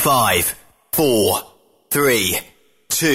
5, 4, 3, 2,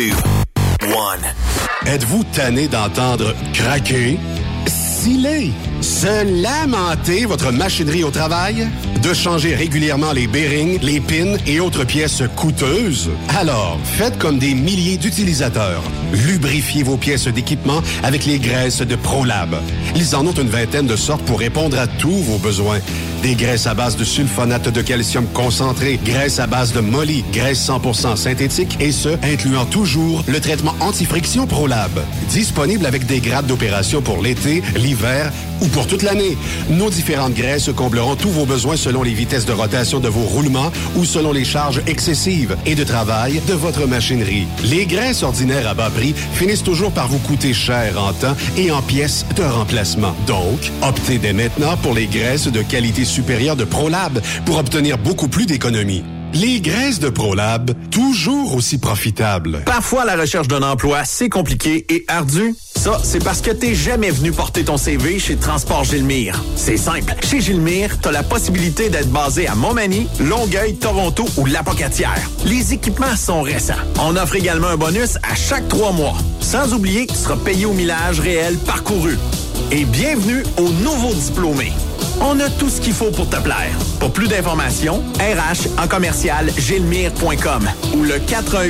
1. Êtes-vous tanné d'entendre craquer, sciller, se lamenter votre machinerie au travail? De changer régulièrement les bearings, les pins et autres pièces coûteuses? Alors, faites comme des milliers d'utilisateurs. Lubrifiez vos pièces d'équipement avec les graisses de ProLab. Ils en ont une vingtaine de sortes pour répondre à tous vos besoins. Des graisses à base de sulfonate de calcium concentré, graisses à base de molly, graisse 100% synthétique et ce, incluant toujours le traitement anti-friction ProLab. Disponible avec des grades d'opération pour l'été, l'hiver ou pour toute l'année. Nos différentes graisses combleront tous vos besoins selon les vitesses de rotation de vos roulements ou selon les charges excessives et de travail de votre machinerie. Les graisses ordinaires à bas prix finissent toujours par vous coûter cher en temps et en pièces de remplacement. Donc, optez dès maintenant pour les graisses de qualité supérieure de ProLab pour obtenir beaucoup plus d'économies. Les graisses de ProLab, toujours aussi profitables. Parfois, la recherche d'un emploi, c'est compliqué et ardu. Ça, c'est parce que t'es jamais venu porter ton CV chez Transport Gilmire. C'est simple. Chez Gilmire, t'as la possibilité d'être basé à Montmagny, Longueuil, Toronto ou Lapocatière. Les équipements sont récents. On offre également un bonus à chaque 3 mois. Sans oublier que tu seras payé au millage réel parcouru. Et bienvenue aux nouveaux diplômés. On a tout ce qu'il faut pour te plaire. Pour plus d'informations, RH en commercial gilmire.com ou le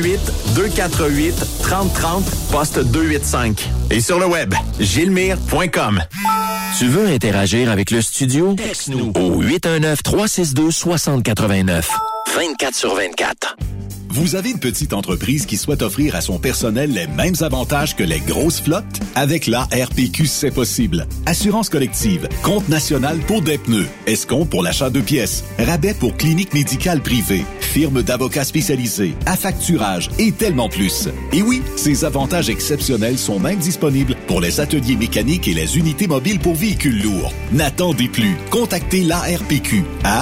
418-248-3030 poste 285. Et sur le web, gilmire.com. Tu veux interagir avec le studio? Texte-nous au 819-362-6089. 24/24. Vous avez une petite entreprise qui souhaite offrir à son personnel les mêmes avantages que les grosses flottes? Avec la RPQ, c'est possible. Assurance collective, compte national pour des pneus, escompte pour l'achat de pièces, rabais pour clinique médicale privée, firme d'avocats spécialisés, affacturage et tellement plus. Et oui, ces avantages exceptionnels sont même disponibles pour les ateliers mécaniques et les unités mobiles pour véhicules lourds. N'attendez plus. Contactez l'ARPQ à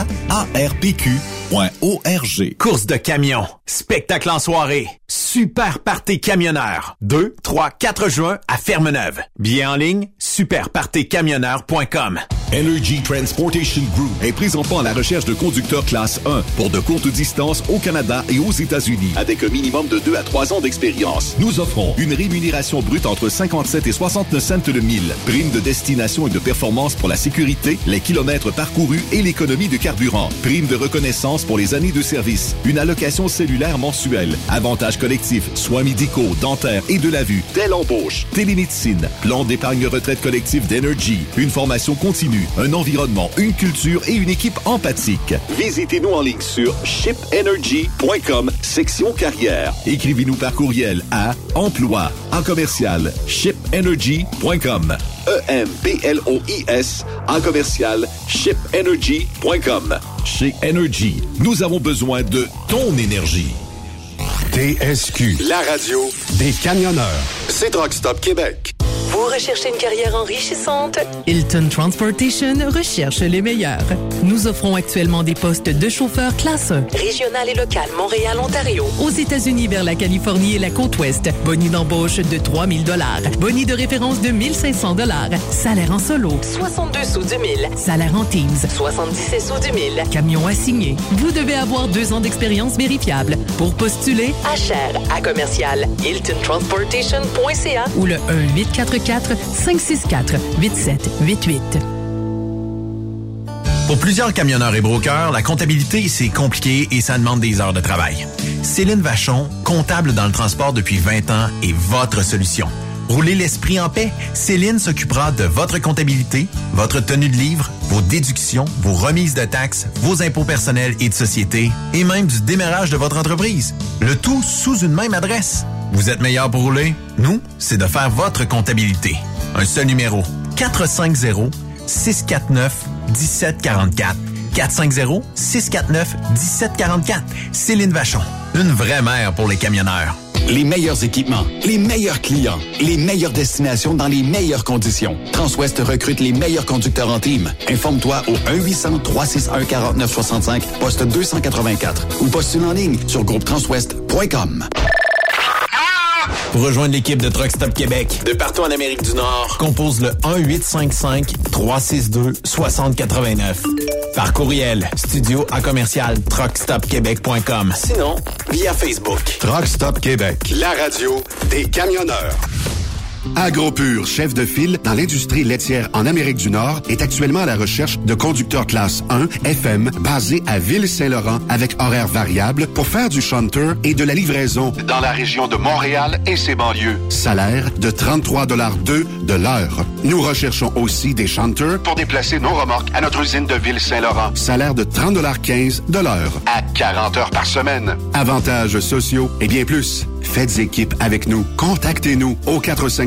arpq.org. Course de camions, spectacle en soirée, super party camionneur. 2, 3, 4 juin à Fermeneuve. Billets en ligne, superpartycamionneur.com. Energy Transportation Group est présentement à la recherche de conducteurs classe 1 pour de courtes distances au Canada et aux États-Unis avec un minimum de 2 à 3 ans d'expérience. Nous offrons une rémunération brute entre 57 et 69 cents le mille, prime de destination et de performance pour la sécurité, les kilomètres parcourus et l'économie de carburant, prime de reconnaissance pour les années de service, une allocation cellulaire mensuelle, avantages collectifs, soins médicaux, dentaires et de la vue, telle embauche, télémédecine, plan d'épargne retraite collective d'Energy, une formation continue, un environnement, une culture et une équipe empathique. Visitez-nous en ligne sur shipenergy.com, section carrière. Écrivez-nous par courriel à emploi en commercial shipenergy.com. EMPLOIS en commercial shipenergy.com. Chez Energy, nous avons besoin de ton énergie. TSQ, la radio des camionneurs. C'est Truck Stop Québec. Vous recherchez une carrière enrichissante? Hilton Transportation recherche les meilleurs. Nous offrons actuellement des postes de chauffeur classe 1. Régional et local, Montréal, Ontario. Aux États-Unis vers la Californie et la côte ouest. Boni d'embauche de 3 000 $. Boni de référence de 1 500 $. Salaire en solo. 62 sous du 1000. Salaire en teams. 77 sous du 1000. Camion assigné. Vous devez avoir 2 ans d'expérience vérifiable. Pour postuler, à Cher, à commercial, hiltontransportation.ca ou le 1-844-564-8788. Pour plusieurs camionneurs et brokers, la comptabilité, c'est compliqué et ça demande des heures de travail. Céline Vachon, comptable dans le transport depuis 20 ans, est votre solution. Roulez l'esprit en paix. Céline s'occupera de votre comptabilité, votre tenue de livre, vos déductions, vos remises de taxes, vos impôts personnels et de société, et même du démarrage de votre entreprise. Le tout sous une même adresse. Vous êtes meilleur pour rouler? Nous, c'est de faire votre comptabilité. Un seul numéro. 450-649-1744. 450-649-1744. Céline Vachon. Une vraie mère pour les camionneurs. Les meilleurs équipements, les meilleurs clients, les meilleures destinations dans les meilleures conditions. Transwest recrute les meilleurs conducteurs en team. Informe-toi au 1-800-361-4965, poste 284 ou postule en ligne sur groupetranswest.com. Pour rejoindre l'équipe de Truck Stop Québec, de partout en Amérique du Nord, compose le 1-855-362-6089. Par courriel, studio@truckstopquebec.com. Sinon, via Facebook. Truck Stop Québec, la radio des camionneurs. AgroPure, chef de file dans l'industrie laitière en Amérique du Nord, est actuellement à la recherche de conducteurs classe 1 FM basés à Ville-Saint-Laurent avec horaires variables pour faire du shunter et de la livraison dans la région de Montréal et ses banlieues. Salaire de 33,2 $ de l'heure. Nous recherchons aussi des shunters pour déplacer nos remorques à notre usine de Ville-Saint-Laurent. Salaire de 30,15 $ de l'heure à 40 heures par semaine. Avantages sociaux et bien plus. Faites équipe avec nous. Contactez-nous au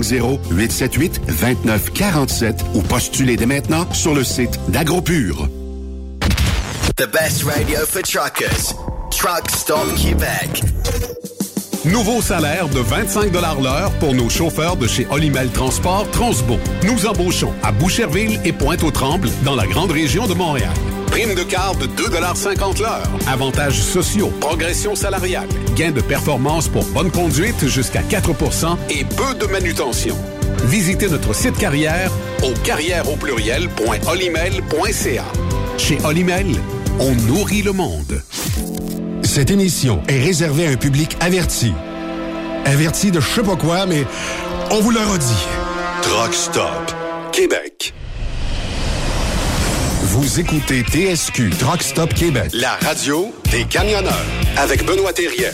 450-878-2947 ou postulez dès maintenant sur le site d'AgroPure. The best radio for truckers. Truck Stop Québec. Nouveau salaire de 25 $ l'heure pour nos chauffeurs de chez Olimel Transport Transbo. Nous embauchons à Boucherville et Pointe-aux-Trembles dans la grande région de Montréal. Prime de quart de 2,50 $ l'heure. Avantages sociaux, progression salariale, gains de performance pour bonne conduite jusqu'à 4 % et peu de manutention. Visitez notre site carrière au carrièreaupluriel.olimel.ca. Chez Olimel, on nourrit le monde. Cette émission est réservée à un public averti. Averti de je sais pas quoi, mais on vous le redit. Truck Stop Québec. Vous écoutez TSQ Truck Stop Québec, la radio des camionneurs, avec Benoît Thérien.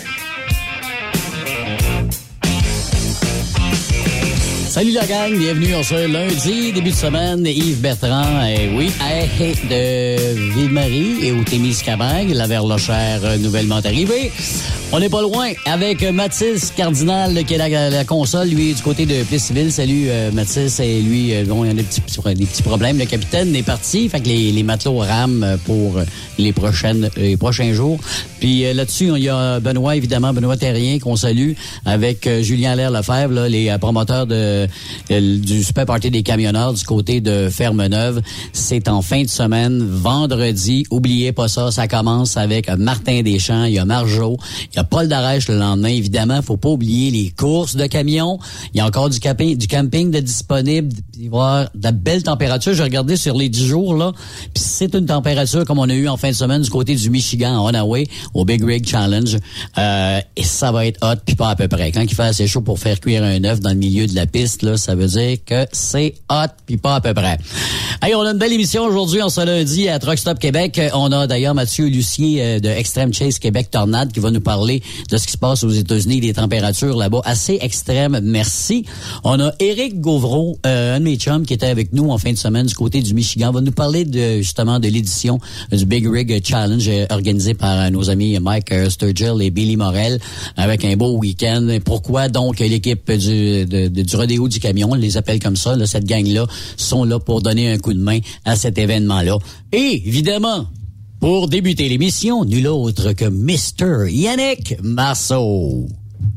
Salut la gang, bienvenue en ce lundi, début de semaine, Yves Bertrand, oui, de Ville-Marie et au Témiscamingue, la Verlochère nouvellement arrivée. On n'est pas loin avec Mathis Cardinal qui est la console, lui, du côté de Plessisville. Salut Mathis, et lui, bon, il y a des petits problèmes. Le capitaine est parti, fait que les matelots rament pour les prochains jours. Puis là-dessus, il y a Benoît, évidemment, Benoît Thérien qu'on salue, avec Julien Allaire-Lefebvre, là, les promoteurs du Super Party des camionneurs du côté de Ferme-Neuve. C'est en fin de semaine, vendredi. Oubliez pas ça, ça commence avec Martin Deschamps, il y a Marjo, il y a Paul Darèche le lendemain. Évidemment, faut pas oublier les courses de camions. Il y a encore du camping de disponible. Il va y avoir de belles températures. J'ai regardé sur les 10 jours, là. Puis c'est une température comme on a eu en fin de semaine du côté du Michigan, à Onaway, au Big Rig Challenge. Et ça va être hot, puis pas à peu près. Quand il fait assez chaud pour faire cuire un œuf dans le milieu de la piste, là, ça veut dire que c'est hot, puis pas à peu près. Hey, on a une belle émission aujourd'hui, en ce lundi, à Truck Stop Québec. On a d'ailleurs Mathieu Lucier de Extreme Chase Québec Tornade qui va nous parler de ce qui se passe aux États-Unis, des températures là-bas assez extrêmes. Merci. On a Éric Gauvreau, un de mes chums qui était avec nous en fin de semaine du côté du Michigan, va nous parler justement de l'édition du Big Rig Challenge organisé par nos amis Mike Sturgill et Billy Morel avec un beau week-end. Pourquoi donc l'équipe du rodéo du camion, on les appelle comme ça, là, cette gang-là, sont là pour donner un coup de main à cet événement-là. Et évidemment, pour débuter l'émission, nul autre que Mr. Yannick Marceau.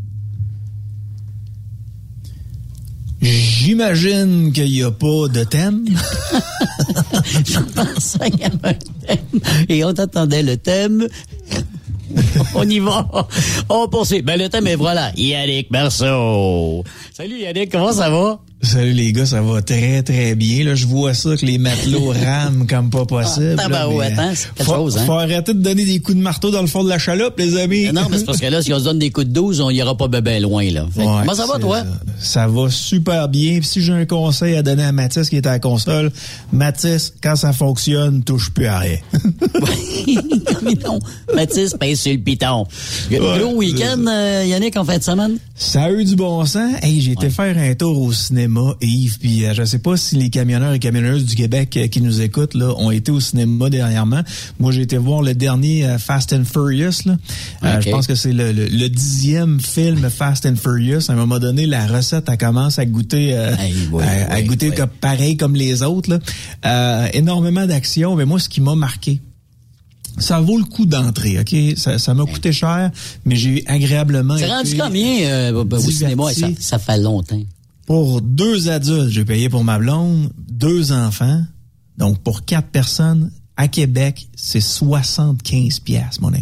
J'imagine qu'il n'y a pas de thème. Je pensais qu'il y avait un thème. Et on t'attendait le thème. On y va. On poursuit. Ben, le thème est voilà. Yannick Marceau. Salut Yannick, comment ça va? Salut les gars, ça va très très bien. Là, je vois ça que les matelots rament comme pas possible. Attends, c'est quelque chose, hein? Faut arrêter de donner des coups de marteau dans le fond de la chaloupe, les amis. Non, mais c'est parce que là, si on se donne des coups de 12, on ira pas bien loin, là. Fait, comment ça va, toi? Ça va super bien. Puis si j'ai un conseil à donner à Mathis qui est à la console, Mathis, quand ça fonctionne, touche plus à rien. Mais non, Mathis pèse sur le piton. Gros week-end, Yannick, en fin de semaine? Ça a eu du bon sens. Hey, j'ai été faire un tour au cinéma, Yves, puis je sais pas si les camionneurs et camionneuses du Québec qui nous écoutent là ont été au cinéma dernièrement. Moi, j'ai été voir le dernier Fast and Furious. Là. Okay. Je pense que c'est le 10e film Fast and Furious. À un moment donné, la recette, elle commence à goûter, goûter comme, pareil comme les autres. Là. Énormément d'action, mais moi, ce qui m'a marqué, ça vaut le coup d'entrer, OK? Ça m'a coûté cher, mais j'ai agréablement été... C'est rendu combien au cinéma? Ça fait longtemps. Pour 2 adultes, j'ai payé pour ma blonde, 2 enfants. Donc, pour 4 personnes, à Québec, c'est 75$, mon ami.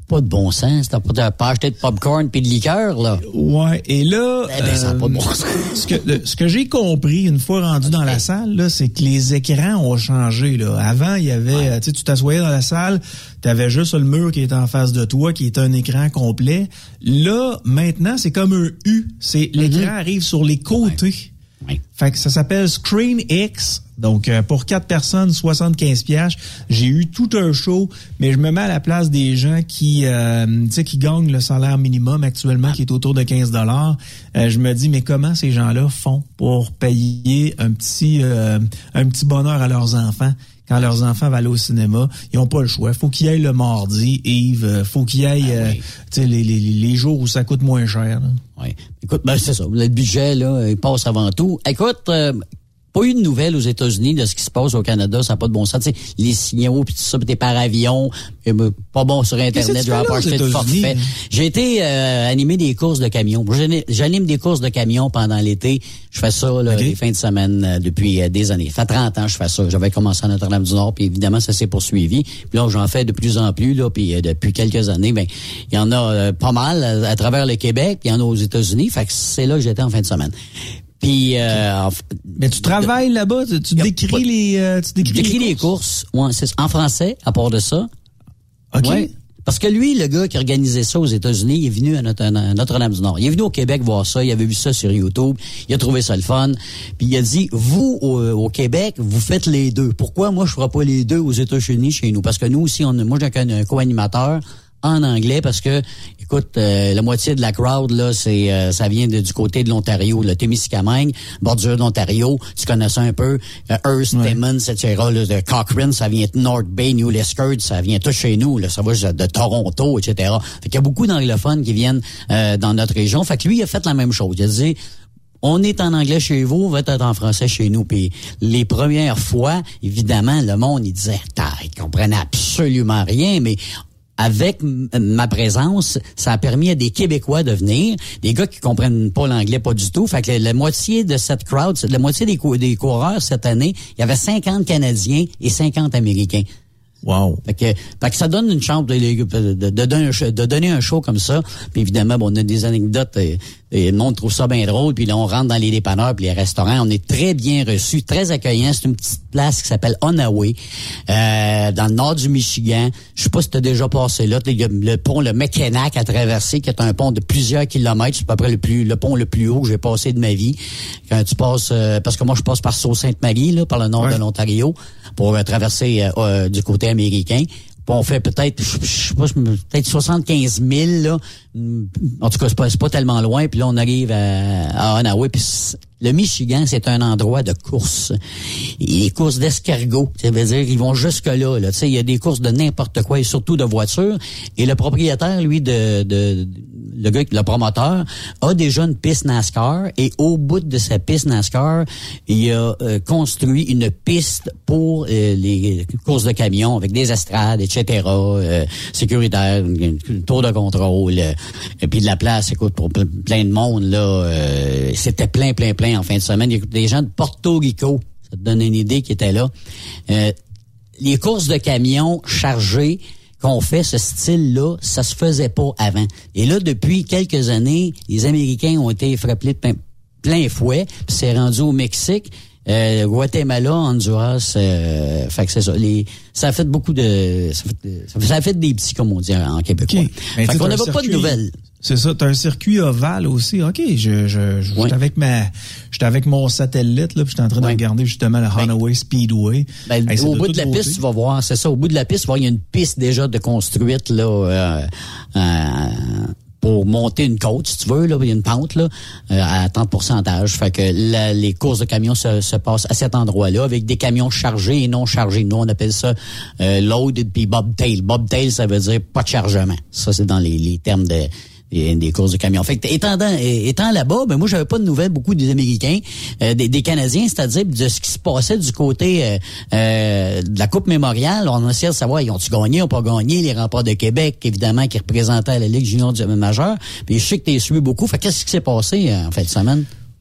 Pas de bon sens. T'as pas acheté de popcorn puis de liqueur, là. Ouais. Et là, ça n'a pas de bon sens. Ce que j'ai compris une fois rendu dans la salle, là, c'est que les écrans ont changé, là. Avant, il y avait, tu t'assoyais dans la salle, t'avais juste le mur qui était en face de toi, qui était un écran complet. Là, maintenant, c'est comme un U. L'écran arrive sur les côtés. Oui. Fait que ça s'appelle Screen X. Donc, pour 4 personnes, 75$. J'ai eu tout un show, mais je me mets à la place des gens qui gagnent le salaire minimum actuellement, qui est autour de 15$. Je me dis, mais comment ces gens-là font pour payer un petit bonheur à leurs enfants? Quand leurs enfants vont aller au cinéma, ils n'ont pas le choix. Faut qu'ils aillent le mardi, Yves. Faut qu'ils aillent les jours où ça coûte moins cher. Oui. Écoute, c'est ça. Le budget, là, il passe avant tout. Écoute, pas eu de nouvelles aux États-Unis de ce qui se passe au Canada, ça n'a pas de bon sens. Tu sais, les signaux puis tout ça, puis t'es par avion, pas bon sur Internet, je vais pas acheter de forfait. J'ai été animer des courses de camions. J'anime des courses de camions pendant l'été. Je fais ça les fins de semaine depuis des années. Ça fait 30 ans que je fais ça. J'avais commencé à Notre-Dame-du-Nord, puis évidemment, ça s'est poursuivi. Puis là, j'en fais de plus en plus, là, puis depuis quelques années, il y en a pas mal à travers le Québec, puis il y en a aux États-Unis. Fait que c'est là que j'étais en fin de semaine. Puis, mais tu travailles là-bas, tu décris les courses. Ouais, c'est en français, à part de ça. OK. Ouais. Parce que lui, le gars qui organisait ça aux États-Unis, il est venu à Notre-Dame-du-Nord. Il est venu au Québec voir ça, il avait vu ça sur YouTube, il a trouvé ça le fun. Puis il a dit, vous, au Québec, vous faites les deux. Pourquoi moi, je ferai pas les deux aux États-Unis chez nous? Parce que nous aussi, moi, j'ai un co-animateur en anglais parce que, écoute, la moitié de la crowd, là, ça vient du côté de l'Ontario, le Témiscamingue, bordure d'Ontario, tu connais ça un peu, Hearst, Timmins, etc., là, de Cochrane, ça vient de North Bay, New Liskeard, ça vient tout chez nous, là, ça va de Toronto, etc. Fait qu'il y a beaucoup d'anglophones qui viennent dans notre région. Fait que lui, il a fait la même chose. Il a dit, on est en anglais chez vous, on va être en français chez nous. Puis les premières fois, évidemment, le monde, il disait, il comprenait absolument rien, mais avec ma présence, ça a permis à des Québécois de venir, des gars qui comprennent pas l'anglais pas du tout. Fait que la moitié de cette crowd, la moitié des coureurs cette année, il y avait 50 Canadiens et 50 Américains. Wow. Fait que ça donne une chance de donner un show comme ça. Puis évidemment, on a des anecdotes et le monde trouve ça bien drôle. Puis là, on rentre dans les dépanneurs puis les restaurants. On est très bien reçus, très accueillants. C'est une petite place qui s'appelle Onaway, dans le nord du Michigan. Je sais pas si t'as déjà passé là. Il y a le pont, le Mackinac à traverser, qui est un pont de plusieurs kilomètres. C'est à peu près le pont le plus haut que j'ai passé de ma vie. Quand tu passes, parce que moi, je passe par Sault-Sainte-Marie, là, par le nord de l'Ontario, pour traverser du côté américain. On fait peut-être, je sais pas, peut-être 75 000, là. En tout cas, c'est pas tellement loin. Puis là, on arrive à Onaway. Puis le Michigan, c'est un endroit de course. Les courses d'escargots, ça veut dire ils vont jusque-là. Tu sais, il y a des courses de n'importe quoi et surtout de voitures. Et le propriétaire, lui, le gars, le promoteur, a déjà une piste NASCAR. Et au bout de sa piste NASCAR, il a construit une piste pour les courses de camions avec des estrades, etc., sécuritaire, une tour de contrôle, et puis de la place, écoute, pour plein de monde, là, c'était plein en fin de semaine. Il y a des gens de Porto Rico, ça te donne une idée, qui étaient là. Les courses de camions chargés qu'on fait, ce style-là, ça se faisait pas avant. Et là, depuis quelques années, les Américains ont été frappés de plein fouet, puis c'est rendu au Mexique. Guatemala, Honduras, fait que c'est ça. Ça a fait beaucoup de, ça a fait des petits, comme on dit en québécois. Okay. Fait qu'on n'avait pas de nouvelles. C'est ça, t'as un circuit ovale aussi. OK, j'étais avec mon satellite, là, puis j'étais en train de regarder justement le Onaway Speedway. Au bout de la piste, tu vas voir, c'est ça, au bout de la piste, tu vas voir, il y a une piste déjà de construite, là, pour monter une côte, si tu veux, là, il y a une pente, là, à 30%. Fait que les courses de camions se passent à cet endroit-là, avec des camions chargés et non chargés. Nous, on appelle ça loaded puis bobtail. Bobtail, ça veut dire pas de chargement. Ça, c'est dans les termes des courses de camions. Fait que étant là-bas, moi j'avais pas de nouvelles beaucoup des Américains, des Canadiens, c'est-à-dire de ce qui se passait du côté de la Coupe Mémoriale. On essayait de savoir, ils ont-tu gagné, ils ont pas gagné, les Remparts de Québec, évidemment, qui représentaient la Ligue junior majeure. Puis je sais que t'es suivi beaucoup. Fait qu'est-ce qui s'est passé en fin de semaine?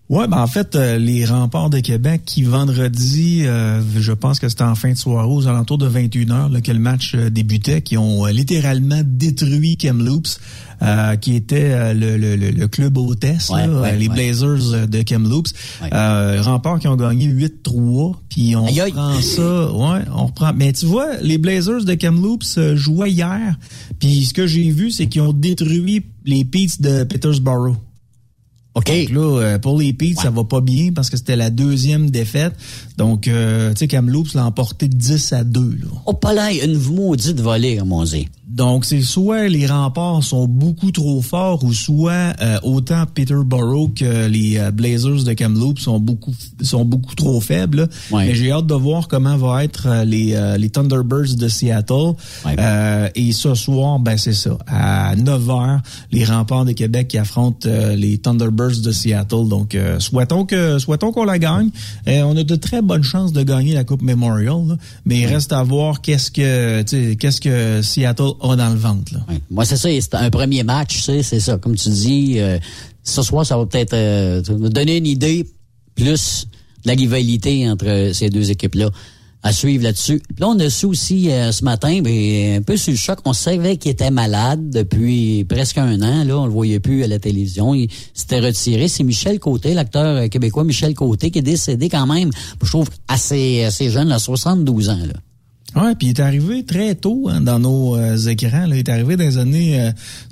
Ouais, ben en fait, les Remparts de Québec qui vendredi, je pense que c'était en fin de soirée, aux alentours de 21h, là, que le match débutait, qui ont littéralement détruit Kamloops, qui était le club hôtesse, les Blazers de Kamloops. Remparts qui ont gagné 8-3, puis on reprend ça. Ouais, on reprend. Mais tu vois, les Blazers de Kamloops jouaient hier, puis ce que j'ai vu, c'est qu'ils ont détruit les Peets de Peterborough. OK. Donc là, pour les Peets, ça va pas bien parce que c'était la deuxième défaite. Donc, tu sais, Kamloops l'a emporté 10-2, là. Oh, pas là, une maudite volée, comme on dit. Donc, c'est soit les Remparts sont beaucoup trop forts ou soit autant Peterborough que les Blazers de Kamloops sont beaucoup trop faibles. Là. Ouais. Mais j'ai hâte de voir comment vont être les Thunderbirds de Seattle. Ouais. Et ce soir, ben c'est ça. À 9h, les Remparts de Québec qui affrontent les Thunderbirds de Seattle. Donc, souhaitons qu'on la gagne. On a de très bonnes chances de gagner la Coupe Memorial. Là. Mais il reste à voir qu'est-ce que Seattle a dans le ventre. Là. Ouais. Moi, c'est ça. C'est un premier match, c'est ça. Comme tu dis, ce soir, ça va peut-être me donner une idée plus de la rivalité entre ces deux équipes-là à suivre là-dessus. Puis là, on a su aussi ce matin, un peu sur le choc, on savait qu'il était malade depuis presque un an. Là, on le voyait plus à la télévision. Il s'était retiré. C'est Michel Côté, l'acteur québécois Michel Côté, qui est décédé quand même, je trouve, assez jeune, à 72 ans. Là. Ouais, puis il est arrivé très tôt dans nos écrans. Là. Il est arrivé dans les années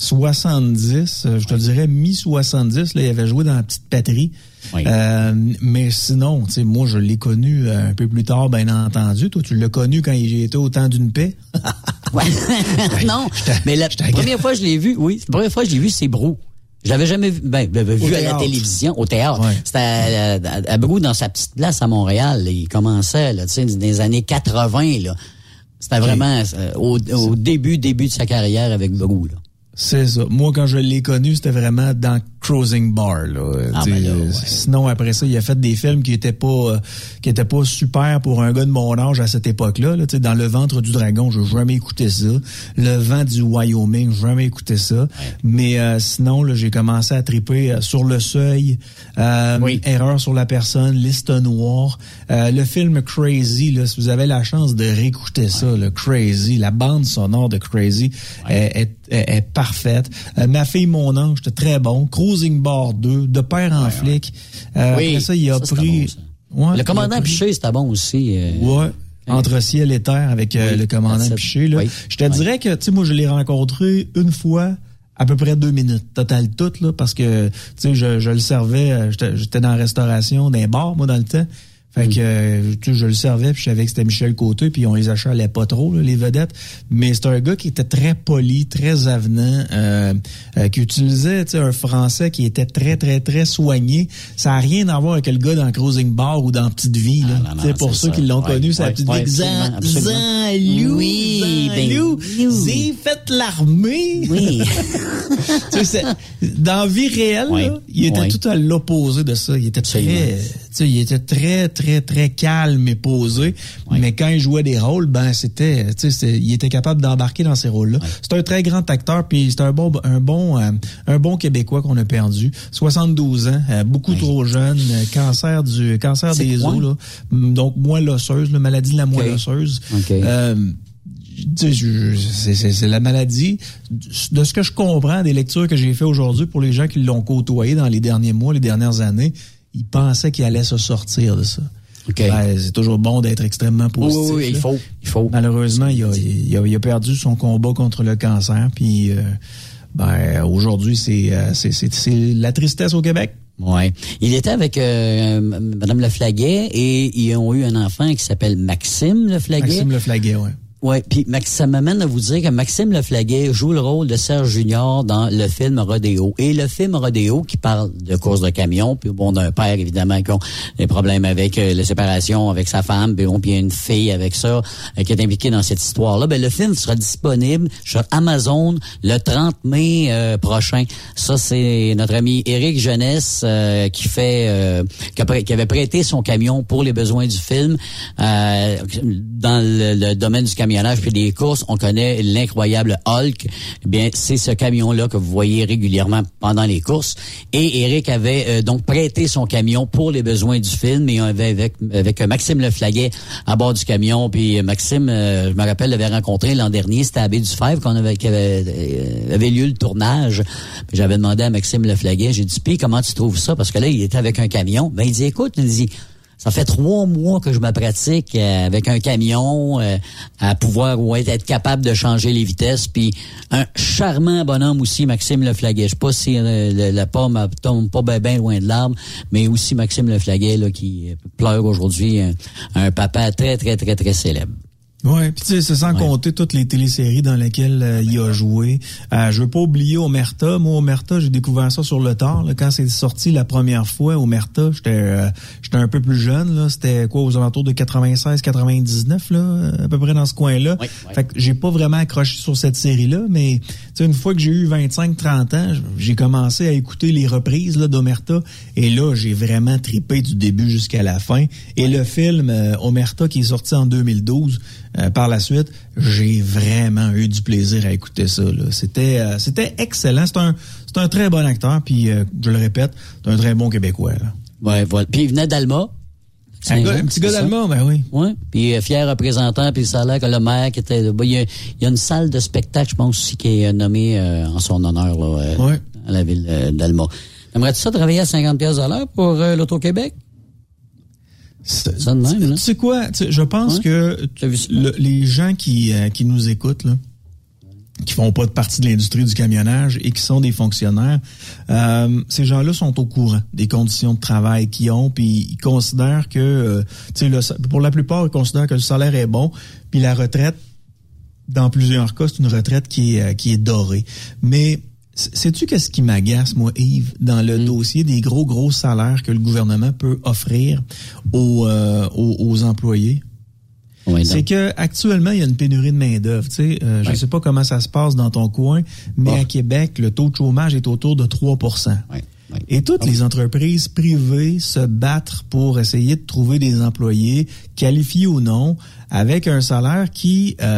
70, je te dirais mi-70. Là, il avait joué dans La Petite Patrie. Oui. Mais sinon, tu sais, moi, je l'ai connu un peu plus tard, bien entendu. Toi, tu l'as connu quand il était au temps d'une paix. Ouais. Non, mais la première fois que je l'ai vu, c'est Brou. Je l'avais jamais vu, vu à la télévision, au théâtre. Ouais. C'était à Brou, dans sa petite place à Montréal. Là, il commençait, là, tu sais, dans les années 80, là. C'était vraiment au début de sa carrière avec Brou, là. C'est ça. Moi, quand je l'ai connu, c'était vraiment dans Cruising Bar, là. Sinon, après ça, il a fait des films qui étaient pas super pour un gars de mon âge à cette époque-là. Là. Dans Le Ventre du Dragon, j'ai jamais écouté ça. Le Vent du Wyoming, j'ai jamais écouté ça. Ouais. Mais sinon, là, j'ai commencé à triper Sur le Seuil, Erreur sur la personne, Liste noire, le film Crazy. Là, si vous avez la chance de réécouter ça, le Crazy, la bande sonore de Crazy est parfaite. Ma fille, mon ange, c'était très bon. Cruising Bar 2, De père en flic. Après ça, il a pris... Bon, le commandant Piché, c'était bon aussi. Entre ciel et terre avec le commandant Piché. Là. Je te dirais que, tu sais, moi, je l'ai rencontré une fois, à peu près 2 minutes, total tout, là, parce que, tu sais, je le servais, j'étais dans la restauration, dans les bars, moi, dans le temps. Fait que je le servais, puis je savais que c'était Michel Côté, puis on les achalait pas trop, là, les vedettes. Mais c'est un gars qui était très poli, très avenant, qui utilisait un français qui était très, très, très soigné. Ça a rien à voir avec le gars dans Cruising Bar ou dans Petite Vie. Là. Pour ceux qui l'ont connu, c'est la Petite Vie. Zanlou, j'ai fait l'armée. Oui. Dans la vie réelle, là, il était tout à l'opposé de ça. Il était très, très calme et posé. Oui. Mais quand il jouait des rôles, ben il était capable d'embarquer dans ces rôles-là. Oui. C'est un très grand acteur, puis c'est un bon Québécois qu'on a perdu. 72 ans, beaucoup trop jeune, cancer des os, là. Donc moelle osseuse, la maladie de la moelle osseuse. Okay. C'est la maladie. De ce que je comprends des lectures que j'ai fait aujourd'hui pour les gens qui l'ont côtoyé dans les derniers mois, les dernières années, ils pensaient qu'il allait se sortir de ça. Okay. C'est toujours bon d'être extrêmement positif. Oui, il faut. Malheureusement, il a perdu son combat contre le cancer. Puis, aujourd'hui, c'est la tristesse au Québec. Ouais. Il était avec Madame Leflaguet et ils ont eu un enfant qui s'appelle Maxime Leflaguet. Maxime Leflaguet, oui. Ouais, puis ça m'amène à vous dire que Maxime Leflaguet joue le rôle de Serge Junior dans le film Rodéo. Et le film Rodéo qui parle de course de camion, puis d'un père évidemment qui a des problèmes avec la séparation avec sa femme, puis il y a une fille avec ça qui est impliquée dans cette histoire-là. Ben le film sera disponible sur Amazon le 30 mai prochain. Ça c'est notre ami Éric Jeunesse qui avait prêté son camion pour les besoins du film dans le domaine du camion camionnage puis des courses, on connaît l'incroyable Hulk. Eh bien, c'est ce camion-là que vous voyez régulièrement pendant les courses. Et Éric avait donc prêté son camion pour les besoins du film et on avait avec Maxime Leflaguet à bord du camion. Puis Maxime, je me rappelle, l'avait rencontré l'an dernier, c'était à Baie-du-Fèvre qui avait lieu le tournage. Puis j'avais demandé à Maxime Leflaguet, j'ai dit, puis comment tu trouves ça? Parce que là, il était avec un camion. Ben, il dit, écoute, ça fait 3 mois que je me pratique avec un camion à pouvoir être capable de changer les vitesses. Puis un charmant bonhomme aussi, Maxime Leflaguet. Je sais pas si la pomme tombe pas bien loin de l'arbre, mais aussi Maxime Leflaguet là, qui pleure aujourd'hui, un papa très, très, très, très célèbre. Ouais, puis tu sais, c'est sans compter toutes les téléséries dans lesquelles il a joué. Je veux pas oublier Omerta. Moi, Omerta, j'ai découvert ça sur le tard. Là, quand c'est sorti la première fois, Omerta, j'étais un peu plus jeune. Là, c'était quoi, aux alentours de 96-99, là, à peu près dans ce coin-là. Oui. Fait que j'ai pas vraiment accroché sur cette série-là, mais tu sais, une fois que j'ai eu 25-30 ans, j'ai commencé à écouter les reprises là d'Omerta, et là, j'ai vraiment tripé du début jusqu'à la fin. Et le film Omerta qui est sorti en 2012. Par la suite, j'ai vraiment eu du plaisir à écouter ça. Là. C'était excellent. C'est un très bon acteur, puis je le répète, c'est un très bon Québécois. Là. Ouais, voilà. Puis il venait d'Alma. Un petit gars d'Alma, ben oui. Oui, puis fier représentant, puis ça a l'air que le maire qui était là. Il y a une salle de spectacle, je pense aussi, qui est nommée en son honneur là, à la ville d'Alma. Aimerais-tu ça travailler à 50$ à l'heure pour l'Auto-Québec? Ça de même, tu sais quoi? Je pense que les gens qui nous écoutent, là, qui font pas de partie de l'industrie du camionnage et qui sont des fonctionnaires, ces gens-là sont au courant des conditions de travail qu'ils ont, puis ils considèrent que, pour la plupart, ils considèrent que le salaire est bon, puis la retraite, dans plusieurs cas, c'est une retraite qui est dorée. Mais sais-tu qu'est-ce qui m'agace, moi, Yves, dans le dossier des gros salaires que le gouvernement peut offrir aux employés? Oui, c'est que actuellement il y a une pénurie de main-d'œuvre. Tu sais, je sais pas comment ça se passe dans ton coin, mais à Québec, le taux de chômage est autour de 3%. Et toutes les entreprises privées se battent pour essayer de trouver des employés, qualifiés ou non, avec un salaire qui est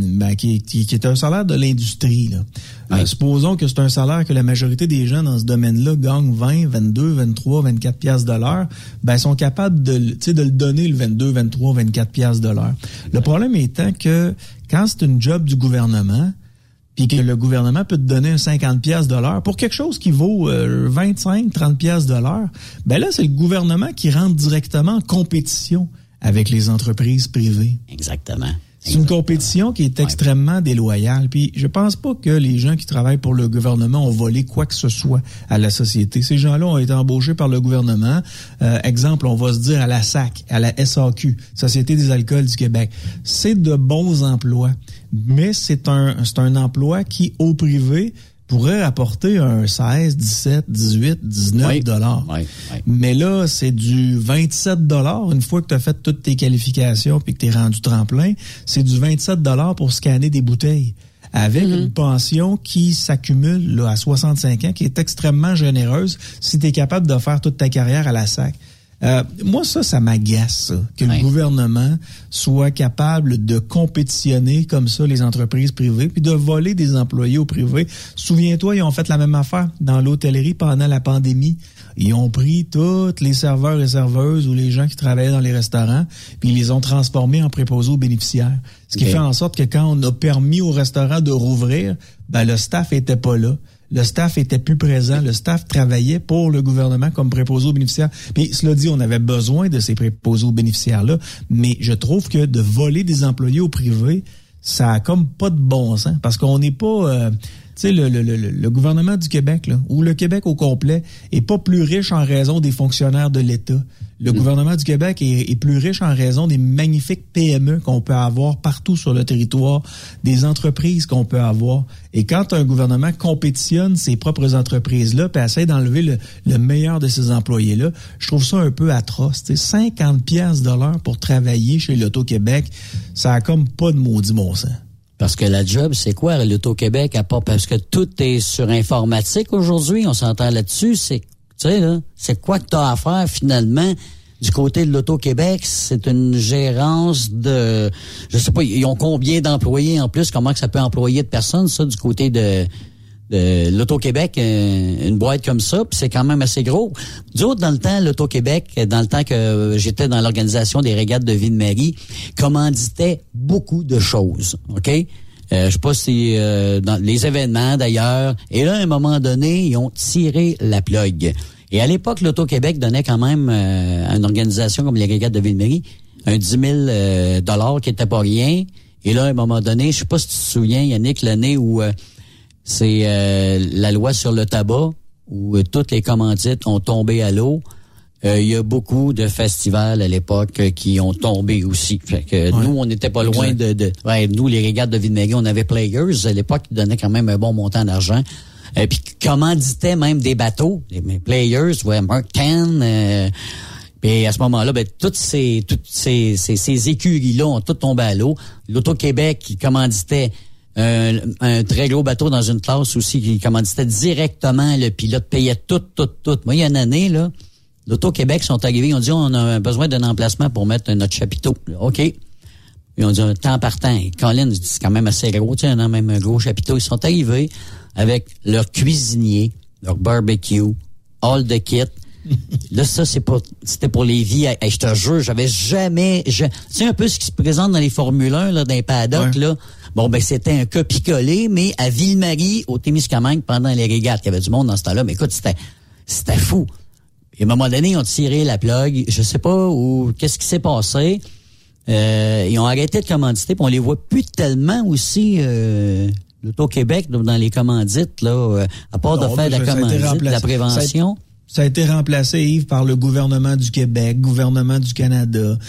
un salaire de l'industrie. Là. Supposons que c'est un salaire que la majorité des gens dans ce domaine-là gagnent 20, 22, 23, 24 piastres de l'heure. Ben, ils sont capables de le donner le 22, 23, 24 piastres de l'heure. Le problème étant que quand c'est une job du gouvernement, puis que le gouvernement peut te donner un 50 piastres de l'heure pour quelque chose qui vaut 25, 30 piastres de l'heure, ben là, c'est le gouvernement qui rentre directement en compétition avec les entreprises privées. Exactement. C'est une compétition qui est extrêmement déloyale. Puis je pense pas que les gens qui travaillent pour le gouvernement ont volé quoi que ce soit à la société. Ces gens-là ont été embauchés par le gouvernement. Exemple, on va se dire à la SAQ, à la SAQ, Société des alcools du Québec. C'est de bons emplois, mais c'est un emploi qui, au privé, pourrait rapporter un 16, 17, 18, 19 dollars. Mais là, c'est du 27 dollars une fois que tu as fait toutes tes qualifications puis que tu es rendu tremplin. C'est du 27 dollars pour scanner des bouteilles. Avec une pension qui s'accumule là, à 65 ans, qui est extrêmement généreuse si tu es capable de faire toute ta carrière à la SAC. Moi, ça m'agace, ça, que le gouvernement soit capable de compétitionner comme ça les entreprises privées puis de voler des employés au privé. Souviens-toi, ils ont fait la même affaire dans l'hôtellerie pendant la pandémie. Ils ont pris tous les serveurs et serveuses ou les gens qui travaillaient dans les restaurants puis ils les ont transformés en préposés aux bénéficiaires. Ce qui fait en sorte que quand on a permis aux restaurants de rouvrir, ben le staff était pas là. Le staff était plus présent. Le staff travaillait pour le gouvernement comme préposé aux bénéficiaires. Puis, cela dit, on avait besoin de ces préposés aux bénéficiaires-là. Mais je trouve que de voler des employés au privé, ça a comme pas de bon sens. Parce qu'on n'est pas... tu sais, le gouvernement du Québec, là, ou le Québec au complet, est pas plus riche en raison des fonctionnaires de l'État. Le gouvernement du Québec est plus riche en raison des magnifiques PME qu'on peut avoir partout sur le territoire, des entreprises qu'on peut avoir. Et quand un gouvernement compétitionne ses propres entreprises-là, puis essaie d'enlever le meilleur de ses employés-là, je trouve ça un peu atroce. T'sais, 50 piastres de l'heure pour travailler chez l'Auto-Québec, ça a comme pas de maudit bon sens. Parce que la job, c'est quoi, l'Auto-Québec, à part parce que tout est sur informatique aujourd'hui, on s'entend là-dessus, c'est, tu sais, là, c'est quoi que t'as à faire finalement Du côté de l'Auto-Québec, c'est une gérance de... Je sais pas, ils ont combien d'employés en plus? Comment que ça peut employer de personnes, ça, du côté de l'Auto-Québec, une boîte comme ça, puis c'est quand même assez gros. D'autres, dans le temps, l'Auto-Québec, dans le temps que j'étais dans l'organisation des régates de Ville-Marie, commanditait beaucoup de choses, OK? Je sais pas si dans les événements, d'ailleurs. Et là, à un moment donné, ils ont tiré la plug. Et à l'époque, l'Auto-Québec donnait quand même à une organisation comme les régates de Ville-Marie un 10 000 qui était pas rien. Et là, à un moment donné, je sais pas si tu te souviens, Yannick, l'année où c'est la loi sur le tabac, où toutes les commandites ont tombé à l'eau. Il y a beaucoup de festivals à l'époque qui ont tombé aussi. Fait que nous, on n'était pas loin de nous, les régates de Ville-Marie, on avait Players à l'époque qui donnait quand même un bon montant d'argent. Puis commanditait même des bateaux, les Players, Mark X. Puis à ce moment-là, toutes ces écuries-là ont toutes tombé à l'eau. L'Auto-Québec qui commanditait un très gros bateau dans une classe aussi, qui commanditait directement, le pilote payait tout. Moi, il y a une année, là, l'Auto-Québec sont arrivés, ils ont dit, on a besoin d'un emplacement pour mettre notre chapiteau. OK. Ils ont dit, temps par temps. Et Colin, c'est quand même assez gros, tu sais, même un gros chapiteau. Ils sont arrivés avec leur cuisinier, leur barbecue, all the kit. Là, ça, c'était pour les vies. Hey, je te jure, j'avais jamais... C'est un peu ce qui se présente dans les Formule 1, là, dans les paddocks, là. Bon, c'était un copie-collé, mais à Ville-Marie, au Témiscamingue, pendant les régates. Il y avait du monde dans ce temps-là, mais écoute, c'était fou. Et à un moment donné, ils ont tiré la plug. Je sais pas qu'est-ce qui s'est passé. Ils ont arrêté de commanditer, puis on les voit plus tellement aussi... l'Auto-Québec, dans les commandites, là, à part de faire de la commandite, de la prévention. Ça a été remplacé, Yves, par le gouvernement du Québec, gouvernement du Canada.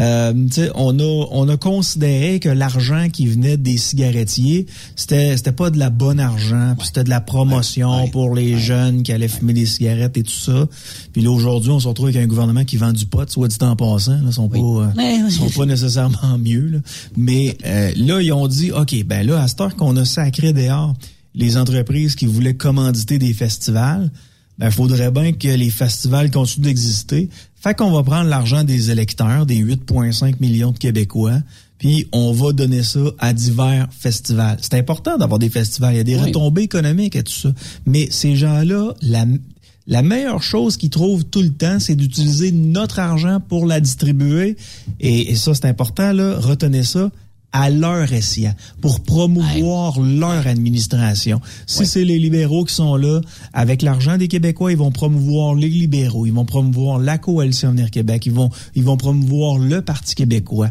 On a considéré que l'argent qui venait des cigarettiers, c'était pas de la bonne argent, puis c'était de la promotion pour les jeunes qui allaient fumer des cigarettes et tout ça. Puis là, aujourd'hui, on se retrouve avec un gouvernement qui vend du pot, soit dit en passant. Là, sont pas nécessairement mieux. Là. Mais là, ils ont dit, OK, là, à cette heure qu'on a sacré dehors les entreprises qui voulaient commanditer des festivals, faudrait bien que les festivals continuent d'exister. Fait qu'on va prendre l'argent des électeurs, des 8,5 millions de Québécois, puis on va donner ça à divers festivals. C'est important d'avoir des festivals. Il y a des retombées économiques et tout ça. Mais ces gens-là, la meilleure chose qu'ils trouvent tout le temps, c'est d'utiliser notre argent pour la distribuer. Et ça, c'est important, là. Retenez ça. À leur escient, pour promouvoir leur administration. Si c'est les libéraux qui sont là, avec l'argent des Québécois, ils vont promouvoir les libéraux, ils vont promouvoir la Coalition Avenir Québec, ils vont promouvoir le Parti québécois.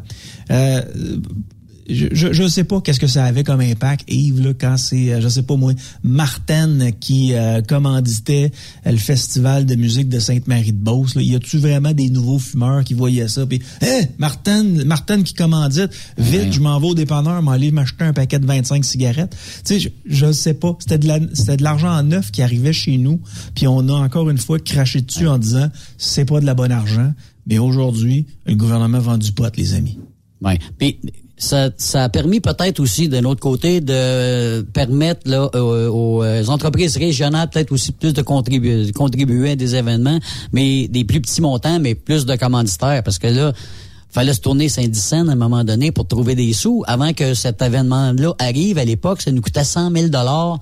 Je sais pas qu'est-ce que ça avait comme impact, Yves, là, quand c'est, je sais pas moi, Martin qui commanditait le festival de musique de Sainte-Marie-de-Beauce. Là. Y a-tu vraiment des nouveaux fumeurs qui voyaient ça? Puis, Martin qui commandite, vite, je m'en vais au dépanneur, m'aller m'acheter un paquet de 25 cigarettes. Tu sais, je sais pas. C'était de l'argent en neuf qui arrivait chez nous, puis on a encore une fois craché dessus en disant, c'est pas de la bonne argent. Mais aujourd'hui, le gouvernement vend du pot, les amis. Ouais. Puis, ça a permis peut-être aussi, d'un autre côté, de permettre là, aux entreprises régionales peut-être aussi plus de contribuer à des événements, mais des plus petits montants, mais plus de commanditaires. Parce que là, fallait se tourner Saint-Dicenne à un moment donné pour trouver des sous. Avant que cet événement-là arrive, à l'époque, ça nous coûtait 100 000 $.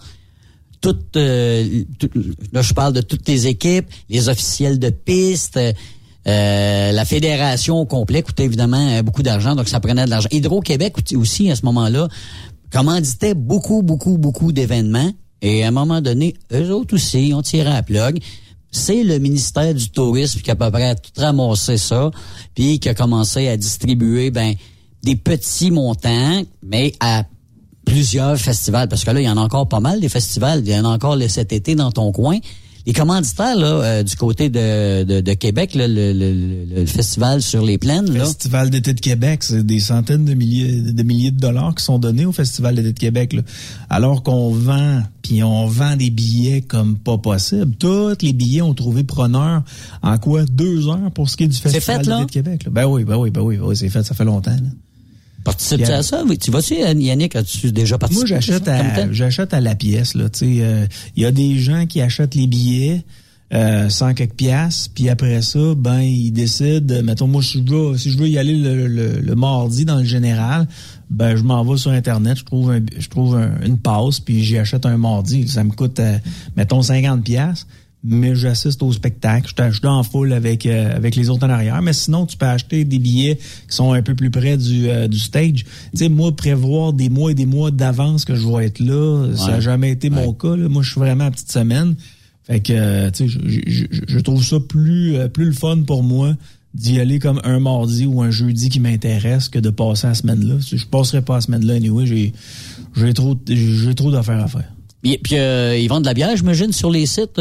Là, je parle de toutes les équipes, les officiels de piste, la fédération au complet coûtait évidemment beaucoup d'argent, donc ça prenait de l'argent. Hydro-Québec aussi, à ce moment-là, commanditait beaucoup d'événements. Et à un moment donné, eux autres aussi, ont tiré à la plug. C'est le ministère du Tourisme qui a à peu près tout ramassé ça, puis qui a commencé à distribuer des petits montants, mais à plusieurs festivals. Parce que là, il y en a encore pas mal des festivals. Il y en a encore cet été dans ton coin. Les commanditaires là du côté de Québec, là, le festival sur les plaines, le Festival d'été de Québec, c'est des centaines de milliers de dollars qui sont donnés au Festival d'été de Québec, là. Alors qu'on vend des billets comme pas possible. Tous les billets ont trouvé preneur en 2 heures pour ce qui est du Festival d'été de Québec. Là. Ben oui, c'est fait, ça fait longtemps. Là. Participes-tu à ça? Oui. Tu vas-tu, Yannick, as-tu déjà participé? Moi, j'achète à la pièce, là. Tu sais, y a des gens qui achètent les billets. 100 quelques piastres, puis après ça, ben il décide, mettons, moi si je veux y aller le mardi dans le général, ben je m'en vais sur Internet, je trouve une passe, puis j'y achète un mardi. Ça me coûte, mettons, 50 piastres. Mais j'assiste au spectacle. Je suis en foule avec les autres en arrière. Mais sinon, tu peux acheter des billets qui sont un peu plus près du stage. Tu sais, moi, prévoir des mois et des mois d'avance que je vais être là, ça n'a jamais été mon cas. Là. Moi, je suis vraiment à petite semaine. Fait que, tu sais, je trouve ça plus le fun pour moi d'y aller comme un mardi ou un jeudi qui m'intéresse que de passer la semaine-là. Je passerai pas la semaine-là anyway. J'ai trop d'affaires à faire. Puis ils vendent de la bière, j'imagine, sur les sites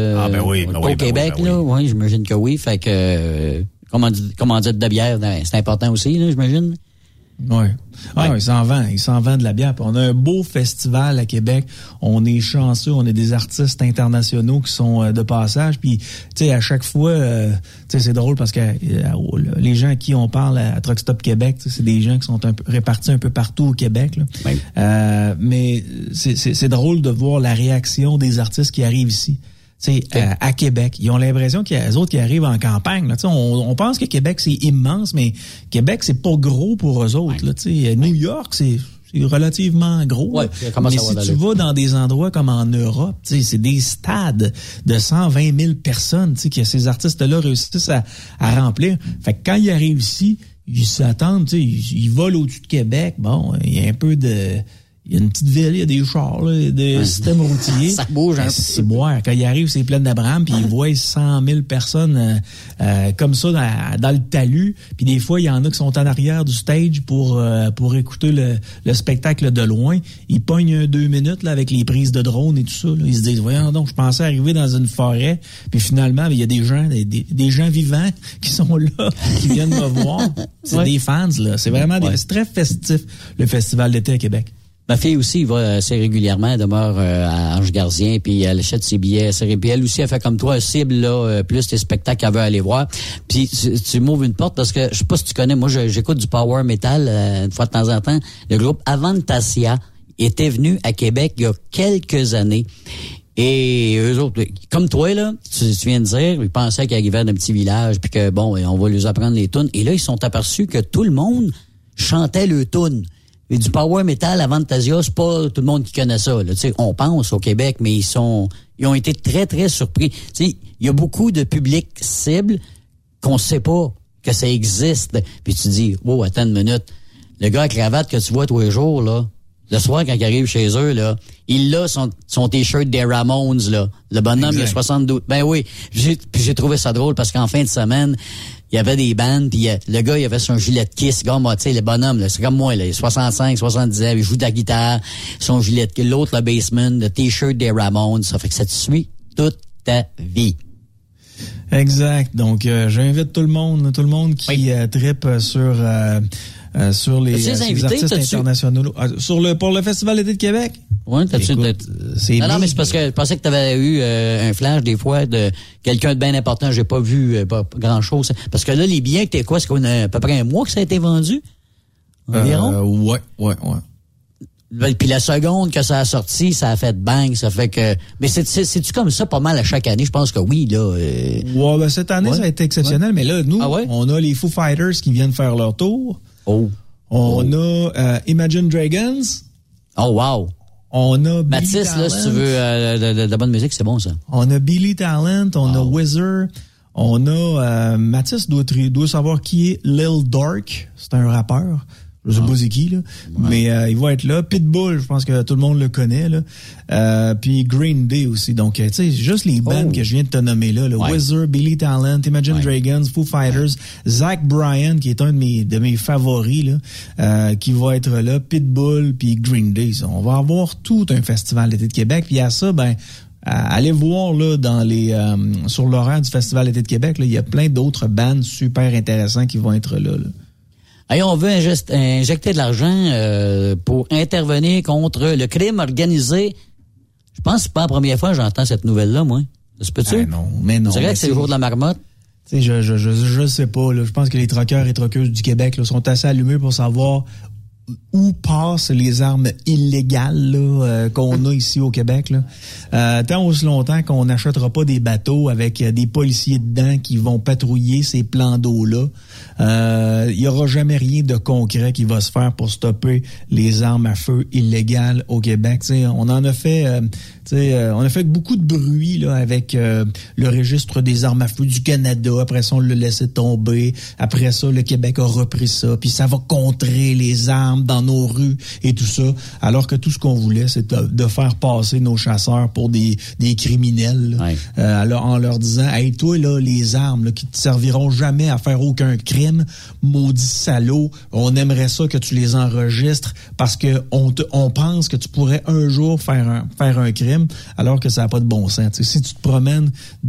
au Québec, là. Oui, j'imagine que oui. Fait que commandite de bière, c'est important aussi, là, j'imagine. Oui. Ah, il s'en vend de la bière. Puis on a un beau festival à Québec. On est chanceux, on a des artistes internationaux qui sont de passage. Puis, tu sais, à chaque fois, tu sais, c'est drôle parce que les gens à qui on parle à Truck Stop Québec, c'est des gens qui sont répartis un peu partout au Québec. Là. Oui. Mais c'est drôle de voir la réaction des artistes qui arrivent ici. À Québec. Ils ont l'impression qu'il y a les autres qui arrivent en campagne. Là. On pense que Québec, c'est immense, mais Québec, c'est pas gros pour eux autres. Là. New York, c'est relativement gros. Ouais, mais si tu vas dans des endroits comme en Europe, c'est des stades de 120 000 personnes que ces artistes-là réussissent à remplir. Fait que quand ils arrivent ici, ils s'attendent, ils volent au-dessus de Québec. Bon, il y a un peu de... Il y a une petite ville, il y a des chars, là, des systèmes routiers. Ça bouge un peu. C'est boire. Quand il arrive, c'est plein d'Abraham, puis ils voient 100 000 personnes comme ça dans le talus. Puis des fois, il y en a qui sont en arrière du stage pour écouter le spectacle de loin. Ils pognent 2 minutes là avec les prises de drone et tout ça. Là. Ils se disent, voyons donc, je pensais arriver dans une forêt. Puis finalement, il y a des gens vivants qui sont là, qui viennent me voir. C'est des fans, là. C'est vraiment c'est très festif, le Festival d'été à Québec. Ma fille aussi va assez régulièrement, elle demeure à Ange-Gardien, puis elle achète ses billets. Puis elle aussi, elle fait comme toi, cible là, plus les spectacles qu'elle veut aller voir. Puis tu m'ouvres une porte parce que je sais pas si tu connais, moi j'écoute du power metal une fois de temps en temps. Le groupe Avantasia était venu à Québec il y a quelques années. Et eux autres, comme toi, là, tu viens de dire, ils pensaient qu'ils arrivaient d'un petit village, puis que bon, on va leur apprendre les tunes. Et là, ils sont aperçus que tout le monde chantait le tune. Et du power metal à Avantasia, c'est pas tout le monde qui connaît ça. Là. On pense au Québec, mais ils ont été très, très surpris. Il y a beaucoup de public cible qu'on sait pas que ça existe. Puis tu dis, wow, attends une minute. Le gars à cravate que tu vois tous les jours, là, le soir, quand il arrive chez eux, là, il a son t-shirt des Ramones, là. Le bonhomme, il a 72. Ben oui. J'ai trouvé ça drôle parce qu'en fin de semaine, il y avait des bandes, puis le gars, il avait son gilet de Kiss. Tu sais, le bonhomme, là, c'est comme moi, là, il a 65, 70 ans, il joue de la guitare, son gilet de Kiss, l'autre, le Basement, le t-shirt des Ramones. Ça fait que ça te suit toute ta vie. Exact. Donc, j'invite tout le monde qui trippe sur les artistes internationaux. Pour le Festival d'été de Québec? Oui, non, mais c'est parce que je pensais que tu avais eu un flash des fois de quelqu'un de bien important. J'ai pas vu pas grand-chose. Parce que là, les billets, c'est quoi? C'est à peu près un mois que ça a été vendu? Environ? Ouais. Puis la seconde que ça a sorti, ça a fait bang. Ça fait que... Mais c'est-tu comme ça pas mal à chaque année? Je pense que oui, là. Ouais, ben cette année, ça a été exceptionnel. Mais là, nous, on a les Foo Fighters qui viennent faire leur tour. On a Imagine Dragons. Oh, wow. On a Mathis, là, si tu veux de la bonne musique, c'est bon, ça. On a Billy Talent, on a Wizard, on a Mathis doit savoir qui est Lil Durk, c'est un rappeur. Je sais pas c'est qui, là. Ouais. Mais il va être là. Pitbull, je pense que tout le monde le connaît, là. Puis Green Day aussi. Donc, tu sais, juste les bands que je viens de te nommer là. Wizard, Billy Talent, Imagine Dragons, Foo Fighters, Zach Bryan, qui est un de mes favoris, là, qui va être là. Pitbull, puis Green Day. On va avoir tout un festival d'été de Québec. Puis à ça, allez voir là sur l'horaire du Festival d'été de Québec, là, il y a plein d'autres bands super intéressants qui vont être là. Hey, on veut injecter de l'argent pour intervenir contre le crime organisé. Je pense que c'est pas la première fois que j'entends cette nouvelle-là, moi. Ça se peut-tu? Non, mais non. C'est vrai que c'est le jour de la marmotte? Tu sais, je sais pas, là. Je pense que les truckers et truckeuses du Québec, là, sont assez allumés pour savoir où passent les armes illégales là, qu'on a ici au Québec. Là. Tant aussi longtemps qu'on n'achètera pas des bateaux avec des policiers dedans qui vont patrouiller ces plans d'eau-là, il y aura jamais rien de concret qui va se faire pour stopper les armes à feu illégales au Québec. T'sais, on en a fait... on a fait beaucoup de bruit là avec le registre des armes à feu du Canada. Après ça, on l'a laissé tomber. Après ça, le Québec a repris ça. Puis ça va contrer les armes dans nos rues et tout ça. Alors que tout ce qu'on voulait, c'est de faire passer nos chasseurs pour des criminels. Ouais. Alors, en leur disant, hey, toi, là, les armes là, qui te serviront jamais à faire aucun crime, maudit salaud, on aimerait ça que tu les enregistres parce que on pense que tu pourrais un jour faire un crime. Alors que ça n'a pas de bon sens. T'sais, si tu te promènes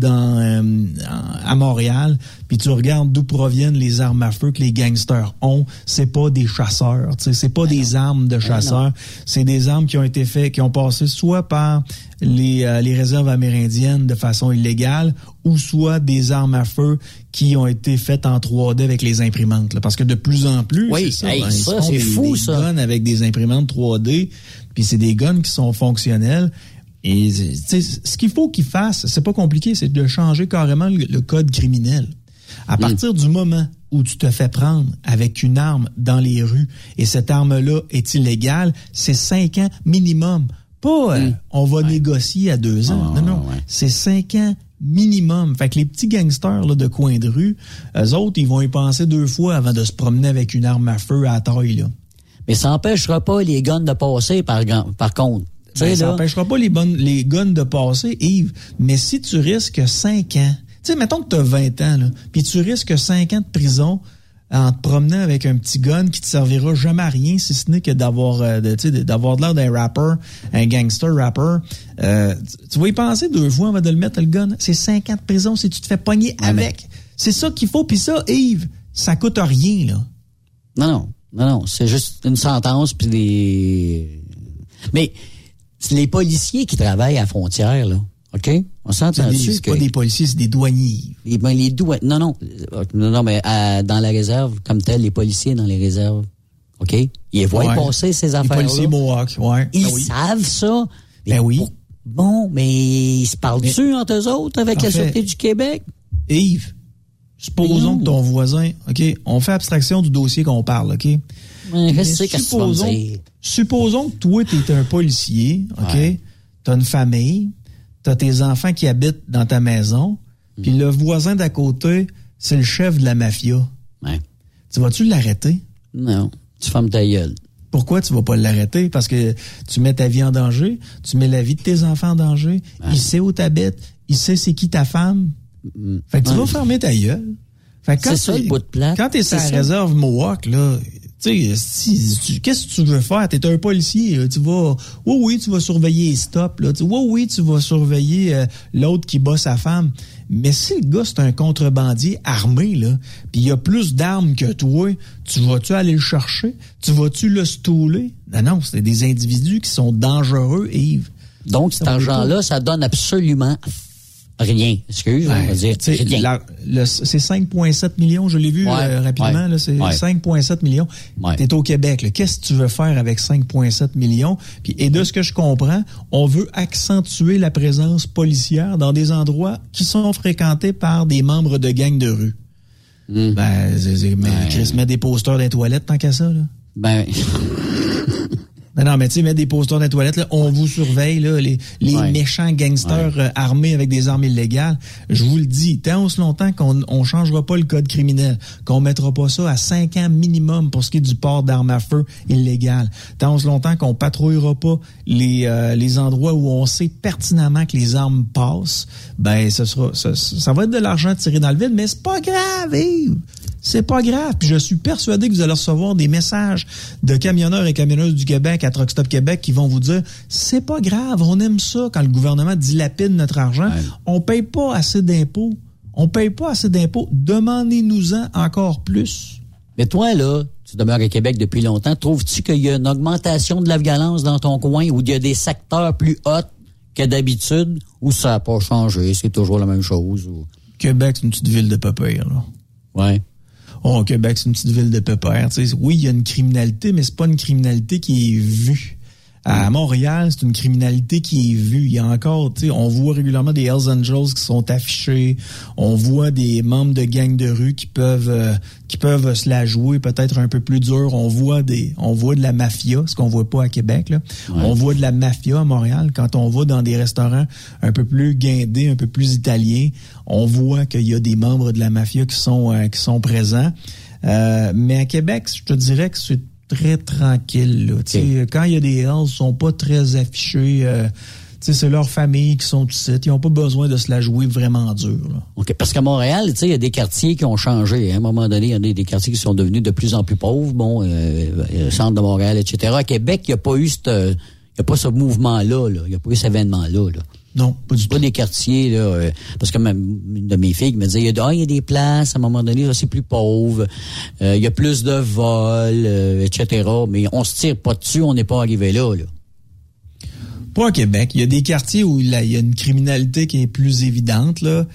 à Montréal, puis tu regardes d'où proviennent les armes à feu que les gangsters ont, c'est pas des chasseurs. C'est pas des armes de chasseurs. C'est des armes qui ont été faites, qui ont passé soit par les réserves amérindiennes de façon illégale, ou soit des armes à feu qui ont été faites en 3D avec les imprimantes. Là, parce que de plus en plus, oui, c'est ça, ça c'est fou, des ça. guns avec des imprimantes 3D, puis c'est des guns qui sont fonctionnels. Et ce qu'il faut qu'ils fassent, c'est pas compliqué, c'est de changer carrément le code criminel. À partir du moment où tu te fais prendre avec une arme dans les rues et cette arme-là est illégale, c'est 5 ans minimum. Pas on va négocier à 2 ans. Non. C'est 5 ans minimum. Fait que les petits gangsters là, de coin de rue, eux autres, ils vont y penser 2 fois avant de se promener avec une arme à feu à la taille. Là. Mais ça n'empêchera pas les guns de passer, par contre. Ben, ça n'empêchera pas les guns de passer, Yves. Mais si tu risques 5 ans, tu sais, mettons que tu as 20 ans, là, puis tu risques 5 ans de prison en te promenant avec un petit gun qui te servira jamais à rien, si ce n'est que d'avoir de l'air d'un rapper, un gangster rapper. Tu vas y penser 2 fois avant de le mettre, le gun. C'est 5 ans de prison si tu te fais pogner avec. C'est ça qu'il faut. Puis ça, Yves, ça coûte rien, là. Non. C'est juste une sentence, puis des... Mais... c'est les policiers qui travaillent à la frontière, là. OK? On s'entend dessus. C'est pas des policiers, c'est des douaniers. Les douaniers. Non, mais dans la réserve, comme tel, les policiers dans les réserves. OK? Ils voient passer ces affaires-là. Les policiers Mohawks, Ils savent ça. Ben oui. Bon, mais ils se parlent-tu entre eux autres avec la Sûreté du Québec? Yves, supposons que ton voisin, OK? On fait abstraction du dossier qu'on parle, OK? Je sais qu'est-ce que tu vas me dire. Supposons que toi, tu es un policier, OK? Ouais. Tu as une famille, tu as tes enfants qui habitent dans ta maison, puis le voisin d'à côté, c'est le chef de la mafia. Ouais. Tu vas-tu l'arrêter? Non, tu fermes ta gueule. Pourquoi tu vas pas l'arrêter? Parce que tu mets ta vie en danger, tu mets la vie de tes enfants en danger, il sait où t'habites, il sait c'est qui ta femme. Fait que tu vas fermer ta gueule. Fait que c'est ça le bout de plate. Quand t'es sur la réserve Mohawk, là... Tu sais, qu'est-ce que tu veux faire? T'es un policier, tu vas... Oui, tu vas surveiller les stops, là. Oui, tu vas surveiller l'autre qui bat sa femme. Mais si le gars, c'est un contrebandier armé, là, pis il a plus d'armes que toi, tu vas-tu aller le chercher? Tu vas-tu le stouler? Non, c'est des individus qui sont dangereux, Yves. Donc, cet argent-là, ça donne absolument... rien. Excuse, on va dire. C'est 5,7 millions, je l'ai vu rapidement. Là, c'est 5,7 millions. Ouais. T'es au Québec. Là. Qu'est-ce que tu veux faire avec 5,7 millions? Puis, et de ce que je comprends, on veut accentuer la présence policière dans des endroits qui sont fréquentés par des membres de gangs de rue. Chris, met des posters dans les toilettes tant qu'à ça. Là. Non, mais tu sais, mettre des posters dans les toilettes, là, on vous surveille, là, les méchants gangsters armés avec des armes illégales. Je vous le dis, tant aussi longtemps qu'on changera pas le code criminel, qu'on mettra pas ça à 5 ans minimum pour ce qui est du port d'armes à feu illégales, tant aussi longtemps qu'on patrouillera pas les endroits où on sait pertinemment que les armes passent, ben ça va être de l'argent tiré dans le vide, mais c'est pas grave, Yves. C'est pas grave. Puis je suis persuadé que vous allez recevoir des messages de camionneurs et camionneuses du Québec à Truck Stop Québec qui vont vous dire c'est pas grave, on aime ça quand le gouvernement dilapide notre argent. Ouais. On paye pas assez d'impôts. Demandez-nous-en encore plus. Mais toi, là, tu demeures à Québec depuis longtemps. Trouves-tu qu'il y a une augmentation de la violence dans ton coin où il y a des secteurs plus hauts que d'habitude ou ça n'a pas changé? C'est toujours la même chose? Ou... Québec, c'est une petite ville de pas pire, là. Ouais. Bon, Québec, c'est une petite ville de pépère. Tu sais, oui, il y a une criminalité, mais c'est pas une criminalité qui est vue. À Montréal, c'est une criminalité qui est vue. Il y a encore, tu sais, on voit régulièrement des Hells Angels qui sont affichés. On voit des membres de gangs de rue qui peuvent se la jouer peut-être un peu plus dur. On voit de la mafia, ce qu'on voit pas à Québec, là. Ouais. On voit de la mafia à Montréal. Quand on va dans des restaurants un peu plus guindés, un peu plus italiens, on voit qu'il y a des membres de la mafia qui sont présents. Mais à Québec, je te dirais que c'est très tranquille, là. Okay. Quand il y a des Hells, ils sont pas très affichés. C'est leurs familles qui sont ici. Ils n'ont pas besoin de se la jouer vraiment dur. Là. OK. Parce qu'à Montréal, il y a des quartiers qui ont changé. À un moment donné, il y a des quartiers qui sont devenus de plus en plus pauvres. Bon, le centre de Montréal, etc. À Québec, il n'y a pas eu ce mouvement-là. Il n'y a pas eu cet événement-là. Là. Non, pas du tout. Pas des quartiers, là, parce que même une de mes filles me disait, il y a des places, à un moment donné, là, c'est plus pauvre, il y a plus de vols, etc. Mais on se tire pas dessus, on n'est pas arrivé là. Pas à Québec. Il y a des quartiers où il y a une criminalité qui est plus évidente, là.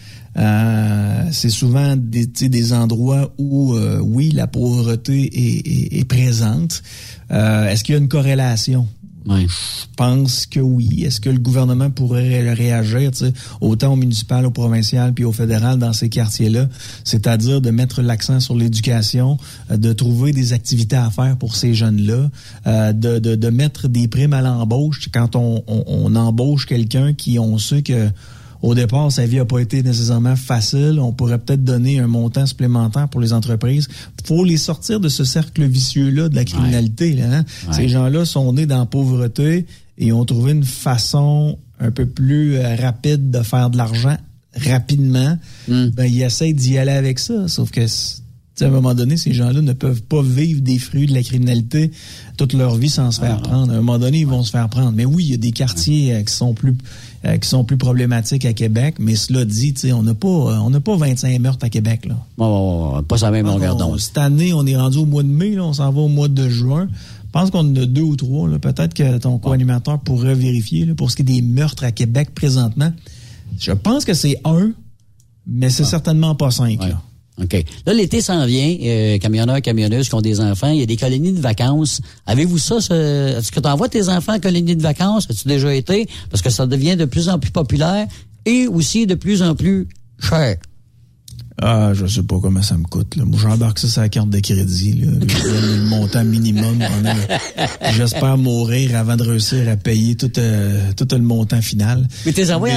C'est souvent des endroits où, oui, la pauvreté est présente. Est-ce qu'il y a une corrélation? Oui. Je pense que oui. Est-ce que le gouvernement pourrait réagir, autant au municipal, au provincial, puis au fédéral dans ces quartiers-là, c'est-à-dire de mettre l'accent sur l'éducation, de trouver des activités à faire pour ces jeunes-là, de mettre des primes à l'embauche quand on embauche quelqu'un qui on sait que au départ, sa vie n'a pas été nécessairement facile. On pourrait peut-être donner un montant supplémentaire pour les entreprises. Il faut les sortir de ce cercle vicieux-là de la criminalité. Là, hein? Ouais. Ces gens-là sont nés dans la pauvreté et ont trouvé une façon un peu plus rapide de faire de l'argent rapidement. Ben, ils essayent d'y aller avec ça. Sauf que, à un moment donné, ces gens-là ne peuvent pas vivre des fruits de la criminalité toute leur vie sans se faire prendre. À un moment donné, ils vont se faire prendre. Mais oui, il y a des quartiers qui sont plus problématiques à Québec, mais cela dit, on n'a pas 25 meurtres à Québec, là. Pas ça même longueur d'onde. Cette année, on est rendu au mois de mai, là, on s'en va au mois de juin. Je pense qu'on en a 2 ou 3, là. Peut-être que ton co-animateur pourrait vérifier, là, pour ce qui est des meurtres à Québec présentement. Je pense que c'est 1, mais c'est certainement pas 5, là. OK. Là, l'été s'en vient. Camionneurs, camionneuses qui ont des enfants. Il y a des colonies de vacances. Avez-vous ça? Est-ce que tu envoies tes enfants en colonie de vacances? As-tu déjà été? Parce que ça devient de plus en plus populaire et aussi de plus en plus cher. Ah, je sais pas comment ça me coûte, là. Moi, j'embarque ça sur la carte de crédit, là. Le montant minimum. J'espère mourir avant de réussir à payer tout le montant final. Mais t'es envoyé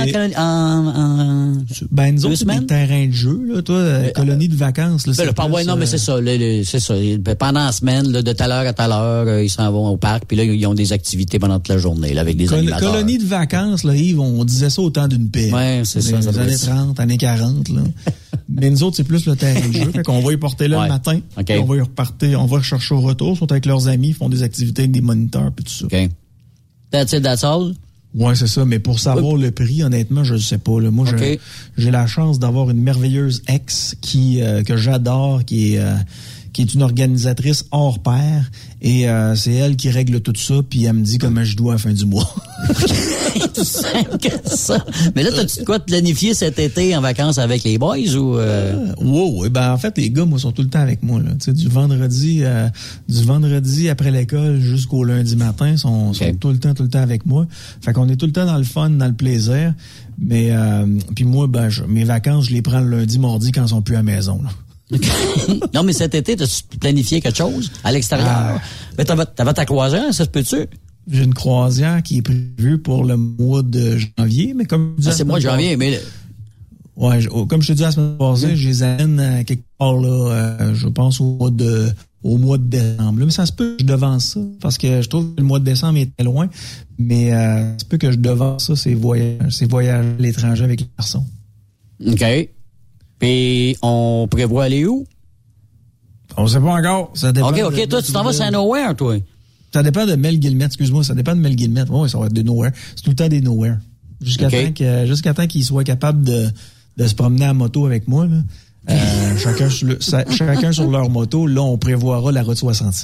en ben, nous autres, c'est des terrains de jeu, là. Toi, colonie de vacances, là. Non, mais c'est ça. C'est ça. Pendant la semaine, là, de telle heure à telle heure, ils s'en vont au parc, puis là, ils ont des activités pendant toute la journée, là, avec des animateurs. Colonie de vacances, là, Yves, on disait ça au temps d'une paix. Ouais, c'est ça. Les années 30, années 40, là. Mais nous autres, c'est plus le terrain de jeu. Fait qu'on va y porter là le matin. Okay. On va y repartir, on va chercher au retour. Ils sont avec leurs amis, ils font des activités avec des moniteurs puis tout ça. OK. That's all? Ouais, c'est ça. Mais pour savoir le prix, honnêtement, je ne sais pas. Là. Moi, j'ai la chance d'avoir une merveilleuse ex que j'adore, qui est une organisatrice hors pair. Et c'est elle qui règle tout ça, puis elle me dit comment je dois à la fin du mois. Tout simple que ça. Mais là, t'as-tu de quoi te planifier cet été en vacances avec les boys ou... Oui. Ben, en fait, les gars, moi, sont tout le temps avec moi, là. Tu sais, du vendredi après l'école jusqu'au lundi matin, sont tout le temps avec moi. Fait qu'on est tout le temps dans le fun, dans le plaisir. Mais, puis moi, ben, mes vacances, je les prends le lundi, mardi quand ils sont plus à la maison, là. Non, mais cet été, t'as-tu planifié quelque chose à l'extérieur? Mais t'avais ta croisière, ça se peut-tu? J'ai une croisière qui est prévue pour le mois de janvier, mais comme c'est le mois de janvier, mais... Ouais, comme je te dis la semaine passée, je les amène quelque part, là, je pense au mois de décembre. Là, mais ça se peut que je devance ça, parce que je trouve que le mois de décembre est très loin, mais ça se peut que je devance ça, ces voyages à l'étranger avec les garçons. OK. Puis, on prévoit aller où? On sait pas encore. Ça dépend. OK. Toi, tu t'en vas à Nowhere, toi? Ça dépend de Mel Guillemette, excuse-moi. Ça dépend de Mel Guillemette. Oui, ça va être de Nowhere. C'est tout le temps des Nowhere. Jusqu'à temps qu'il soit capable de se promener à moto avec moi, là. Chacun sur leur moto. Là, on prévoira la route 66.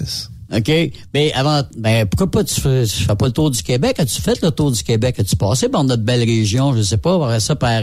OK. Mais pourquoi pas tu fais pas le tour du Québec? As-tu fait le tour du Québec? As-tu passé par notre belle région? Je sais pas, par ça, par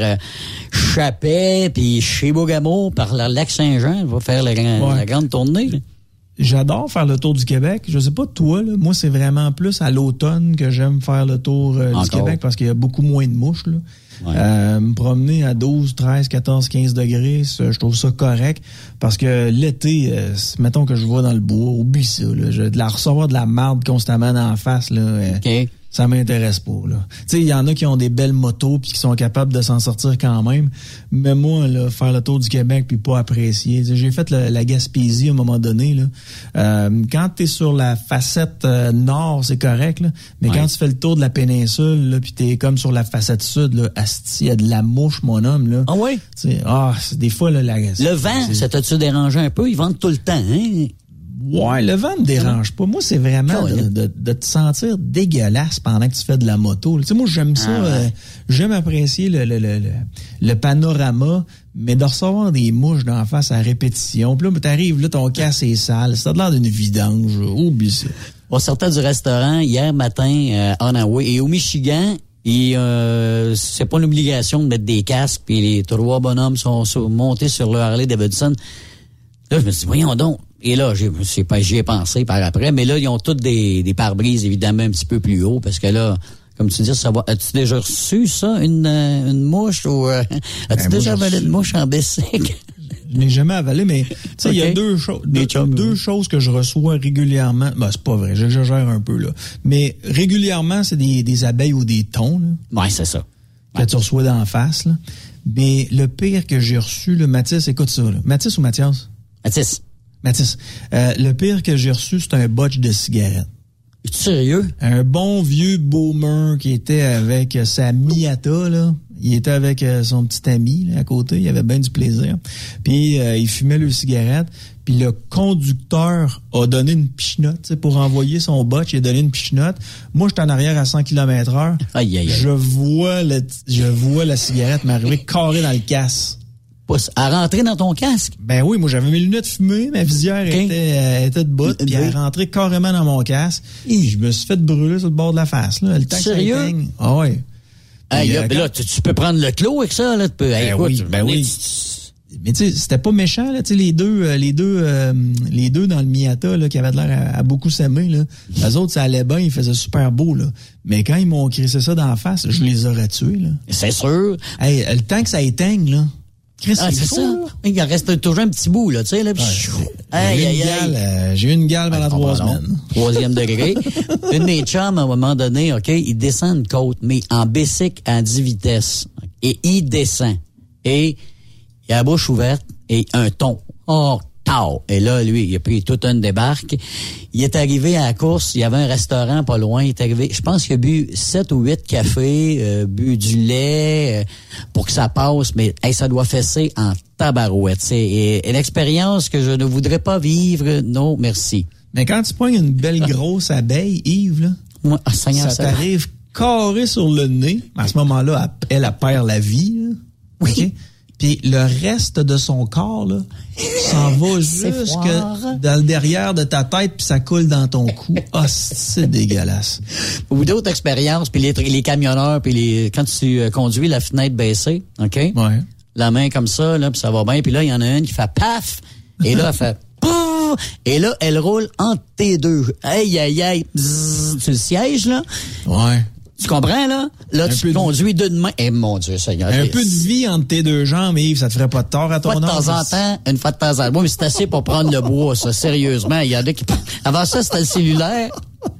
Chapais, puis Chibougamau, par le Lac-Saint-Jean. Va faire la grande tournée, là. J'adore faire le tour du Québec. Je sais pas toi, là, moi c'est vraiment plus à l'automne que j'aime faire le tour du Québec parce qu'il y a beaucoup moins de mouches. Là. Ouais. Me promener à 12, 13, 14, 15 degrés, je trouve ça correct parce que l'été, mettons que je vais dans le bois, oublie ça. Là, de la recevoir de la marde constamment dans la face, là, ça m'intéresse pas. Tu sais, il y en a qui ont des belles motos puis qui sont capables de s'en sortir quand même. Mais moi, là, faire le tour du Québec puis pas apprécier. J'ai fait la Gaspésie à un moment donné. Là. Quand t'es sur la facette nord, c'est correct. Là, mais quand tu fais le tour de la péninsule, là, puis t'es comme sur la facette sud, là, asti, il y a de la mouche, mon homme. Là. Ah oui? Des fois, là, le vent, ça t'a-tu dérangé un peu? Ils vendent tout le temps, hein? Ouais, le vent me dérange pas. Moi, c'est vraiment de te sentir dégueulasse pendant que tu fais de la moto. Tu sais, moi, j'aime ça. J'aime apprécier le panorama, mais de recevoir des mouches d'en face à répétition. Puis là, t'arrives, là, ton casque est sale. Ça a l'air d'une vidange. Oublie ça. On sortait du restaurant hier matin en Hawaii et au Michigan. Et c'est pas une obligation de mettre des casques. Puis les 3 bonhommes sont montés sur le Harley Davidson. Là, je me suis dit, voyons donc. Et là, j'y ai pensé par après, mais là, ils ont toutes des pare-brises, évidemment, un petit peu plus haut, parce que là, comme tu dis, ça va. As-tu déjà reçu ça, une mouche, ou as-tu déjà avalé une mouche en bicycle? Je n'ai jamais avalé, mais tu sais, il y a deux choses que je reçois régulièrement. Ben, c'est pas vrai, j'exagère un peu, là. Mais régulièrement, c'est des abeilles ou des thons, là. Ouais, c'est ça. Que tu reçois d'en face, là. Mais le pire que j'ai reçu, là, Mathis, écoute ça, là. Mathis ou Mathias? Mathis, le pire que j'ai reçu, c'est un botch de cigarettes. Es-tu sérieux? Un bon vieux boomer qui était avec sa Miata, là. Il était avec son petit ami là, à côté. Il avait bien du plaisir. Puis il fumait le cigarette. Puis le conducteur a donné une pichenote pour envoyer son botch. Il a donné une pichenote. Moi, j'étais en arrière à 100 km/h. Aïe, aïe, aïe. Je vois la cigarette m'arriver carré dans le casque. À rentrer dans ton casque? Ben oui, moi j'avais mes lunettes fumées, ma visière était de bout, puis elle est rentrée carrément dans mon casque. Et je me suis fait brûler sur le bord de la face. Là. Le temps sérieux? Que ça éteigne. Ah ouais. Là, tu peux prendre le clou avec ça, là. Oui. Mais tu sais, c'était pas méchant, là. Tu sais, les deux dans le Miata, là, qui avaient l'air à beaucoup s'aimer, là. Les autres, ça allait bien, ils faisaient super beau, là. Mais quand ils m'ont crissé ça dans la face, je les aurais tués, là. C'est sûr. Hey, le temps que ça éteigne, là. C'est ça. Il en reste toujours un petit bout, là, tu sais, là. J'ai eu une gale pendant 3 semaines. 3e degré. Une de mes chums, à un moment donné, OK, il descend une côte, mais en bicycle à 10 vitesses. Et il descend. Et il a la bouche ouverte et un ton. Oh, tao. Et là, lui, il a pris toute une débarque. Il est arrivé à la course, il y avait un restaurant pas loin, il est arrivé, je pense qu'il a bu 7 ou 8 cafés, bu du lait pour que ça passe, mais ça doit fesser en tabarouette. C'est l'expérience que je ne voudrais pas vivre, non, merci. Mais quand tu prends une belle grosse abeille, Yves, là, moi, ça t'arrive carré sur le nez. À ce moment-là, elle perd la vie. Là. Oui. Okay? Puis le reste de son corps, là, s'en va jusque dans le derrière de ta tête, puis ça coule dans ton cou. Ah, c'est dégueulasse. Ou d'autres expériences, puis les camionneurs, puis quand tu conduis la fenêtre baissée, OK? Ouais. La main comme ça, là, puis ça va bien. Puis là, il y en a une qui fait paf, et là, elle fait pouf, et là, elle roule entre tes deux. Aïe, aïe, aïe. Bzzz, tu le sièges, là? Ouais. Tu comprends, là? Là, tu conduis d'une main. Eh, mon Dieu, Seigneur. Un peu de vie entre tes deux jambes, Yves, ça te ferait pas de tort à ton âge. Une fois de temps en temps. Mais c'est assez pour prendre le bois, ça, sérieusement. Il y en a qui... Avant ça, c'était le cellulaire.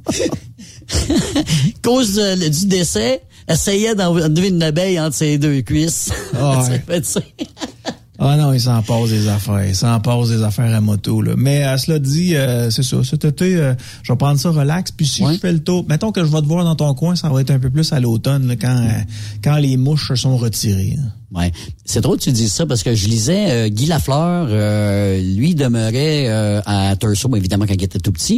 Cause du décès, essayait d'enlever une abeille entre ses deux cuisses. Oh, ouais. Ah non, il s'en passe des affaires. Il s'en passe des affaires à moto, là. Mais à cela dit, c'est ça. Cet été, je vais prendre ça relax. Puis si je fais le tour, mettons que je vais te voir dans ton coin, ça va être un peu plus à l'automne, là, quand les mouches sont retirées. Là. Ouais, c'est drôle que tu dises ça parce que je lisais Guy Lafleur, lui demeurait à Thurso, évidemment quand il était tout petit.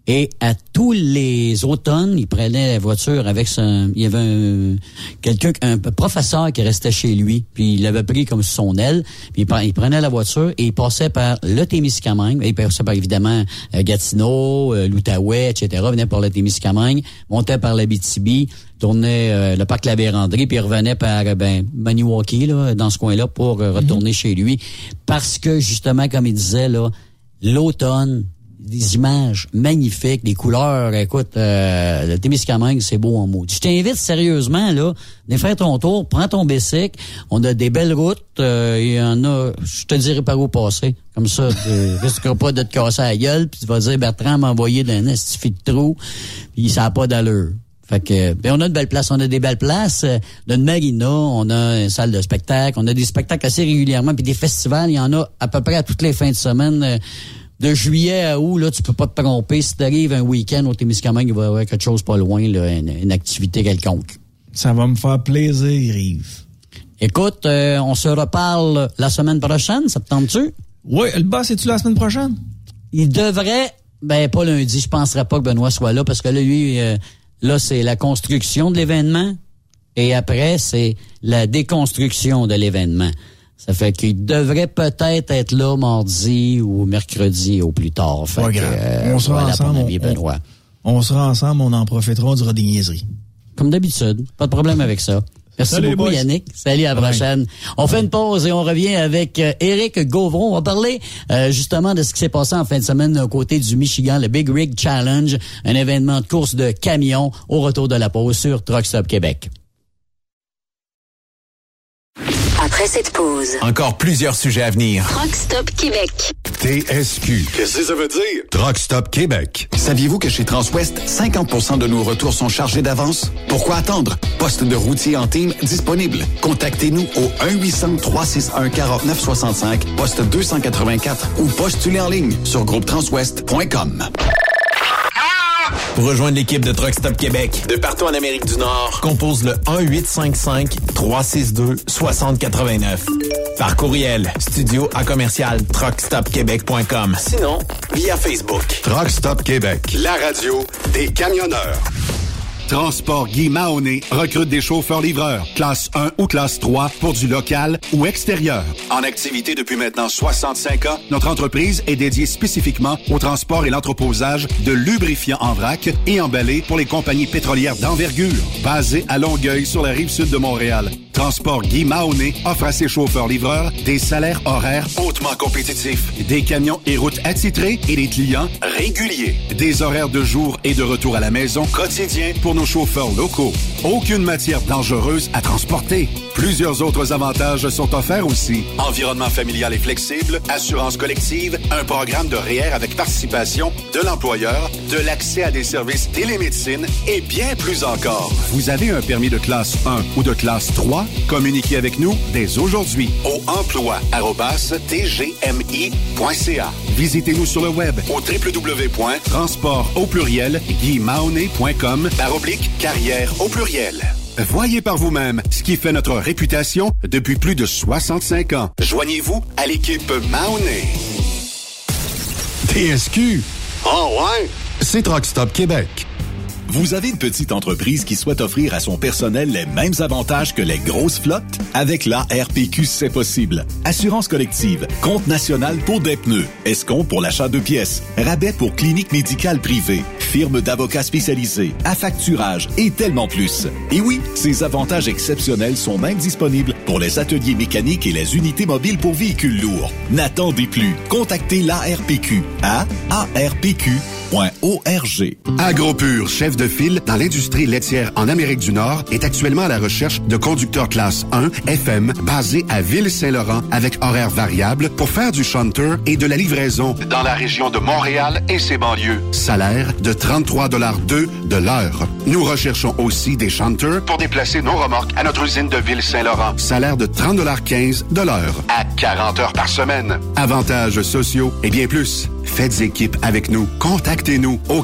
Et à tous les automnes, il prenait la voiture avec il y avait un professeur qui restait chez lui, puis il l'avait pris comme son aile, puis il prenait la voiture et il passait par le Témiscamingue, il passait par évidemment Gatineau, l'Outaouais, etc., venait par le Témiscamingue, montait par l'Abitibi, tournait le parc La Vérandrie, puis il revenait par Maniwaki, là, dans ce coin-là, pour retourner chez lui. Parce que, justement, comme il disait, là, l'automne, des images magnifiques, des couleurs, écoute, le Témiscamingue, c'est beau en maudit. Je t'invite sérieusement, là, viens faire ton tour, prends ton bicycle, on a des belles routes, il y en a, je te dirai par où passer. Comme ça, tu risqueras pas de te casser la gueule, puis tu vas dire, Bertrand m'a envoyé d'un estifi de trou, puis ça n'a pas d'allure. Fait que, on a de belles places, on a des belles places, d'une marina, on a une salle de spectacle, on a des spectacles assez régulièrement, puis des festivals, il y en a à peu près à toutes les fins de semaine, de juillet à août, là, tu peux pas te tromper. Si t'arrives un week-end au Témiscamingue, il va y avoir quelque chose pas loin, là, une activité quelconque. Ça va me faire plaisir, Yves. Écoute, on se reparle la semaine prochaine, ça te tente-tu? Oui, le boss, es-tu la semaine prochaine? Il devrait, pas lundi, je penserais pas que Benoît soit là, parce que là, lui, là, c'est la construction de l'événement, et après, c'est la déconstruction de l'événement. Ça fait qu'il devrait peut-être être là mardi ou mercredi au plus tard. Fait que, on sera ensemble, on sera ensemble, on en profitera, on dira des niaiseries. Comme d'habitude, pas de problème avec ça. Merci Salut beaucoup, Yannick. Salut, à la prochaine. On fait une pause et on revient avec Éric Gauvron. On va parler justement de ce qui s'est passé en fin de semaine d'un côté du Michigan, le Big Rig Challenge, un événement de course de camions au retour de la pause sur Truck Stop Québec. Après cette pause, encore plusieurs sujets à venir. Truck Stop Québec. TSQ. Qu'est-ce que ça veut dire? Truck Stop Québec. Saviez-vous que chez Transwest, 50% de nos retours sont chargés d'avance? Pourquoi attendre? Poste de routier en team disponible. Contactez-nous au 1-800-361-4965, poste 284 ou postulez en ligne sur groupetranswest.com. Pour rejoindre l'équipe de Truck Stop Québec, de partout en Amérique du Nord, compose le 1-855-362-6089. Par courriel, studio@truckstopquebec.com. Sinon, via Facebook. Truck Stop Québec, la radio des camionneurs. Transport Guy Mahoney recrute des chauffeurs-livreurs, classe 1 ou classe 3 pour du local ou extérieur. En activité depuis maintenant 65 ans, notre entreprise est dédiée spécifiquement au transport et l'entreposage de lubrifiants en vrac et emballés pour les compagnies pétrolières d'envergure. Basée à Longueuil sur la rive sud de Montréal, Transport Guy Mahoney offre à ses chauffeurs-livreurs des salaires horaires hautement compétitifs, des camions et routes attitrés et des clients réguliers. Des horaires de jour et de retour à la maison quotidiens pour nos chauffeurs locaux. Aucune matière dangereuse à transporter. Plusieurs autres avantages sont offerts aussi. Environnement familial et flexible, assurance collective, un programme de REER avec participation de l'employeur, de l'accès à des services télémédecine et bien plus encore. Vous avez un permis de classe 1 ou de classe 3? Communiquez avec nous dès aujourd'hui au emploi@tgmi.ca. Visitez-nous sur le web au www.transport-guimaoné.com/carrière. Voyez par vous-même ce qui fait notre réputation depuis plus de 65 ans. Joignez-vous à l'équipe Mahoney. TSQ. Oh ouais? C'est Truck Stop Québec. Vous avez une petite entreprise qui souhaite offrir à son personnel les mêmes avantages que les grosses flottes? Avec la RPQ, c'est possible. Assurance collective, compte national pour des pneus, escompte pour l'achat de pièces, rabais pour clinique médicale privée, firme d'avocats spécialisés, affacturage et tellement plus. Et oui, ces avantages exceptionnels sont même disponibles pour les ateliers mécaniques et les unités mobiles pour véhicules lourds. N'attendez plus. Contactez l'ARPQ à arpq.org. AgroPure, chef de file dans l'industrie laitière en Amérique du Nord, est actuellement à la recherche de conducteurs classe 1 FM basés à Ville-Saint-Laurent avec horaires variables pour faire du shunter et de la livraison dans la région de Montréal et ses banlieues. Salaire de 33,2 $ de l'heure. Nous recherchons aussi des shunters pour déplacer nos remorques à notre usine de Ville-Saint-Laurent. Salaire de 30,15 $ de l'heure à 40 heures par semaine. Avantages sociaux et bien plus. Faites équipe avec nous. Contactez-nous au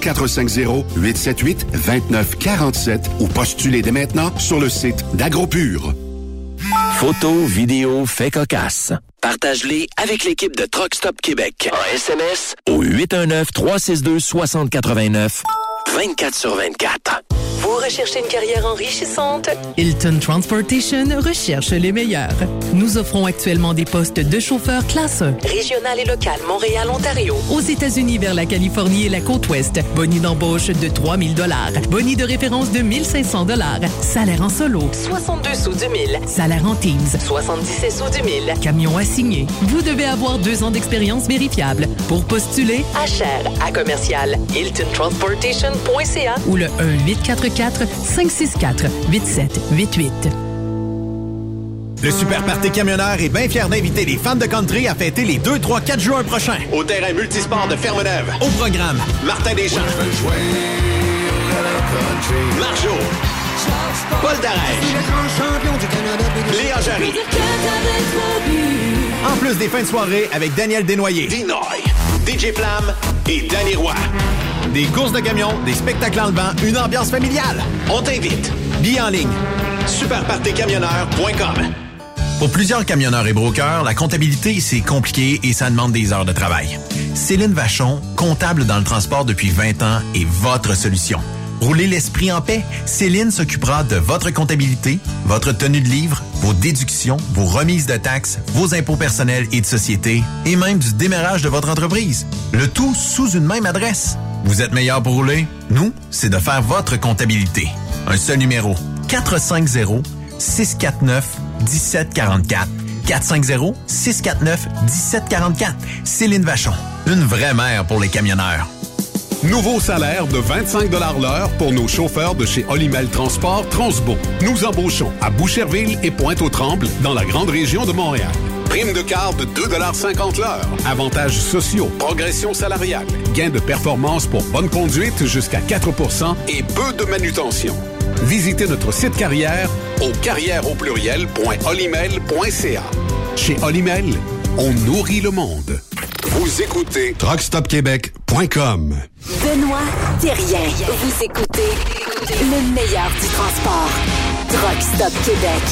450-878-2947 ou postulez dès maintenant sur le site d'AgroPure. Photos, vidéos, faits cocasses. Partage-les avec l'équipe de Truck Stop Québec. En SMS au 819-362-6089, 24/24. Vous recherchez une carrière enrichissante? Hilton Transportation recherche les meilleurs. Nous offrons actuellement des postes de chauffeur classe 1. Régional et local, Montréal, Ontario. Aux États-Unis vers la Californie et la côte ouest. Boni d'embauche de 3 000 $. Boni de référence de 1 500 $. Salaire en solo. 62 sous du 1000. Salaire en teams. 77 sous du 1000. Camion assigné. Vous devez avoir 2 ans d'expérience vérifiable. Pour postuler, À Cher, à commercial, HiltonTransportation.ca ou le 1-844-564-8788. Le Super Party Camionneur est bien fier d'inviter les fans de country à fêter les 2, 3, 4 juin prochains au terrain multisport de Ferme-Neuve. Au programme, Martin Deschamps, Marjo, Paul Darrell, Léa Jarry. En plus des fins de soirée avec Daniel Desnoyers, Dinoy, DJ Flamme et Danny Roy. Des courses de camions, des spectacles en levant, une ambiance familiale. On t'invite. Billets en ligne. superpartycamionneur.com. Pour plusieurs camionneurs et brokers, la comptabilité, c'est compliqué et ça demande des heures de travail. Céline Vachon, comptable dans le transport depuis 20 ans, est votre solution. Roulez l'esprit en paix. Céline s'occupera de votre comptabilité, votre tenue de livre, vos déductions, vos remises de taxes, vos impôts personnels et de société, et même du démarrage de votre entreprise. Le tout sous une même adresse. Vous êtes meilleur pour rouler? Nous, c'est de faire votre comptabilité. Un seul numéro. 450-649-1744. 450-649-1744. Céline Vachon. Une vraie mère pour les camionneurs. Nouveau salaire de 25 $ l'heure pour nos chauffeurs de chez Olimel Transport Transbo. Nous embauchons à Boucherville et Pointe-aux-Trembles dans la grande région de Montréal. Prime de quart de 2,50 $ l'heure. Avantages sociaux, progression salariale, gains de performance pour bonne conduite jusqu'à 4 % et peu de manutention. Visitez notre site carrière au carrièreaupluriel.olimel.ca. Chez Olimel, on nourrit le monde. Vous écoutez TruckStopQuébec.com. Benoît Thérien. Vous écoutez le meilleur du transport. Truck Stop Québec.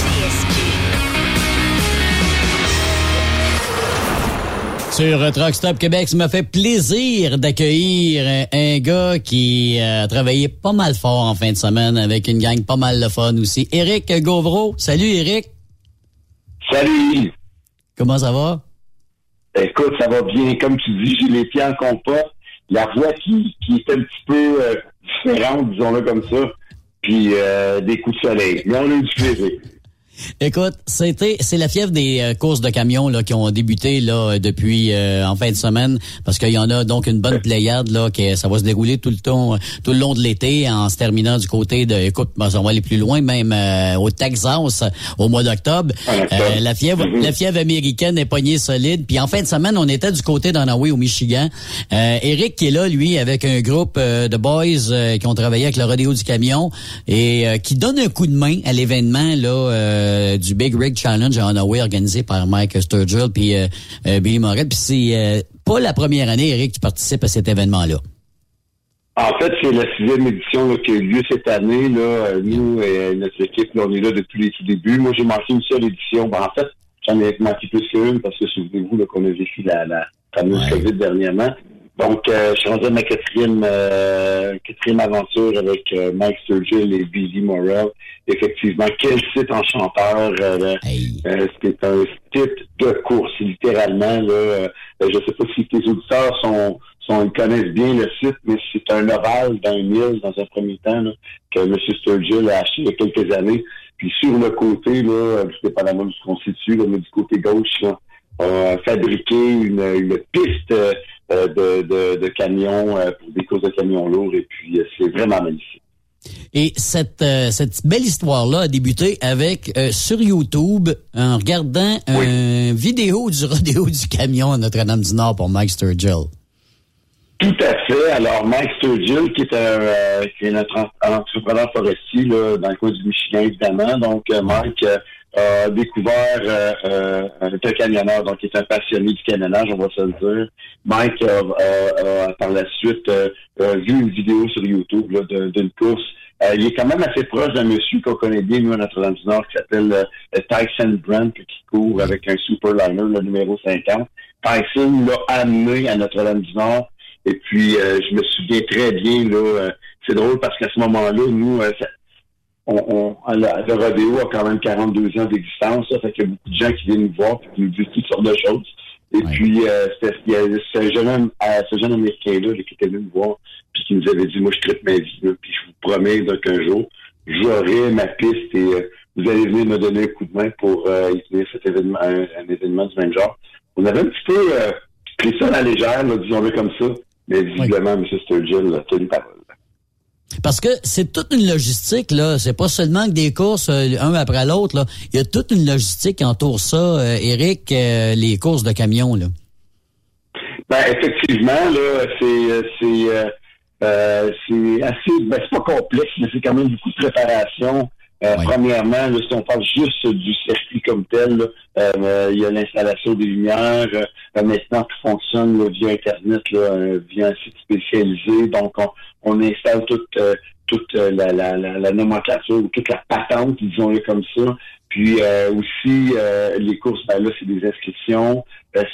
Sur Truck Stop Québec, ça m'a fait plaisir d'accueillir un gars qui a travaillé pas mal fort en fin de semaine avec une gang pas mal de fun aussi. Éric Gauvreau. Salut Éric. Salut. Comment ça va? Écoute, ça va bien. Comme tu dis, j'ai les pieds en compas. La voix qui est un petit peu différente, disons-le comme ça. Puis des coups de soleil. Mais on a eu du plaisir. Écoute, c'est la fièvre des courses de camions là qui ont débuté là depuis en fin de semaine parce qu'il y en a donc une bonne pléiade là que ça va se dérouler tout le long de l'été en se terminant du côté de on va aller plus loin même au Texas au mois d'octobre. La fièvre américaine est pognée solide. Puis en fin de semaine, on était du côté d'Anahuay au Michigan. Éric qui est là lui avec un groupe de boys qui ont travaillé avec le rodéo du camion et qui donne un coup de main à l'événement là du Big Rig Challenge à Anoa'i organisé par Mike Sturgill puis Billy Morel. Puis c'est pas la première année, Éric, qui participe à cet événement-là. En fait, c'est la 6e édition là, qui a eu lieu cette année. Là, nous et notre équipe, là, on est là depuis les tout débuts. Moi, j'ai manqué une seule édition. En fait, j'en ai manqué plus qu'une parce que souvenez-vous là, qu'on a vécu la fameuse COVID dernièrement. Donc, je suis rendu à ma quatrième aventure avec Mike Sturgill et Billy Morel. Effectivement, quel site enchanteur. C'est un site de course, littéralement. Là, je ne sais pas si tes auditeurs ils connaissent bien le site, mais c'est un ovale d'un mille dans un premier temps là, que M. Sturgill a acheté il y a quelques années. Puis sur le côté, là, tout dépendamment de ce qu'on se situe, là, mais du côté gauche, là, on a fabriqué une piste de camions pour des courses de camions lourds et puis c'est vraiment magnifique. Et cette belle histoire-là a débuté avec sur YouTube en regardant une vidéo du rodéo du camion à Notre-Dame-du-Nord pour Mike Sturgill. Tout à fait. Alors, Mike Sturgill, qui est notre entrepreneur forestier là, dans le coin du Michigan, évidemment. Donc, Mike a découvert un camionneur, donc il est un passionné du camionnage, on va se le dire. Mike a par la suite vu une vidéo sur YouTube là, d'une course il est quand même assez proche d'un monsieur qu'on connaît bien, nous, à Notre-Dame-du-Nord, qui s'appelle Tyson Brandt, qui court avec un Superliner, le numéro 50. Tyson l'a amené à Notre-Dame-du-Nord. Et puis, je me souviens très bien, là, c'est drôle parce qu'à ce moment-là, nous, le rodéo a quand même 42 ans d'existence, ça fait qu'il y a beaucoup de gens qui viennent nous voir et qui nous disent toutes sortes de choses. Et puis, il y a ce jeune Américain-là qui était venu me voir puis qui nous avait dit, moi, je tripe ma vie, là, puis je vous promets qu'un jour, j'aurai ma piste et vous allez venir me donner un coup de main pour y tenir cet événement, un événement du même genre. On avait un petit peu pris ça à la légère, là, disons-le comme ça, mais visiblement, M. Sturgill a tenu parole. Parce que c'est toute une logistique, là. C'est pas seulement que des courses un après l'autre, là. Il y a toute une logistique qui entoure ça, Éric, les courses de camions, là. Ben, effectivement, là, c'est assez, c'est pas complexe, mais c'est quand même beaucoup de préparation. Premièrement, là, si on parle juste du circuit comme tel, là, il y a l'installation des lumières, maintenant qui fonctionne là, via Internet, là, via un site spécialisé. Donc, on installe toute la nomenclature, toute la patente, disons-le comme ça. Puis aussi, les courses, ben là, c'est des inscriptions.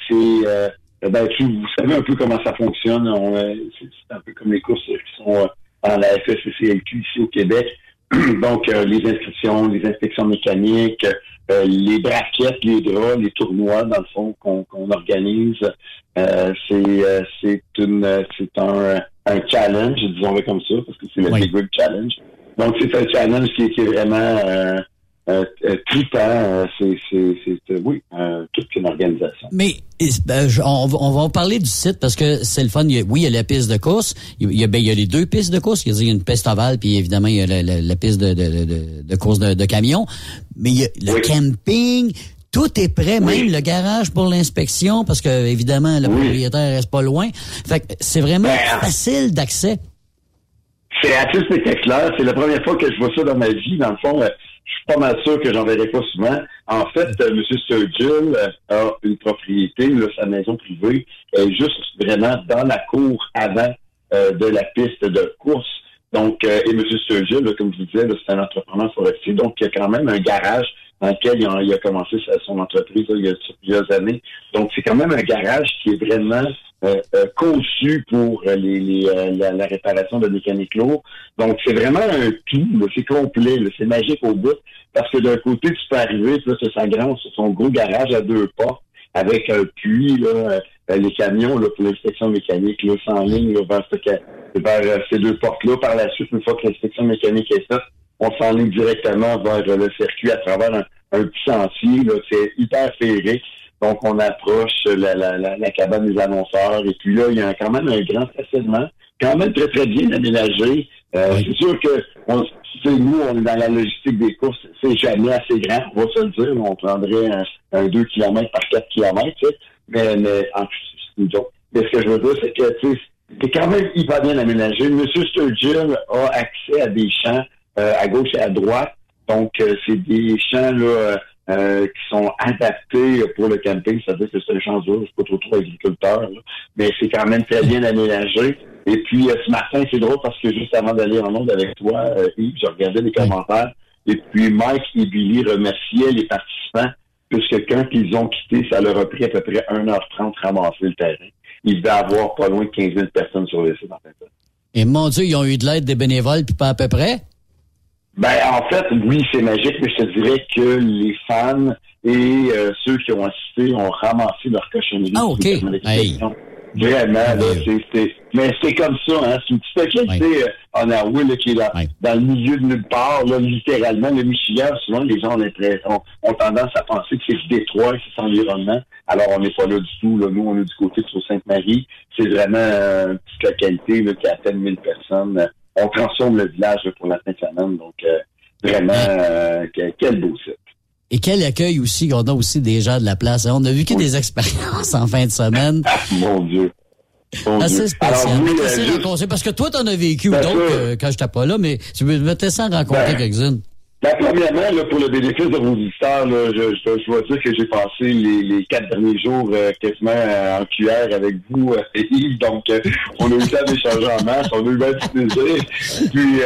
Vous savez un peu comment ça fonctionne. C'est un peu comme les courses qui sont dans la FSCCLQ ici au Québec. Donc, les inscriptions, les inspections mécaniques, les braquettes, les draps, les tournois, dans le fond, qu'on organise. C'est un challenge, disons-le comme ça, parce que c'est le Big Rig Challenge. Donc, c'est un challenge qui est vraiment trippant. Toute une organisation. Mais on va parler du site parce que c'est le fun. Il y a la piste de course. Il y a les deux pistes de course. Il y a une piste ovale, puis évidemment, il y a la piste de course de camion. Mais il y a le camping. Tout est prêt, même le garage pour l'inspection, parce que évidemment, le propriétaire reste pas loin. Fait que c'est vraiment facile d'accès. C'est assez spectaculaire. C'est la première fois que je vois ça dans ma vie. Dans le fond, je suis pas mal sûr que j'en verrai pas souvent. En fait, M. Sturgill a une propriété, là, sa maison privée, est juste vraiment dans la cour avant de la piste de course. Donc, et M. Sturgill, là, comme je vous disais, là, c'est un entrepreneur forestier, donc il y a quand même un garage dans lequel il a commencé son entreprise là, il y a plusieurs années. Donc, c'est quand même un garage qui est vraiment conçu pour la réparation de mécanique lourde. Donc, c'est vraiment un tout, là, c'est complet, là, c'est magique au bout, parce que d'un côté, tu peux arriver, là, c'est son gros garage à 2 portes, avec un puits, là, les camions là, pour l'inspection mécanique, là, s'enlignent là, vers ces 2 portes-là. Par la suite, une fois que l'inspection mécanique est faite, on s'enligne directement vers le circuit à travers un petit sentier. Là, c'est hyper féerique. Donc, on approche la cabane des annonceurs. Et puis là, il y a quand même un grand stationnement, quand même très, très bien aménagé. C'est sûr que nous, on est dans la logistique des courses. C'est jamais assez grand, on va se le dire. On prendrait un 2 km par 4 km. Tu sais. Mais ce que je veux dire, c'est que c'est quand même hyper bien aménagé. M. Sturgill a accès à des champs à gauche et à droite. Donc, c'est des champs là qui sont adaptés pour le camping. C'est-à-dire que c'est un champ dur, c'est pas trop agriculteur, là. Mais c'est quand même très bien aménagé. Et puis, ce matin, c'est drôle parce que juste avant d'aller en onde avec toi, Yves, je regardais les commentaires. Et puis, Mike et Billy remerciaient les participants puisque quand ils ont quitté, ça leur a pris à peu près 1h30 ramasser le terrain. Il devait avoir pas loin de 15 000 personnes sur le site, en fait. Et mon Dieu, ils ont eu de l'aide des bénévoles, puis pas à peu près? Ben, en fait, oui, c'est magique, mais je te dirais que les fans et ceux qui ont assisté ont ramassé leur cochonnerie. Ah, OK. Vraiment, là, mais c'est comme ça, hein. C'est une petite activité en Hawaï, là, qui est dans le milieu de nulle part, là, littéralement. Le Michigan, souvent, les gens ont tendance à penser que c'est le Détroit, que c'est l'environnement. Alors, on n'est pas là du tout, là. Nous, on est du côté de Sault-Sainte-Marie. C'est vraiment une petite localité, là, qui a à peine 1000 personnes. On transforme le village là, pour la fin de semaine. Donc, vraiment, quel beau site. Et quel accueil aussi, on a aussi des gens de la place. On a vu que des expériences en fin de semaine. Mon Dieu. Assez spécial. Alors, parce que toi, t'en as vécu d'autres quand j'étais pas là, mais tu me te laisser en rencontrer quelques-unes. Premièrement, là, pour le bénéfice de vos auditeurs, là, je dois dire que j'ai passé les 4 derniers jours quasiment en cuillère avec vous, Yves. Donc, on a eu le temps d'échanger en masse, on a eu bien du plaisir. Puis,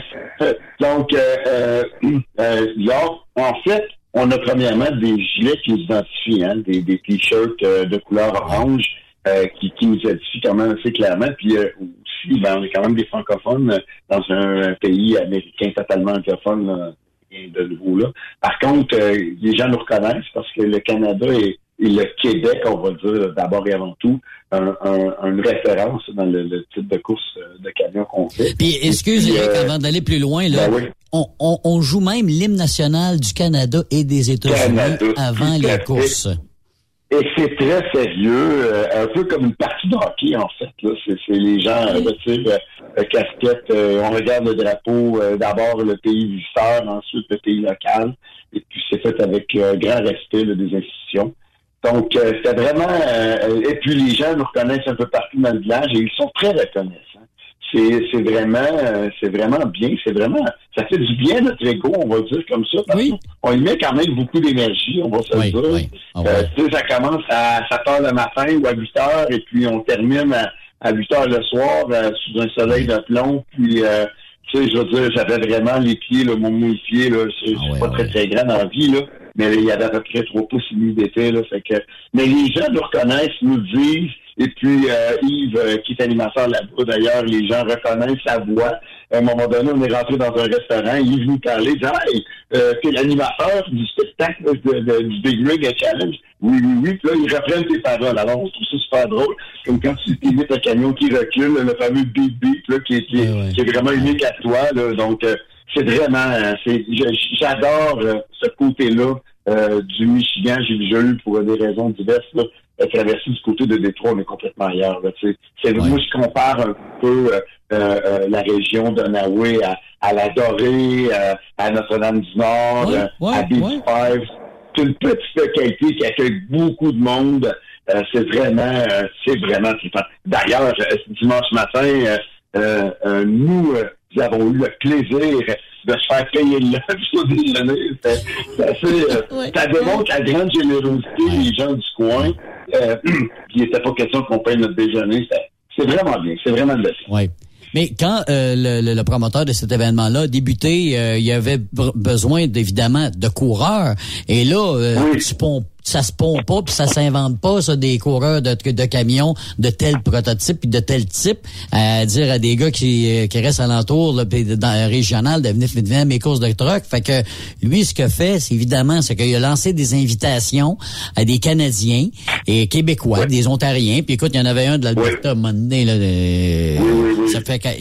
là, en fait, on a premièrement des gilets qui nous identifient, hein, des t-shirts de couleur orange qui nous identifient quand même assez clairement. Puis aussi, on est quand même des francophones dans un pays américain totalement anglophone, là, de nouveau là. Par contre, les gens nous reconnaissent parce que le Canada et le Québec, on va dire d'abord et avant tout, une référence dans le type de course de camion qu'on fait. Puis, excusez, avant d'aller plus loin, là, oui. on joue même l'hymne national du Canada et des États-Unis avant les courses. Et c'est très sérieux, un peu comme une partie de hockey, en fait. Là. C'est les gens retirent casquette, on regarde le drapeau, d'abord le pays visiteur, ensuite le pays local, et puis c'est fait avec grand respect là, des institutions. Donc, c'était vraiment... et puis les gens nous reconnaissent un peu partout dans le village et ils sont très reconnaissants. C'est vraiment bien, ça fait du bien à notre ego, on va dire comme ça, parce qu'on y met quand même beaucoup d'énergie, on va se le dire. Oui. Tu sais, ça commence à 7 heures le matin ou à 8 heures, et puis on termine à 8 heures le soir, sous un soleil de plomb, puis, tu sais, je veux dire, j'avais vraiment les pieds, là, mon mouille-pied, là, c'est pas très grand dans la vie, là, mais il y avait à peu près 3 pouces et demi d'été, là, fait que, mais les gens nous reconnaissent, nous disent, et puis Yves, qui est animateur là-bas, d'ailleurs, les gens reconnaissent sa voix. À un moment donné, on est rentré dans un restaurant, Yves nous parlait, il disait « Hey, t'es l'animateur du spectacle du Big Rig Challenge. » Oui. Puis là, ils reprennent tes paroles. Alors, on trouve ça super drôle. Comme quand tu imites un camion qui recule, le fameux beep beep, là, qui est vraiment unique à toi, là. Donc, c'est vraiment... j'adore ce côté-là du Michigan. J'ai déjà eu, pour des raisons diverses, là, traverser du côté de Détroit, on est complètement ailleurs. Là, moi, je compare un peu la région d'Onaway à la Dorée, à Notre-Dame-du-Nord, à Beach-Five. C'est une petite localité qui accueille beaucoup de monde. C'est vraiment trippant. D'ailleurs, dimanche matin, nous avons eu le plaisir de se faire payer le lunch au déjeuner. Ça démontre la grande générosité des gens du coin. Il n'était pas question qu'on paye notre déjeuner. C'est vraiment bien. C'est vraiment de Oui. Mais quand le promoteur de cet événement-là débutait, il y avait besoin, évidemment, de coureurs. Et là, ça se pond pas, puis ça s'invente pas, ça, des coureurs de camions de tel prototype puis de tel type, à dire à des gars qui restent alentour, là, pis dans régional, de venir à mes courses de truck. Fait que lui, ce qu'il fait, c'est évidemment, c'est qu'il a lancé des invitations à des Canadiens et Québécois, des Ontariens. Puis écoute, il y en avait un de l'Alberta, à un moment donné, là, ça fait que,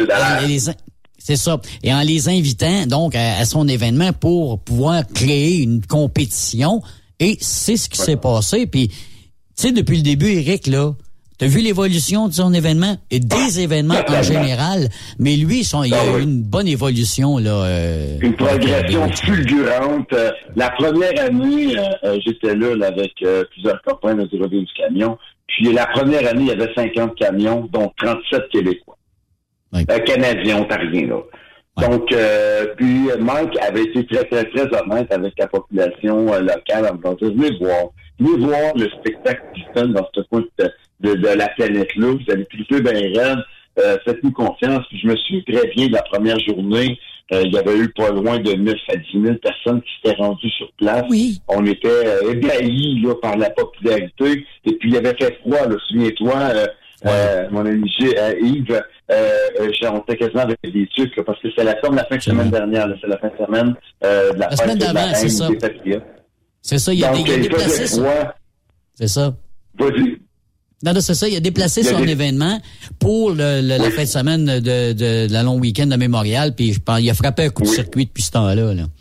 c'est ça. Et en les invitant, donc, à son événement pour pouvoir créer une compétition. Et c'est ce qui s'est passé. Puis, tu sais, depuis le début, Éric, là, t'as vu l'évolution de son événement et des événements en général, mais lui, il a eu une bonne évolution, là. Une progression fulgurante. La première année, j'étais là avec plusieurs copains du rodéo du camion. Puis la première année, il y avait 50 camions, dont 37 Québécois. Canadiens, ontariens, là. Ouais. Donc, puis Mike avait été très, très, très honnête avec la population locale en disant, venez voir le spectacle qui se donne dans ce coin de la planète-là. Vous allez triper bien raide. Faites-nous confiance. Puis je me souviens très bien de la première journée. Il y avait eu pas loin de 9 à 10 000 personnes qui s'étaient rendues sur place. Oui. On était ébahis là, par la popularité. Et puis, il avait fait froid, là, souviens-toi. Mon ami Yves, on était quasiment avec des trucs, parce que c'est comme la fin de semaine dernière, là, c'est la fin de semaine de la semaine d'avant, c'est ça. C'est ça, il a déplacé ça. C'est ça. Vas-y. Non, c'est ça, il a déplacé son événement pour la fin de semaine de la long week-end de Mémorial, puis je pense il a frappé un coup de circuit depuis ce temps-là. Là.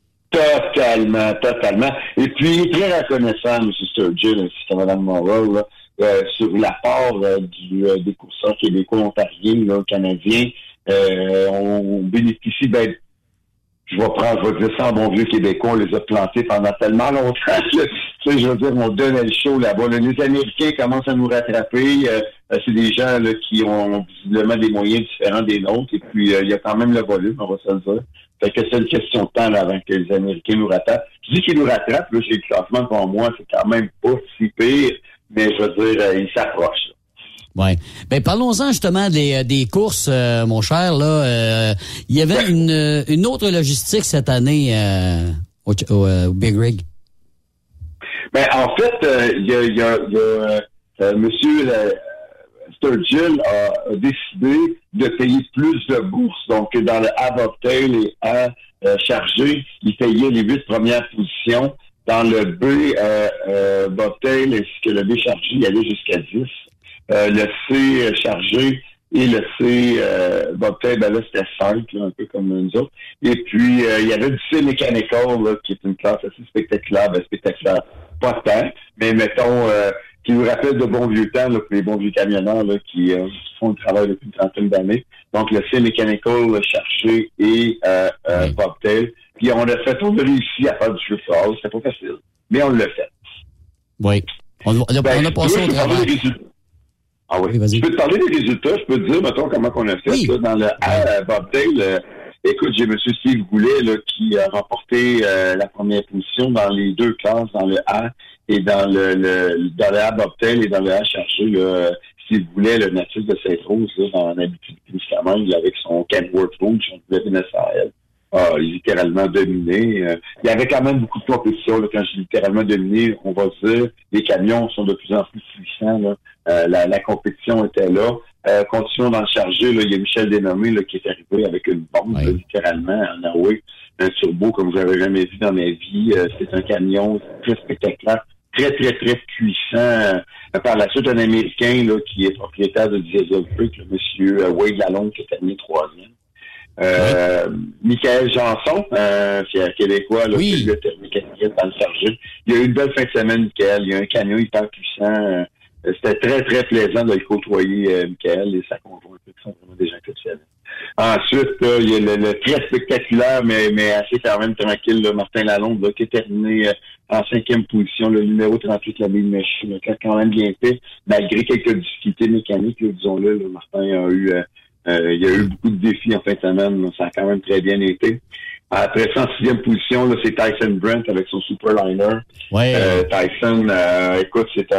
Totalement. Et puis, très reconnaissant, M. Sturgill, ainsi que Mme Morrow, là, sur l'apport des courseurs québécois, ontariens, là, canadiens. On bénéficie je vais dire ça en bon vieux québécois, on les a plantés pendant tellement longtemps que, tu sais, je veux dire, on donnait le show là-bas. Là, les Américains commencent à nous rattraper. C'est des gens là, qui ont visiblement des moyens différents des nôtres. Et puis, il y a quand même le volume, on va se le dire. Fait que c'est une question de temps là, avant que les Américains nous rattrapent. Je dis qu'ils nous rattrapent, là, j'ai le classement pour moi, c'est quand même pas si pire, mais je veux dire, ils s'approchent. Ouais. Ben parlons-en justement des courses, mon cher. Là, il y avait une autre logistique cette année au Big Rig. Ben en fait, il y a Monsieur Sturgill a décidé de payer plus de bourses. Donc dans le A Bobtail et A chargé, il payait les 8 premières positions. Dans le B Bobtail ainsi que le B chargé, il allait jusqu'à 10. Le C chargé et le C Bobtail, ben là, c'était 5, là, un peu comme nous autres. Et puis, il y avait du C Mechanical, là, qui est une classe assez spectaculaire. Ben, spectaculaire, pas tant, mais mettons, qui nous rappelle de bons vieux temps, là, pour les bons vieux camionneurs là, qui font le travail depuis une trentaine d'années. Donc, le C Mechanical, le chargé et Bobtail. Puis, on a réussi à faire du cheveu fort. C'était pas facile, mais on l'a fait. Oui. On a passé au travail. Ah oui. Je peux te parler des résultats. Je peux te dire, mettons, comment on a fait. Oui. Là, dans le A, Bobtail, écoute, j'ai M. Steve Goulet là, qui a remporté la première position dans les deux classes, dans le A et dans le A Bobtail et dans le A chargé. Là, Steve Goulet, le natif de Sainte-Rose, là, dans l'Abitibi-Témiscamingue, avec son Kenworth Rouge, on pouvait venir à elle. Ah, littéralement dominé. Il y avait quand même beaucoup de compétition. Là, quand je dis littéralement dominé, on va dire, les camions sont de plus en plus puissants. Là. La compétition était là. Continuons dans le chargé. Là, il y a Michel Dénommé là, qui est arrivé avec une bombe, là, littéralement, en Hawaï. Un turbo comme je n'avais jamais vu dans ma vie. C'est un camion très spectaculaire, très, très, très puissant. Par la suite, un Américain là, qui est propriétaire de Diesel Creek, le monsieur Wade Lalonde, qui est terminé 3e. Michael Janson, c'est un Québécois, là, qui a terminé 4e dans le chargé. Il y a eu une belle fin de semaine, Michael. Il y a un camion hyper puissant. C'était très, très plaisant de le côtoyer, Michael, et sa conjointe, qui sont vraiment des gens exceptionnels. Ensuite, il y a le très spectaculaire, mais assez quand même tranquille, là, Martin Lalonde, là, qui est terminé en 5e position, le numéro 38, la Big Machine, qui a quand même bien fait, malgré quelques difficultés mécaniques, là, disons-le. Là, Martin a eu... il y a eu beaucoup de défis en fin de semaine. Ça a quand même très bien été. Après ça, en 6e position, là, c'est Tyson Brent avec son Superliner. Ouais. Tyson, écoute, c'est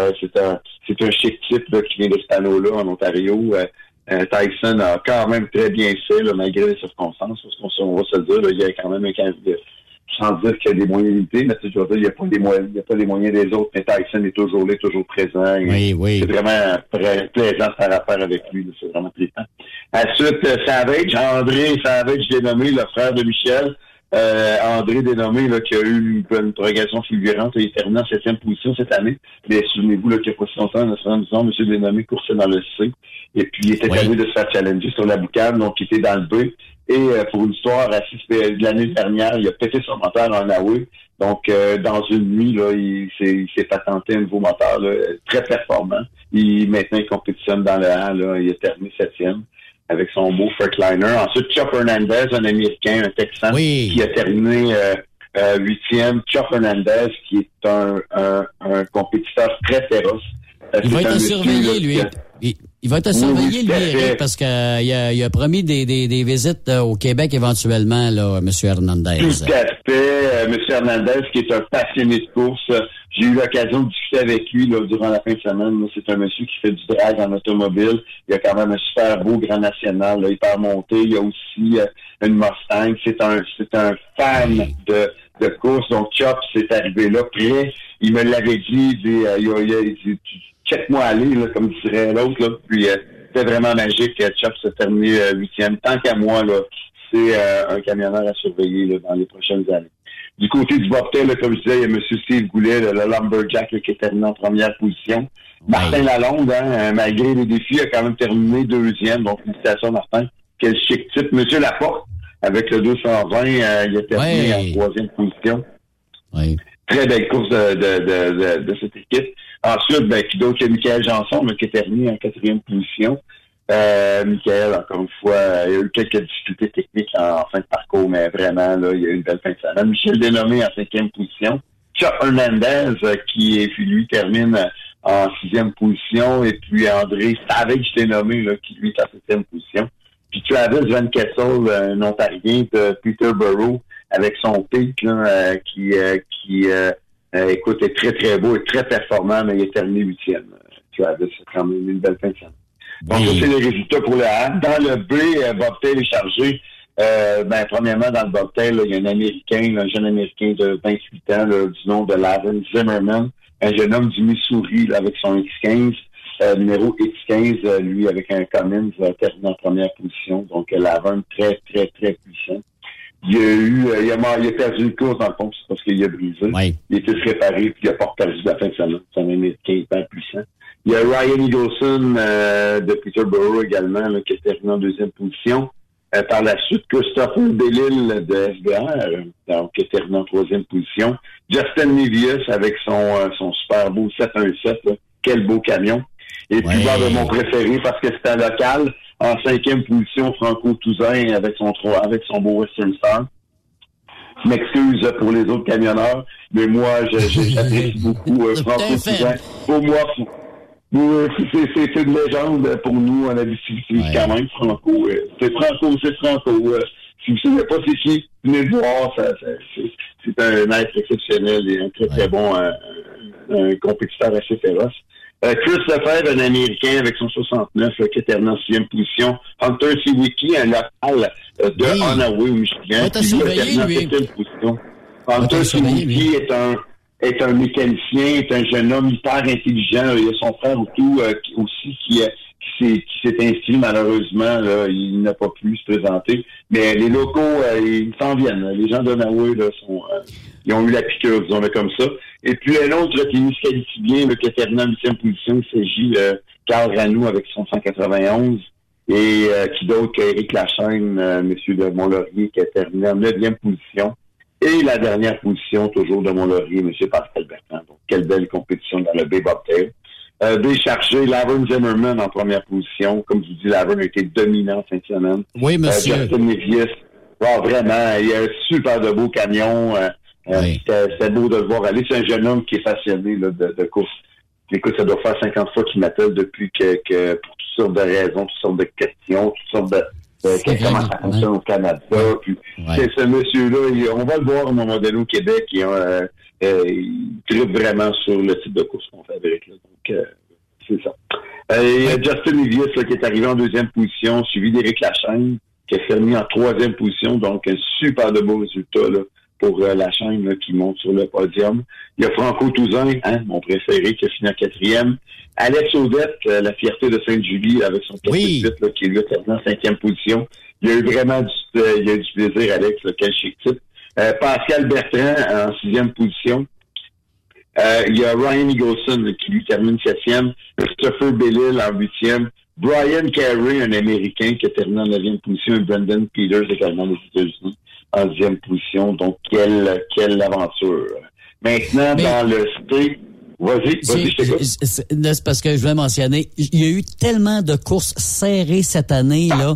un chic type là, qui vient de ce panneau-là en Ontario. Tyson a quand même très bien fait, là, malgré les circonstances. Parce qu'on va se dire, là, il y a quand même un candidat. Sans dire qu'il y a des moyens limités, mais tu vois, il n'y a pas les moyens des autres, mais Tyson est toujours là, toujours présent. Oui. C'est vraiment plaisant de faire affaire avec lui, là, c'est vraiment plaisant. Ensuite, Savage, André Savage dénommé, le frère de Michel. André dénommé, là, qui a eu une progression fulgurante, il est terminé en 7e position cette année. Mais souvenez-vous, là, qu'il n'y a pas si longtemps, M. Dénommé coursait dans le C. Et puis, il était allé de se faire challenger sur la boucane, donc il était dans le B. Et pour une histoire assez de l'année dernière, il a pété son moteur en Hawaï. Donc, dans une nuit, là, il s'est patenté un nouveau moteur, là, très performant. Maintenant, il compétitionne dans le A, là, il a terminé 7e avec son beau Freightliner. Ensuite, Chuck Hernandez, un Américain, un Texan, qui a terminé 8e. Chuck Hernandez, qui est un compétiteur très féroce. Il va être surveillé, lui. Il va être surveillé, lui, Eric, parce qu'il a promis des visites au Québec éventuellement, là, M. Hernandez. Tout à fait. M. Hernandez, qui est un passionné de course. J'ai eu l'occasion de discuter avec lui là, durant la fin de semaine. C'est un monsieur qui fait du drag en automobile. Il a quand même un super beau Grand National, là, hyper monté. Il y a aussi une Mustang. C'est un fan de course. Donc, Chop, c'est arrivé là, prêt. Il me l'avait dit, il dit check-moi aller, là, comme dirait l'autre, là. Puis, c'était vraiment magique. Chop s'est terminé 8e. Tant qu'à moi, là, c'est un camionneur à surveiller, là, dans les prochaines années. Du côté du Bobtail, là, comme je disais, il y a M. Steve Goulet, le Lumberjack, là, qui est terminé en première position. Martin Lalonde, malgré les défis, a quand même terminé 2e. Donc, félicitations, Martin. Quel chic type. M. Laporte, avec le 220, il a terminé en 3e position. Oui. Très belle course de cette équipe. Ensuite, il y a Michael Janson, qui est terminé en 4e position. Michael, encore une fois, il y a eu quelques difficultés techniques en fin de parcours, mais vraiment, là, il y a eu une belle fin de semaine. Michel Dénommé en 5e position. Chuck Hernandez, qui, lui, termine en 6e position. Et puis André Savage Dénommé, là, qui, lui, est en 7e position. Puis Travis Van Kessel, un Ontarien de Peterborough, avec son pic, là, qui écoute, est très, très beau et très performant, mais il est terminé 8e. Travis, c'est quand même une belle fin de semaine. Donc, ça, c'est les résultats pour le A. Dans le B, Bobtail est chargé. Premièrement, dans le Bobtail, il y a un Américain, un jeune Américain de 28 ans, là, du nom de Laverne Zimmerman, un jeune homme du Missouri, là, avec son X15, numéro X15, lui, avec un Cummins, terminé en première position. Donc, Laverne, très, très, très puissant. Il a perdu une course, dans le fond, c'est parce qu'il a brisé. Oui. Il était réparé, puis il a pas perdu la fin de semaine. C'est un Américain hyper puissant. Il y a Ryan Eagleson de Peterborough également, là, qui est terminé en 2e position. Par la suite, Christopher Bellil de SBR, donc, qui est terminé en 3e position. Justin Nevius avec son super beau 717, là. Quel beau camion. Et puis, de mon préféré, parce que c'est un local, en 5e position, Franco Touzin avec son beau Western Star. Je m'excuse pour les autres camionneurs, mais moi, j'apprécie beaucoup Franco Touzin. Pour moi, c'est une légende pour nous en Abitibi quand même, Franco. C'est Franco. Si vous ne savez pas c'est qui, venez le voir. C'est un être exceptionnel et un très, très bon un compétiteur assez féroce. Chris Lefebvre, un Américain avec son 69, qui est terminé en 6e position. Hunter Siwicki, un local de Onaway, au Michigan, qui est terminé en 7e position. Hunter Siwicki est un mécanicien, est un jeune homme hyper intelligent. Il y a son frère aussi qui s'est inscrit, malheureusement. Là, il n'a pas pu se présenter. Mais les locaux, ils s'en viennent. Les gens d'Onaway, là, ils ont eu la piqûre, disons-le comme ça. Et puis un autre tennis-qualifié qui a terminé en 8e position, il s'agit de Carl Ranou avec son 191. Et qui d'autre qu'Éric Lachaine, monsieur de Mont-Laurier, qui a terminé en 9e position. Et la dernière position, toujours de Mont-Laurier, M. Pascal Bertrand. Donc, quelle belle compétition dans le B-Bobtail. Déchargé, Laverne Zimmerman en première position. Comme je vous dis, Laverne a été dominant cette semaine. Oui, monsieur. Justin Nevius, vraiment, il a un super de beau camion. C'était beau de le voir aller. C'est un jeune homme qui est passionné là, de course. Écoute, ça doit faire 50 fois qu'il m'appelle depuis que pour toutes sortes de raisons, toutes sortes de questions, toutes sortes de comment ça fonctionne au Canada. Puis, c'est ce monsieur-là, on va le voir à un moment donné au Québec, il tripe vraiment sur le type de course qu'on fabrique. Là. Donc, c'est ça. Il y a Justin Nevius qui est arrivé en 2e position, suivi d'Éric Lachaine, qui a fini en 3e position. Donc, un super de beau résultat là, pour Lachaine là, qui monte sur le podium. Il y a Franco Touzin, mon préféré, qui a fini en 4e. Alex Audette, la fierté de Sainte-Julie, avec son 4-8, là, qui est là, terminé en 5e position. Il y a eu vraiment du plaisir, Alex, là, quel chic type. Pascal Bertrand, en 6e position. Il y a Ryan Eagleson, qui lui termine 7e. Christopher Bellil, en 8e. Brian Carey, un Américain, qui a terminé en 9e position. Et Brendan Peters, également des États-Unis, en 10e position. Donc, quelle aventure. Maintenant, dans le C... Vas-y, je t'écoute. C'est parce que je voulais mentionner, il y a eu tellement de courses serrées cette année, là.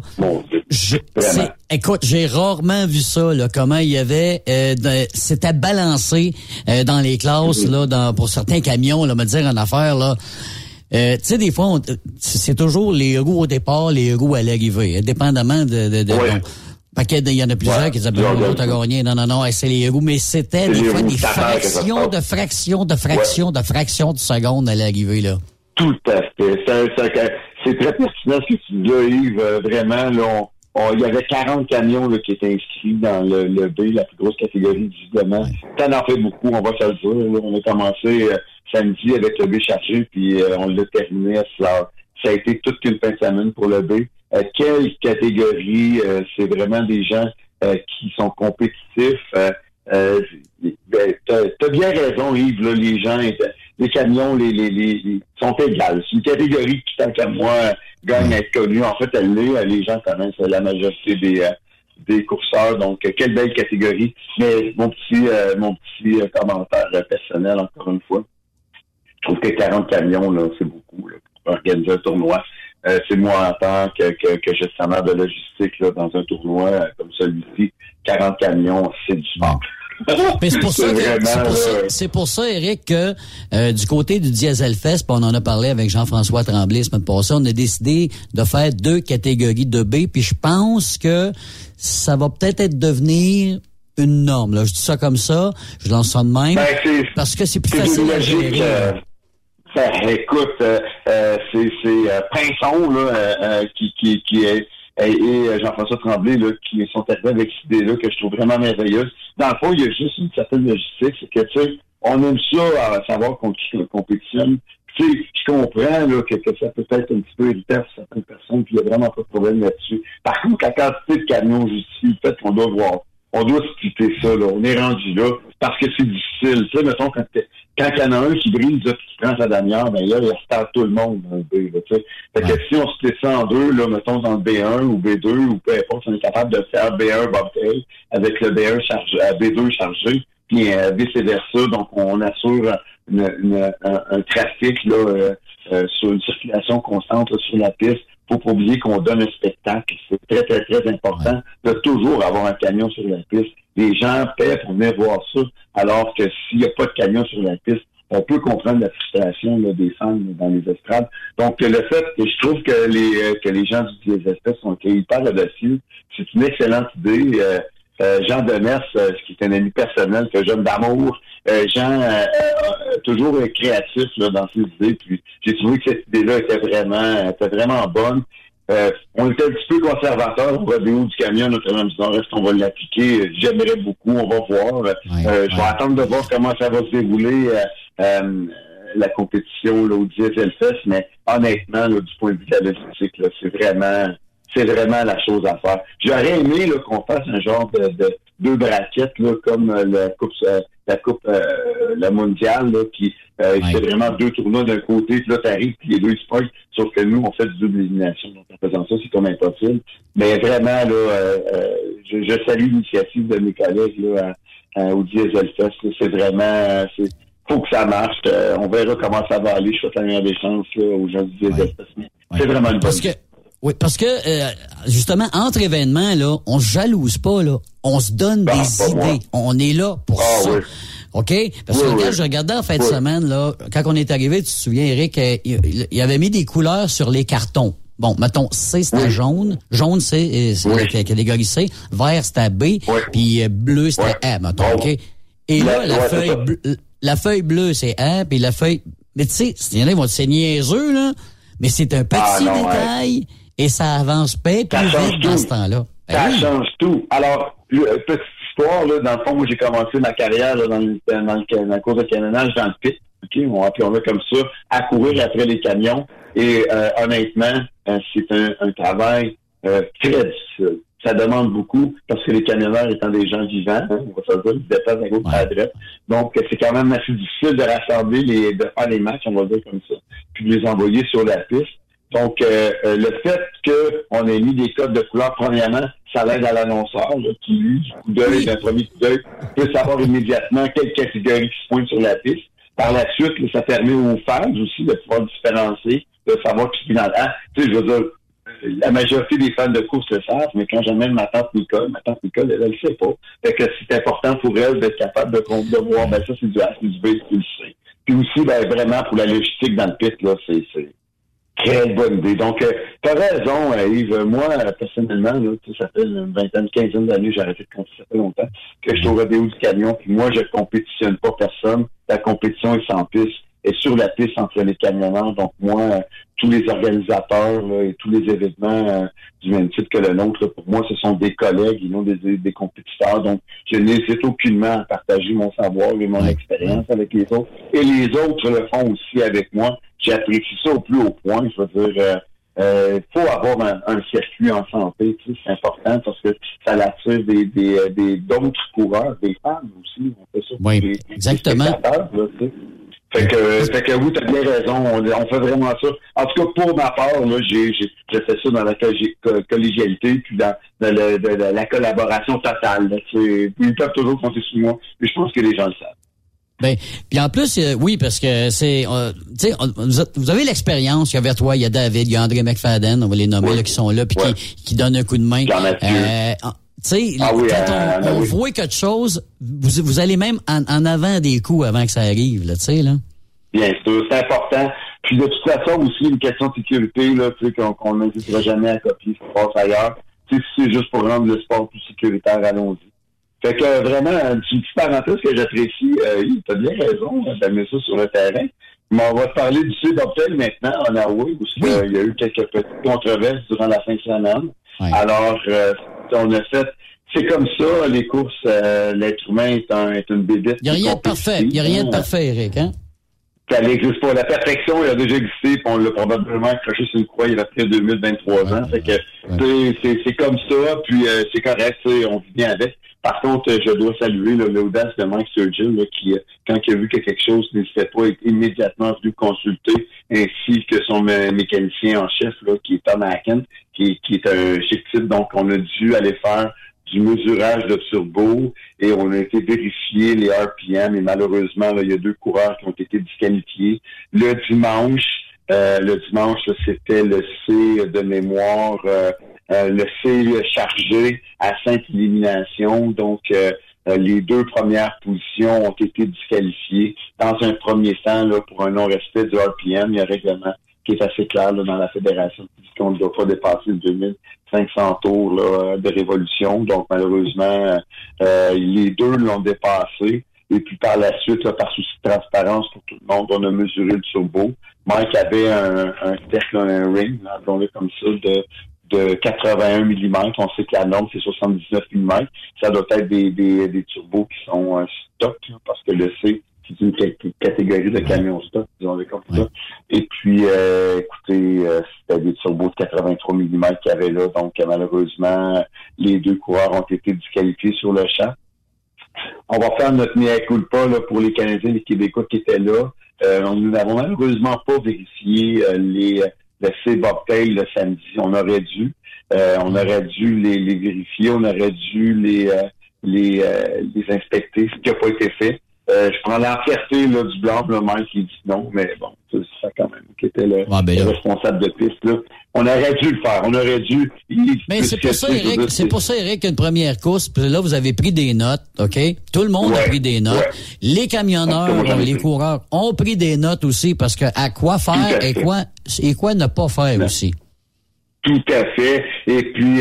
Écoute, j'ai rarement vu ça, là, comment il y avait, c'était balancé, dans les classes, là, pour certains camions, là, me dire en affaire, là. Tu sais, des fois, c'est toujours les roues au départ, les roues à l'arrivée, dépendamment il y en a plusieurs qui disaient, l'autre a gagné. Non, c'est les roues. Mais c'était des fois des fractions de fractions de secondes à l'arrivée, là. Tout à fait. C'est très pertinent ce que tu dis là, Yves. Vraiment, là, il y avait 40 camions là, qui étaient inscrits dans le B, la plus grosse catégorie, visiblement. Ça en fait beaucoup, on va se le dire. Là. On a commencé samedi avec le B chargé, puis on l'a terminé à cela. Ça a été toute une fin de semaine pour le B. Quelle catégorie? C'est vraiment des gens qui sont compétitifs. T'as bien raison, Yves. Là, les gens, les camions, les sont égales. C'est une catégorie qui, tant qu'à moi, gagne à être connue. En fait, elle l'est. Les gens connaissent la majorité des courseurs. Donc, quelle belle catégorie. Mais mon petit commentaire personnel, encore une fois. Je trouve que 40 camions, là, c'est beaucoup là, pour organiser un tournoi. C'est moi en tant que gestionnaire de logistique là, dans un tournoi comme celui-ci, 40 camions, c'est du sport. Mais c'est pour ça, Éric, que du côté du Diesel Fest, on en a parlé avec Jean-François Tremblay la semaine passée, on a décidé de faire 2 catégories de B, puis je pense que ça va peut-être devenir une norme. Là. Je dis ça comme ça, je lance ça de même, parce que c'est plus facile à gérer. Écoute, c'est Pinson là, qui est et Jean-François Tremblay là, qui sont arrivés avec cette idée-là que je trouve vraiment merveilleuse. Dans le fond, il y a juste une certaine logistique, c'est que tu sais, on aime ça à savoir contre qui on compétitionne. Tu sais, je comprends là, que ça peut être un petit peu irritant pour certaines personnes, puis il n'y a vraiment pas de problème là-dessus. Par contre, la quantité de camions justifie le fait qu'on doit voir. On doit splitter ça, là. On est rendu là parce que c'est difficile. Tu sais, mettons, quand il y en a un qui brise, là, qui prend sa damière, ben là, il restart tout le monde dans le B, là, tu sais. Fait que si on split ça en 2, là, mettons, dans le B1 ou B2, ou peu importe, on est capable de faire B1 bobtail avec le B1 chargé, B2 chargé, puis vice-versa. Donc, on assure un trafic, là, sur une circulation constante, là, sur la piste. Faut pas oublier qu'on donne un spectacle. C'est très, très, très important de toujours avoir un camion sur la piste. Les gens paient pour venir voir ça, alors que s'il n'y a pas de camion sur la piste, on peut comprendre la frustration là, des fans dans les estrades. Donc, le fait que je trouve que les gens du Diesel Fest sont hyper audacieux, c'est une excellente idée. Jean Demers, qui est un ami personnel que j'aime d'amour, Jean toujours créatif là, dans ses idées, puis j'ai trouvé que cette idée-là était vraiment bonne. On était un petit peu conservateur au rodéo du camion, notamment en disant est-ce qu'on va l'appliquer? J'aimerais beaucoup, on va voir. Je vais attendre de voir comment ça va se dérouler la compétition là, au Diesel Fest, mais honnêtement, là, du point de vue de la logistique, là, c'est vraiment la chose à faire. J'aurais aimé là, qu'on fasse un genre de 2 braquettes là, comme la coupe la mondiale là, qui c'est vraiment 2 tournois d'un côté, puis là t'arrives, puis les 2 spoils, sauf que nous on fait du double élimination, donc en faisant ça c'est comme impossible. Mais vraiment là, je salue l'initiative de mes collègues là au Diesel Fest. C'est vraiment faut que ça marche. On verra comment ça va aller. Je souhaite la meilleure des chances là, aux gens du Diesel Fest. Mais c'est vraiment une bonne idée. Oui, parce que justement, entre événements, là, on se jalouse pas, là. On se donne des idées. On est là pour ça. Oui. OK? Parce que regarde, je regardais en fin de semaine, là, quand on est arrivé, tu te souviens, Éric, il avait mis des couleurs sur les cartons. Bon, mettons, C, c'était jaune. Jaune, c'est la catégorie C. Vert, c'était B. Puis bleu, c'était A, mettons, OK? Et là, la feuille bleue, c'est A, puis la feuille... Mais tu sais, il y en a qui vont dire, c'est niaiseux, là, mais c'est un petit détail... Et ça avance pas plus vite dans ce temps-là. Ça change tout. Alors, petite histoire, là, dans le fond, où j'ai commencé ma carrière là, dans la course de camionnage dans le pit, OK, on appelle comme ça, à courir après les camions. Et honnêtement, c'est un travail très difficile. Ça demande beaucoup, parce que les camionneurs étant des gens vivants, on va se dire, ils se déplacent à gauche à droite. Donc, c'est quand même assez difficile de rassembler de faire les matchs, on va dire comme ça, puis de les envoyer sur la piste. Donc, le fait qu'on ait mis des codes de couleur, premièrement, ça l'aide à l'annonceur, là, qui, lui, du coup d'œil, d'un premier coup d'œil, peut savoir immédiatement quelle catégorie qui se pointe sur la piste. Par la suite, là, ça permet aux fans aussi de pouvoir différencier, de savoir qui est dans le... tu sais, je veux dire, la majorité des fans de course le savent, mais quand j'amène ma tante Nicole, elle le sait pas. Fait que c'est important pour elle d'être capable de voir, ben ça, c'est du A, c'est du B, c'est du C. Puis aussi, ben vraiment, pour la logistique dans le pit, là, c'est quelle bonne idée. Donc, t'as raison, Yves. Moi, personnellement, là, ça fait une vingtaine, quinzaine d'années, j'ai arrêté de compter, ça fait longtemps, que je suis au rodéo du camion, puis moi, je compétitionne pas personne. La compétition est sans piste, est sur la piste entre les camionneurs. Donc, moi, tous les organisateurs là, et tous les événements du même type que le nôtre, là, pour moi, ce sont des collègues et non des compétiteurs. Donc, je n'hésite aucunement à partager mon savoir et mon expérience avec les autres. Et les autres le font aussi avec moi. J'apprécie ça au plus haut point. Je veux dire, faut avoir un circuit en santé, tu sais, c'est important parce que ça attire d'autres coureurs, des fans aussi. On fait ça pour exactement. Là, tu sais. Fait que oui, t'as bien raison. On fait vraiment ça. En tout cas, pour ma part, là, j'ai fait ça dans la collégialité puis dans la collaboration totale. Là, ils peuvent toujours compter sur moi. Mais je pense que les gens le savent. Ben, puis en plus, oui, parce que c'est, tu sais, vous avez l'expérience. Il y a vers toi, il y a David, il y a André McFadden, on va les nommer là qui sont là, puis qui donnent un coup de main. Tu sais, quand on voit quelque chose, vous allez même en avant des coups avant que ça arrive, là, tu sais, là. Bien sûr, c'est important. Puis de toute façon, aussi, une question de sécurité, là, tu sais, qu'on n'hésitera jamais à copier ce qui se passe ailleurs. Tu sais, si c'est juste pour rendre le sport plus sécuritaire, allons-y. Fait que vraiment, une petite parenthèse que j'apprécie, t'as bien raison d'amener ça sur le terrain. Mais on va te parler du C-Bobtail maintenant, en Hawaï, où il y a eu quelques petites controverses durant la fin de semaine. Oui. Alors, on a fait... C'est comme ça, les courses, l'être humain est une bébête. Il n'y a rien de parfait. Il n'y a rien de parfait, Eric, hein? Ça n'existe pas. La perfection, il a déjà existé, puis on l'a probablement accroché sur une croix il y a près de 2023 ans. Fait que c'est comme ça, puis c'est correct, on vit bien avec. Par contre, je dois saluer l'audace de Mike Sturgill, qui, quand il a vu que quelque chose n'hésitait pas, est immédiatement venu consulter, ainsi que son mécanicien en chef, qui est Tom Hacken, qui est un chic type. Donc, on a dû aller faire du mesurage de turbo et on a été vérifier les RPM et malheureusement, là, il y a 2 coureurs qui ont été disqualifiés. Le dimanche, c'était le C de mémoire, le C chargé à 5 éliminations. Donc, les 2 premières positions ont été disqualifiées. Dans un premier temps, là, pour un non-respect du RPM, il y a un règlement qui est assez clair là, dans la fédération qui dit qu'on ne doit pas dépasser le 2500 tours là, de révolution. Donc, malheureusement, les 2 l'ont dépassé. Et puis, par la suite, là, par souci de transparence pour tout le monde, on a mesuré le turbo. Mike avait un cercle, un ring, appelons-le comme ça, de 81 mm. On sait que la norme, c'est 79 mm. Ça doit être des turbos qui sont stock, là, parce que le C, c'est une catégorie de camions stock, disons-le comme ça. Et puis, écoutez, c'était des turbos de 83 mm qu'il y avait là. Donc, malheureusement, les 2 coureurs ont été disqualifiés sur le champ. On va faire notre mea culpa là, pour les Canadiens et les Québécois qui étaient là. Nous n'avons malheureusement pas vérifié le C-Bobtail le samedi. On aurait dû. On aurait dû les vérifier. On aurait dû les inspecter, ce qui n'a pas été fait. Je prends l'entièreté du blanc, le maire qui dit non, mais bon, c'est ça quand même, qui était le responsable de piste. Là. On aurait dû le faire, on aurait dû... Mais c'est pour ça, Eric, qu'une première course, puis là, vous avez pris des notes, OK? Tout le monde a pris des notes. Ouais. Les camionneurs, les coureurs ont pris des notes aussi, parce que à quoi faire et quoi ne pas faire aussi. Tout à fait. Et puis,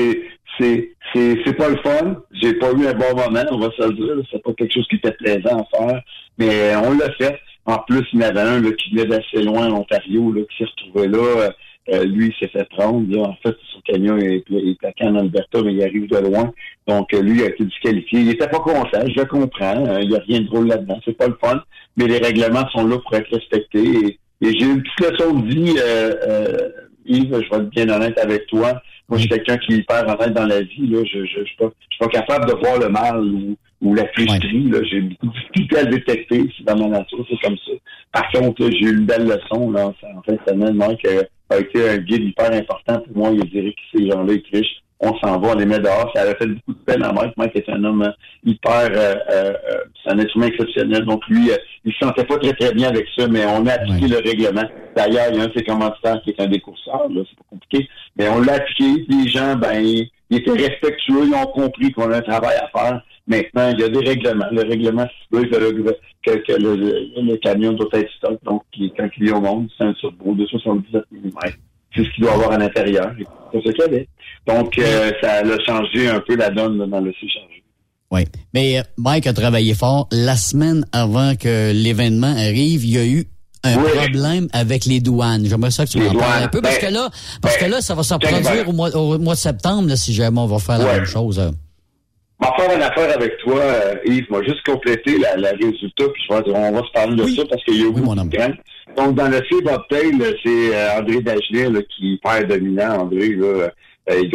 c'est pas le fun. J'ai pas eu un bon moment, on va se le dire. C'est pas quelque chose qui était plaisant à faire. Mais on l'a fait. En plus, il y en avait un là, qui venait d'assez loin en Ontario, là, qui s'est retrouvé là. Lui, il s'est fait prendre. Là. En fait, son camion est plaqué en Alberta, mais il arrive de loin. Donc, lui, il a été disqualifié. Il était pas conscient, je le comprends. Il n'y a rien de drôle là-dedans. C'est pas le fun. Mais les règlements sont là pour être respectés. Et j'ai une petite leçon de vie, Yves, je vais être bien honnête avec toi. Moi, je suis quelqu'un qui est hyper honnête dans la vie. Là. Je suis pas capable de voir le mal ou la tricherie. Là. J'ai beaucoup de difficultés à le détecter. C'est dans ma nature, c'est comme ça. Par contre, là, j'ai eu une belle leçon là, en fin de semaine. Mike a été un guide hyper important pour moi. Il dirait que ces gens-là, ils trichent. On s'en va, on les met dehors. Ça avait fait beaucoup de peine à Mike. Mike est un homme hyper... c'est un être humain exceptionnel. Donc, lui, il se sentait pas très, très bien avec ça, mais on a appliqué le règlement. D'ailleurs, il y a un de ses commanditaires qui est un décourseur. Là, c'est pas compliqué. Mais on l'a appliqué. Les gens, ils étaient respectueux. Ils ont compris qu'on a un travail à faire. Maintenant, il y a des règlements. Le règlement stipule que le camion doit être stock. Donc, quand il est au monde, c'est un turbo de 77 mm. C'est ce qu'il doit avoir à l'intérieur. C'est ce qu'il y avait. Donc, ça a changé un peu la donne là, dans le C-chargé. Oui. Mais Mike a travaillé fort. La semaine avant que l'événement arrive, il y a eu un problème avec les douanes. J'aimerais ça que tu m'en parles un peu, parce que là, ça va se reproduire au mois de septembre, là, si jamais on va faire la même chose. On va faire une affaire avec toi, Yves. Moi, juste compléter la résultat, puis on va se parler de ça, parce qu'il y a eu beaucoup de graines. Donc, dans le C-Bobtail, c'est André Dagenet là, qui est hyper dominant. André, là, il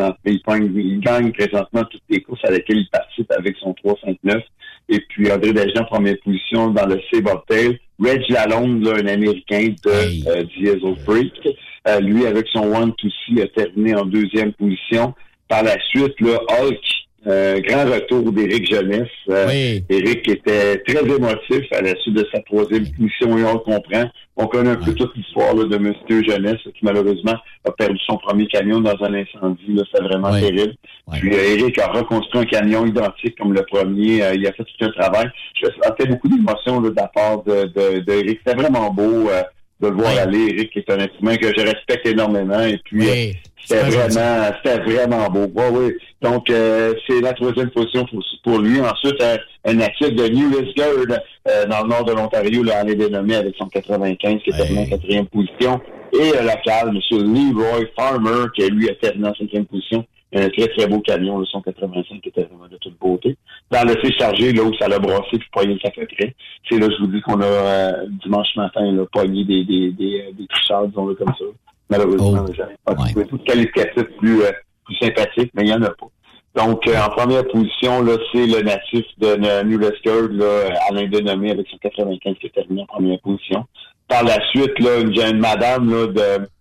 gagne présentement toutes les courses à lesquelles il participe avec son 3-5-9. Et puis, André Dagenet en première position dans le C-Bobtail. Reg Lalonde, là, un Américain de Diesel Freak. Lui, avec son 1-2-C, a terminé en deuxième position. Par la suite, là, Hulk, grand retour d'Éric Jeunesse. Éric était très émotif à la suite de sa troisième position et on le comprend. On connaît un peu toute l'histoire là, de M. Jeunesse qui malheureusement a perdu son premier camion dans un incendie. Là, c'est vraiment terrible. Puis Éric a reconstruit un camion identique comme le premier. Il a fait tout un travail. Je sentais beaucoup d'émotions de la part d'Éric. C'était vraiment beau de le voir aller. Éric est un être humain que je respecte énormément. Et puis c'était vraiment beau. Oui. Donc c'est la troisième position pour lui. Ensuite, un natif de New Liskeard dans le nord de l'Ontario, là, en est dénommé avec son 95 qui est terminé en quatrième position. Et local, M. Leroy Farmer, qui lui a terminé en cinquième position. Un très, très beau camion, là, son 85 qui était vraiment de toute beauté. Dans le C chargé, là où ça l'a brassé puis poigné le café près, c'est là, je vous dis qu'on a dimanche matin là, poigné des tricheurs, disons-le comme ça. Malheureusement, j'avais pas trouvé tout qualificatif plus sympathique, mais il n'y en a pas. Donc, en première position, là, c'est le natif de New Liskeard, là, Alain Denomé, avec son 95 qui est terminé en première position. Par la suite, là, une madame là,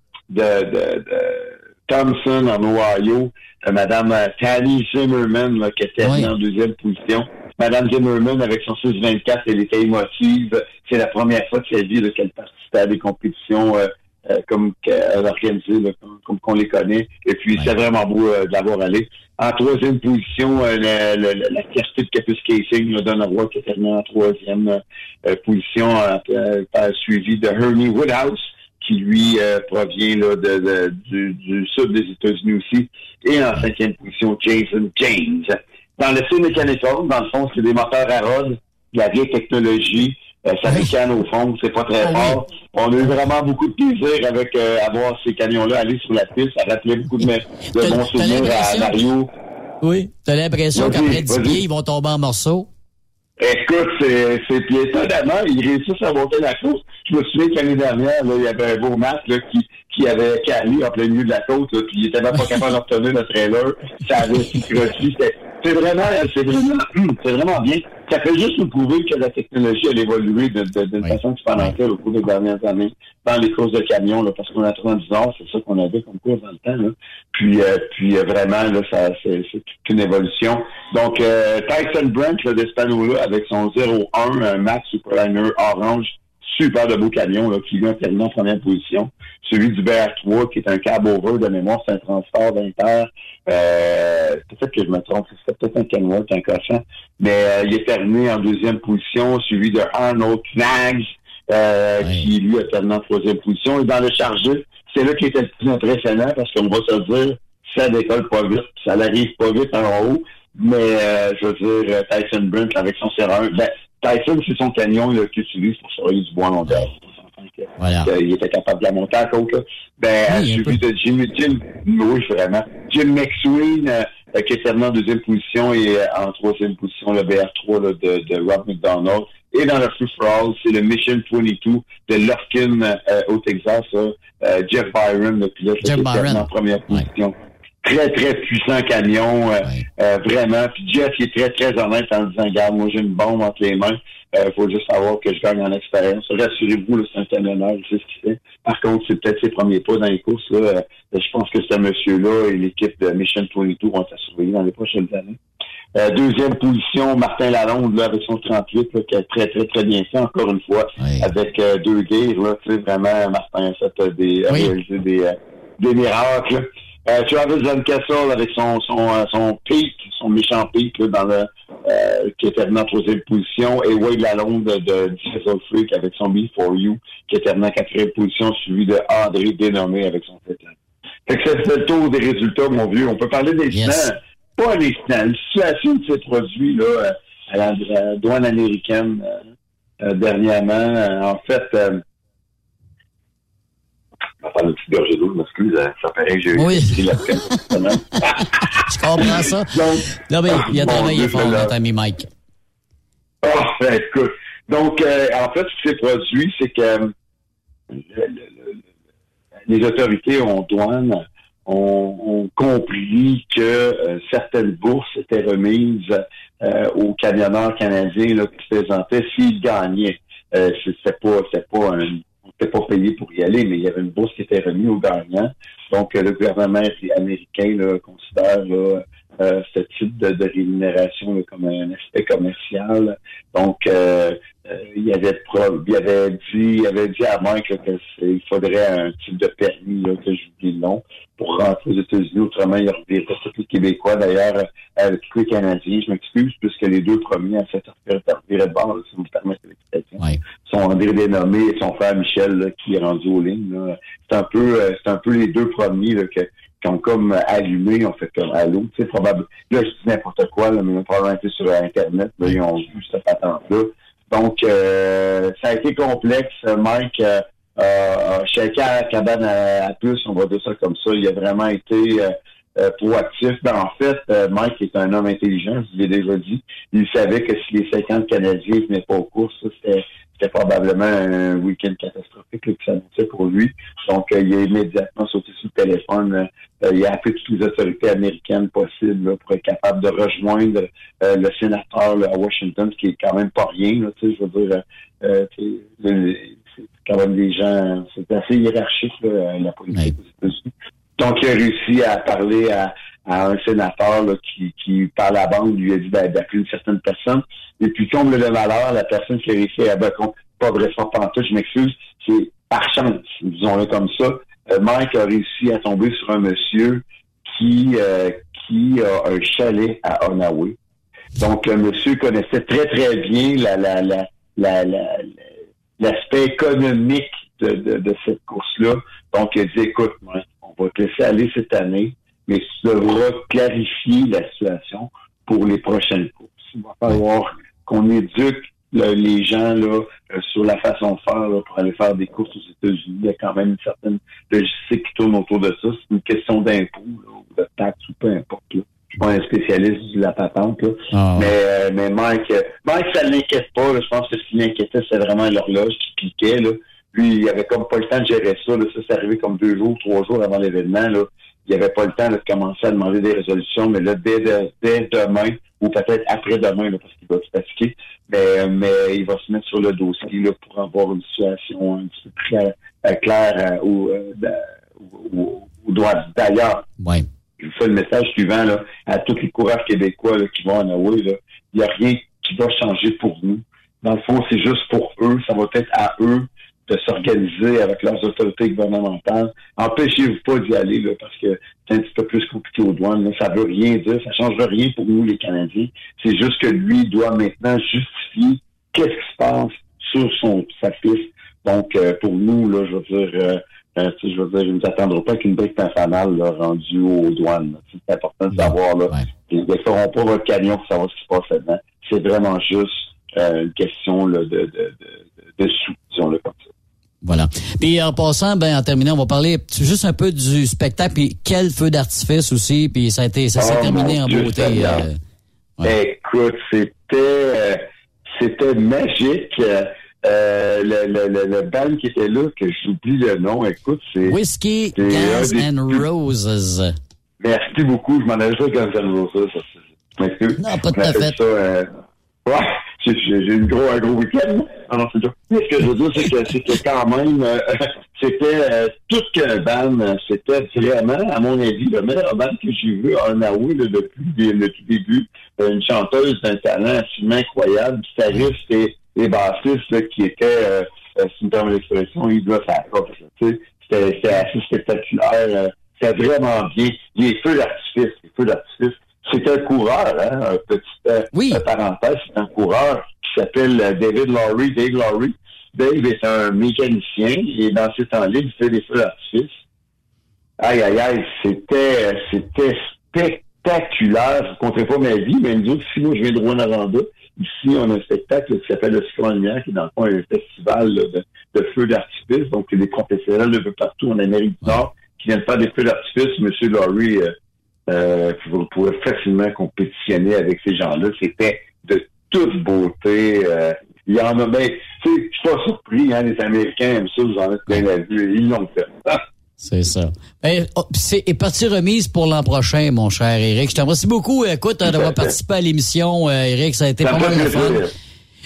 de Thompson, en Ohio, Madame Tanny Zimmerman, là, qui était en deuxième position. Madame Zimmerman, avec son 624, elle était émotive. C'est la première fois de sa vie là, qu'elle participait à des compétitions comme qu'elle organisait, là, comme qu'on les connaît. Et puis, c'est vraiment beau de l'avoir allé. En troisième position, la fierté de Capus Casing, Donna Roy, qui est terminé en troisième position, suivi de Hermie Woodhouse, qui lui provient là, du sud des États-Unis aussi. Et en cinquième position, Jason James. Dans le C Mechanical, dans le fond, c'est des moteurs à rod, de la vieille technologie. Ça ricane au fond, c'est pas très fort. On a eu vraiment beaucoup de plaisir avec avoir ces camions-là aller sur la piste. Ça rappelait beaucoup de bons souvenirs à Mario. Oui, t'as l'impression qu'après 10 pieds, ils vont tomber en morceaux. Écoute, c'est puis étonnamment, ils réussissent à monter la course. Je me souviens que l'année dernière, là, il y avait un beau match là, qui avait calé en plein milieu de la côte, là, puis il était même pas capable de retenir le trailer. Ça avait crotté. C'est vraiment bien. Ça fait juste nous prouver que la technologie elle évolué d'une façon exponentielle au cours des dernières années dans les courses de camions, là, parce qu'on a 30 ans, c'est ça qu'on avait comme course dans le temps. Là. Puis vraiment, là, c'est toute une évolution. Donc, Tyson Brent, là, d'Espano-là, avec son 0-1, un Max Superliner orange, super de beau camion, là, qui lui a terminé en première position. Celui du BR3, qui est un cab-over de mémoire, c'est un transport d'inter. Peut-être que je me trompe, c'était peut-être un Kenworth, un cochon. Mais il est terminé en deuxième position, suivi de Arnold Knaggs, qui lui a terminé en troisième position. Et dans le chargé, c'est là qui était le plus impressionnant, parce qu'on va se dire, ça décolle pas vite, ça n'arrive pas vite en haut. Mais je veux dire, Tyson Brent, avec son CR1, Tyson, c'est son camion qu'il utilise pour surveiller du bois en longueur. Il était capable de la monter à côte. Suivi de Jim McSween, qui est terminé en deuxième position et en troisième position, le BR3 là, de Rob McDonald. Et dans le Free for All, c'est le Mission 22 de Lufkin au Texas. Jeff Byron, le pilote, qui est terminé en première position. Très, très puissant camion, vraiment. Puis Jeff, il est très, très honnête en disant, regarde, moi, j'ai une bombe entre les mains. Faut juste savoir que je gagne en expérience. Rassurez-vous, là, c'est un camionneur, il sait ce qu'il fait. Par contre, c'est peut-être ses premiers pas dans les courses. Là. Je pense que ce monsieur-là et l'équipe de Mission 22 vont être surveillés dans les prochaines années. Deuxième position, Martin Lalonde, là, avec son 38, là, qui a très, très, très bien fait, encore une fois, avec deux guerres, là, tu sais, vraiment, Martin a fait réalisé des miracles. Travis Van Kessel avec son Peak, son méchant Peak, là, dans qui est terminé en troisième position, et Wade Lalonde de Diesel Freak avec son B4U, qui est terminé en quatrième position, suivi de André Dénommé avec son Tétan. Fait que c'est le tour des résultats, mon vieux. On peut parler des incidents, pas des incidents. La situation de ces produits, là, à la douane américaine, dernièrement, en fait, je vais faire une petite gorgée d'eau, je m'excuse, ça paraît que j'ai pris la peine. Je comprends ça. Donc, non, mais il y a ton œil fort, notre ami Mike. Écoute. Donc, en fait, ce qui s'est produit, c'est que les autorités en douane ont compris que certaines bourses étaient remises aux camionneurs canadiens là, qui se présentaient s'ils gagnaient. C'était pas payé pour y aller, mais il y avait une bourse qui était remise aux gagnants. Donc, le gouvernement américain là, considère là, ce type de rémunération là, comme un aspect commercial. Donc, il avait dit à Mike là, qu'il faudrait un type de permis, là, que j'oublie le nom, pour rentrer aux États-Unis. Autrement, il revirait tous les Québécois, d'ailleurs, avec tous les Canadiens. Je m'excuse, puisque les deux premiers, en fait, reviraient de bord, là, si vous me permettez l'expression. Oui. Son André Dénommé et son frère Michel, là, qui est rendu aux lignes. Là. C'est un peu les deux premiers là, qui ont comme allumé, ont fait comme allô. Tu sais, probablement. Là, je dis n'importe quoi, là, mais ils ont probablement été sur Internet, là, ils ont vu cette patente-là. Donc, ça a été complexe. Mike, chacun à la cabane à plus, on va dire ça comme ça. Il a vraiment été proactif. Ben, en fait, Mike est un homme intelligent, je l'ai déjà dit. Il savait que si les 50 Canadiens venaient pas aux courses, c'était probablement un week-end catastrophique là, que ça annonçait pour lui. Donc, il a immédiatement sauté sur le téléphone. Il a appelé toutes les autorités américaines possibles là, pour être capable de rejoindre le sénateur là, à Washington, ce qui est quand même pas rien. Là, je veux dire, c'est quand même des gens... C'est assez hiérarchique, là, la politique aux États-Unis. Donc, il a réussi à parler à un sénateur là, qui par la bande, lui a dit d'appeler une certaine personne. Et puis, comble le malheur, la personne qui a réussi à pas vrai fort pantoute, je m'excuse, c'est par chance, disons-le comme ça. Mike a réussi à tomber sur un monsieur qui a un chalet à Onaway. Donc, le monsieur connaissait très, très bien l'aspect économique de cette course-là. Donc, il a dit, écoute, Mike, on va te laisser aller cette année, mais tu devras clarifier la situation pour les prochaines courses. Il va falloir qu'on éduque les gens là sur la façon de faire là, pour aller faire des courses aux États-Unis. Il y a quand même une certaine logistique qui tourne autour de ça. C'est une question d'impôts ou de taxes ou peu importe. Là. Je suis pas un spécialiste de la patente. Là. Mais Mike, ça ne l'inquiète pas. Là. Je pense que ce qui l'inquiétait, c'est vraiment l'horloge qui piquait. Là. Lui, il avait comme pas le temps de gérer ça. Là. Ça, c'est arrivé comme 2 jours, 3 jours avant l'événement. Là. Il avait pas le temps là, de commencer à demander des résolutions, mais là, dès demain, ou peut-être après-demain, là, parce qu'il va se fatiguer, mais il va se mettre sur le dossier là, pour avoir une situation un petit peu claire au droit d'ailleurs. Ouais. Je vous fais le message suivant là, à tous les coureurs québécois là, qui vont en Hawaï. Il n'y a rien qui va changer pour nous. Dans le fond, c'est juste pour eux. Ça va être à eux de s'organiser avec leurs autorités gouvernementales. Empêchez-vous pas d'y aller, là, parce que c'est un petit peu plus compliqué aux douanes. Là. Ça veut rien dire, ça change rien pour nous, les Canadiens. C'est juste que lui doit maintenant justifier qu'est-ce qui se passe sur sa piste. Donc, pour nous, là, je veux dire, ils ne nous attendront pas qu'une brique infernale rendue aux douanes. Là. C'est important de savoir, là. Ils ne feront pas votre camion pour savoir ce qui se passe là-dedans. C'est vraiment juste une question là, de sous, disons-le comme ça. Voilà. Puis en passant, en terminant, on va parler juste un peu du spectacle, puis quel feu d'artifice aussi, puis ça s'est terminé en beauté. Écoute, c'était magique. Le band qui était là, que j'oublie le nom, écoute, c'est... Whiskey, Guns and Roses. Merci beaucoup, je m'en avais fait Guns and Roses. M'excuse. Non, pas tout à fait. Ouais. J'ai un gros week-end. Ah non, c'est dur. Ce que je veux dire, c'est que quand même, c'était tout qu'un band. C'était vraiment, à mon avis, le meilleur band que j'ai vu en Hawaï depuis le tout début. Une chanteuse d'un talent absolument incroyable, guitariste et bassiste là, qui était, si me permet l'expression, il doit faire ça. C'était assez spectaculaire. C'était vraiment bien. Les feux d'artifice. C'est un coureur, hein, un petit parenthèse, c'est un coureur qui s'appelle Dave Lowry. Dave est un mécanicien et dans ses temps libres, il fait des feux d'artifice. Aïe, c'était spectaculaire. Je ne compterai pas ma vie, mais nous autres, ici, moi, je viens de Rwanda. Ici, on a un spectacle qui s'appelle le Cyclone Lumière, qui est dans le fond un festival là, de feux d'artifice. Donc, il y a des professionnels de peu partout en Amérique du Nord qui viennent faire des feux d'artifice. Monsieur Lowry, vous pourrez facilement compétitionner avec ces gens-là. C'était de toute beauté. Il y en a, je suis pas surpris, hein, les Américains aiment ça, vous en êtes bien la vue, ils l'ont fait. C'est ça. C'est partie remise pour l'an prochain, mon cher Éric. Je te remercie beaucoup, écoute, d'avoir participé à l'émission, Éric. Ça a été pas mal de fun.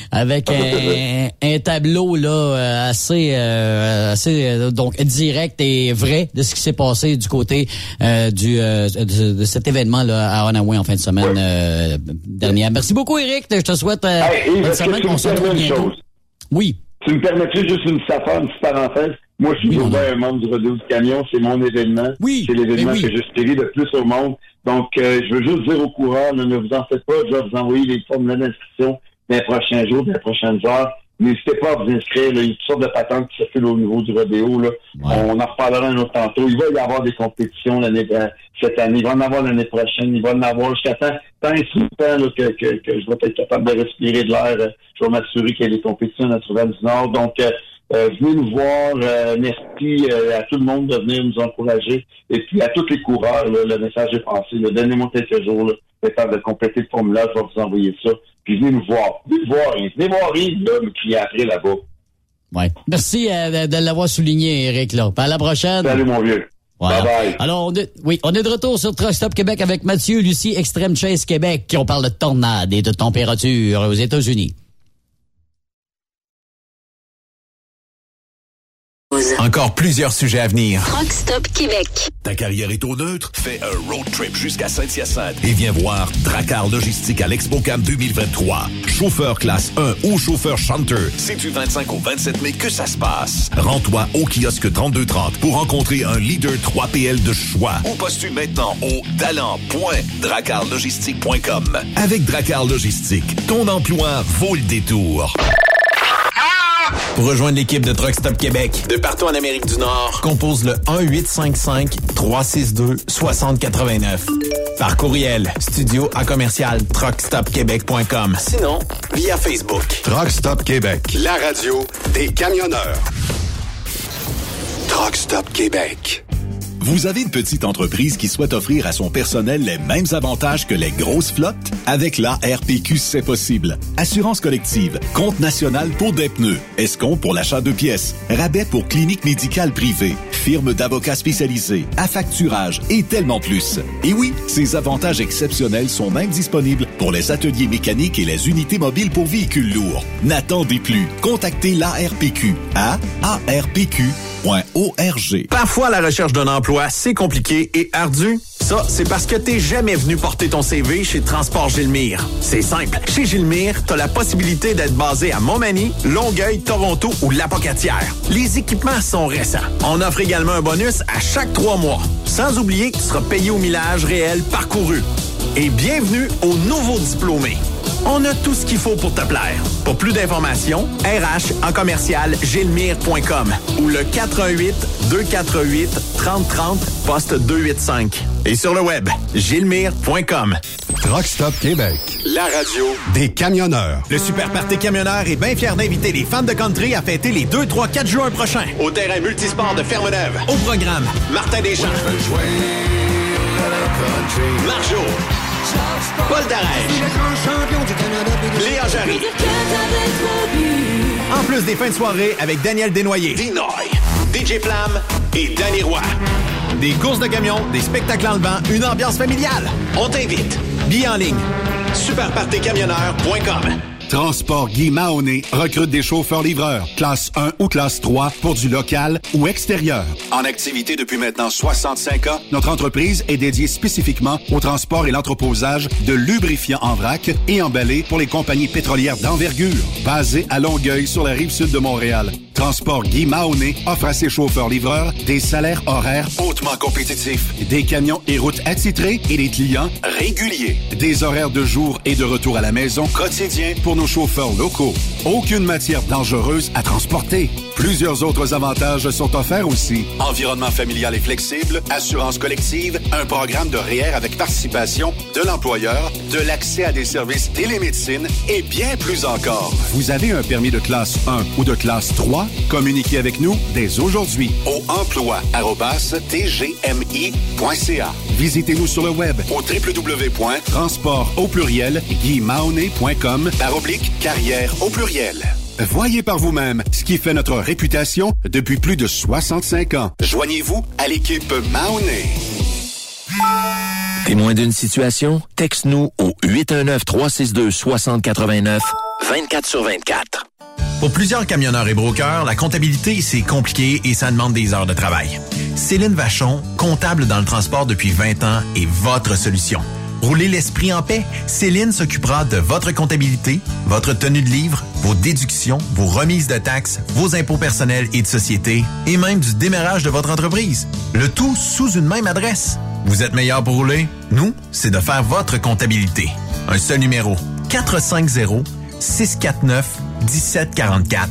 avec un tableau là assez donc direct et vrai de ce qui s'est passé du côté de cet événement là à Onaway en fin de semaine dernière. Merci beaucoup, Éric. Je te souhaite bonne semaine. On se retrouve bientôt. Oui. Tu me permets-tu juste une petite parenthèse? Moi, je suis un membre du Rodéo du Camion. C'est mon événement. Oui. C'est l'événement que je spérie le plus au monde. Donc, je veux juste dire aux coureurs, ne vous en faites pas. Je vais vous envoyer les formulaires d'inscription dans les prochains jours, dans les prochaines heures. N'hésitez pas à vous inscrire. Là, il y a toutes sortes de patentes qui circulent au niveau du rodéo. Là. Ouais. On en reparlera un autre tantôt. Il va y avoir des compétitions cette année. Il va en avoir l'année prochaine. Il va en avoir jusqu'à tant et longtemps là, que je vais être capable de respirer de l'air. Je vais m'assurer qu'il y a des compétitions à Notre-Dame-du-Nord. Donc, venez nous voir. Merci à tout le monde de venir nous encourager. Et puis à tous les coureurs, là, le message est passé. Là. Donnez-moi quelques jours. Là, de compléter le formulaire. Je vais vous envoyer ça. Puis venez nous voir. Venez voir Yves, là, qui est après là-bas. Ouais. Merci de l'avoir souligné, Éric. Là. À la prochaine. Salut, mon vieux. Voilà. Bye bye. Alors, on est de retour sur Truck Stop Québec avec Mathieu, Lucie, Extreme Chase Québec, qui on parle de tornades et de température aux États-Unis. Encore plusieurs sujets à venir. Truck Stop Québec. Ta carrière est au neutre? Fais un road trip jusqu'à Saint-Hyacinthe et viens voir Dracar Logistique à l'ExpoCam 2023. Chauffeur classe 1 ou chauffeur chanteur, c'est du 25 au 27 mai que ça se passe. Rends-toi au kiosque 3230 pour rencontrer un leader 3PL de choix ou postule maintenant au talent.dracarlogistique.com. Avec Dracar Logistique, ton emploi vaut le détour. Pour rejoindre l'équipe de Truck Stop Québec, de partout en Amérique du Nord, compose le 1-855-362-6089. Par courriel, studio@truckstopquebec.com. Sinon, via Facebook. Truck Stop Québec, la radio des camionneurs. Truck Stop Québec. Vous avez une petite entreprise qui souhaite offrir à son personnel les mêmes avantages que les grosses flottes? Avec l'ARPQ, c'est possible. Assurance collective, compte national pour des pneus, escompte pour l'achat de pièces, rabais pour clinique médicale privée, firme d'avocats spécialisés, affacturage et tellement plus. Et oui, ces avantages exceptionnels sont même disponibles pour les ateliers mécaniques et les unités mobiles pour véhicules lourds. N'attendez plus. Contactez l'ARPQ à arpq.org. Parfois, la recherche d'un emploi, c'est compliqué et ardu. Ça, c'est parce que t'es jamais venu porter ton CV chez Transport Gilmire. C'est simple. Chez Gilmire, t'as la possibilité d'être basé à Montmagny, Longueuil, Toronto ou Lapocatière. Les équipements sont récents. On offre également un bonus à chaque 3 mois. Sans oublier que tu seras payé au millage réel parcouru. Et bienvenue aux nouveaux diplômés. On a tout ce qu'il faut pour te plaire. Pour plus d'informations, RH en commercial gilmire.com ou le 418-248-3030 poste 285. Et sur le web, gilmire.com. Truck Stop Québec, la radio des camionneurs. Le Super Party Camionneur est bien fier d'inviter les fans de country à fêter les 2, 3, 4 juin prochains au terrain multisport de Ferme-Neuve. Au programme, Martin Deschamps, Marjo, Paul Darèche, Léa Jarry. En plus des fins de soirée avec Daniel Desnoyers, Dinoy, DJ Flamme et Danny Roy. Des courses de camions, des spectacles en levant, une ambiance familiale. On t'invite. Billets en ligne. superpartycamionneur.com. Transport Guy Mahoney recrute des chauffeurs-livreurs, classe 1 ou classe 3 pour du local ou extérieur. En activité depuis maintenant 65 ans, notre entreprise est dédiée spécifiquement au transport et l'entreposage de lubrifiants en vrac et emballés pour les compagnies pétrolières d'envergure. Basée à Longueuil sur la rive sud de Montréal, Transport Guy Mahoney offre à ses chauffeurs-livreurs des salaires horaires hautement compétitifs, des camions et routes attitrés et des clients réguliers. Des horaires de jour et de retour à la maison quotidiens pour nos chauffeurs locaux. Aucune matière dangereuse à transporter. Plusieurs autres avantages sont offerts aussi. Environnement familial et flexible, assurance collective, un programme de REER avec participation de l'employeur, de l'accès à des services télémédecine et bien plus encore. Vous avez un permis de classe 1 ou de classe 3? Communiquez avec nous dès aujourd'hui au emploi@tgmi.ca. Visitez-nous sur le web au www.transport-guimahoney.com/carrière au pluriel. Voyez par vous-même ce qui fait notre réputation depuis plus de 65 ans. Joignez-vous à l'équipe Mahoney. Témoin d'une situation? Texte-nous au 819-362-6089, 24/24. Pour plusieurs camionneurs et brokers, la comptabilité, c'est compliqué et ça demande des heures de travail. Céline Vachon, comptable dans le transport depuis 20 ans, est votre solution. Roulez l'esprit en paix. Céline s'occupera de votre comptabilité, votre tenue de livre, vos déductions, vos remises de taxes, vos impôts personnels et de société, et même du démarrage de votre entreprise. Le tout sous une même adresse. Vous êtes meilleur pour rouler? Nous, c'est de faire votre comptabilité. Un seul numéro. 450-649-1744.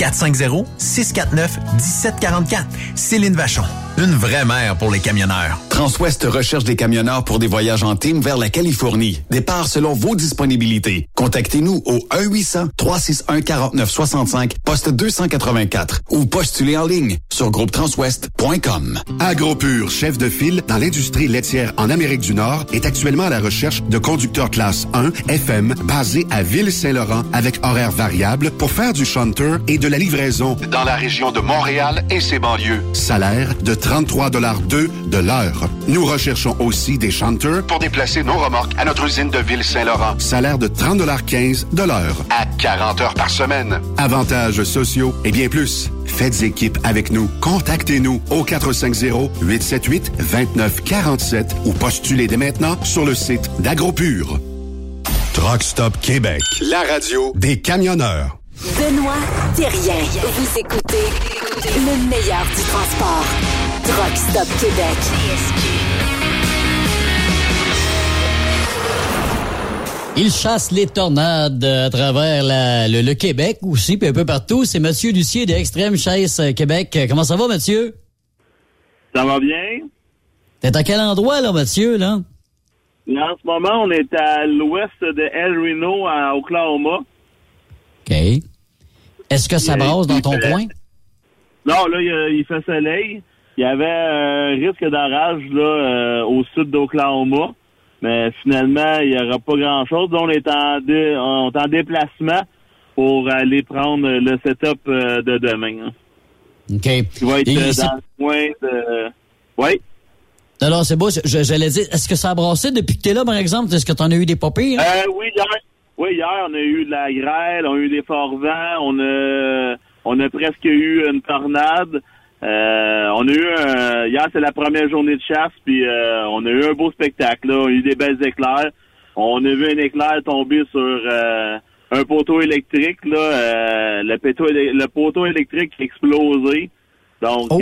450-649-1744. Céline Vachon. Une vraie mère pour les camionneurs. Transwest recherche des camionneurs pour des voyages en team vers la Californie. Départ selon vos disponibilités. Contactez-nous au 1-800-361-4965, poste 284 ou postulez en ligne sur groupetranswest.com. AgroPure, chef de file dans l'industrie laitière en Amérique du Nord, est actuellement à la recherche de conducteurs classe 1 FM basés à Ville-Saint-Laurent avec horaires variables pour faire du shunter et de la livraison dans la région de Montréal et ses banlieues. Salaire de 33,2 de l'heure. Nous recherchons aussi des chanteurs pour déplacer nos remorques à notre usine de Ville-Saint-Laurent. Salaire de 30,15 de l'heure à 40 heures par semaine. Avantages sociaux et bien plus. Faites équipe avec nous. Contactez-nous au 450-878-2947 ou postulez dès maintenant sur le site d'AgroPure. Truck Stop Québec, la radio des camionneurs. Benoît Thérien. Vous écoutez le meilleur du transport. Truck Stop Québec. Il chasse les tornades à travers le Québec aussi, puis un peu partout. C'est Mathieu Lucier de Extrême Chasse Québec. Comment ça va, Mathieu? Ça va bien. T'es à quel endroit, là, Mathieu, là? En ce moment, on est à l'ouest de El Reno, à Oklahoma. OK. Est-ce que ça brasse dans ton coin? Non, là, il fait soleil. Il y avait un risque d'orage là au sud d'Oklahoma, mais finalement, il n'y aura pas grand-chose. On est en déplacement pour aller prendre le setup de demain. Hein. OK. Il va être dans le coin de... Oui? Alors, c'est beau. J'allais dire, est-ce que ça a brassé depuis que tu es là, par exemple? Est-ce que tu en as eu des papiers? Hein? Oui, hier, on a eu de la grêle, on a eu des forts vents, on a presque eu une tornade. On a eu hier, c'est la première journée de chasse, puis on a eu un beau spectacle. Là. On a eu des belles éclairs. On a vu un éclair tomber sur un poteau électrique. Là, le poteau électrique explosé. Donc,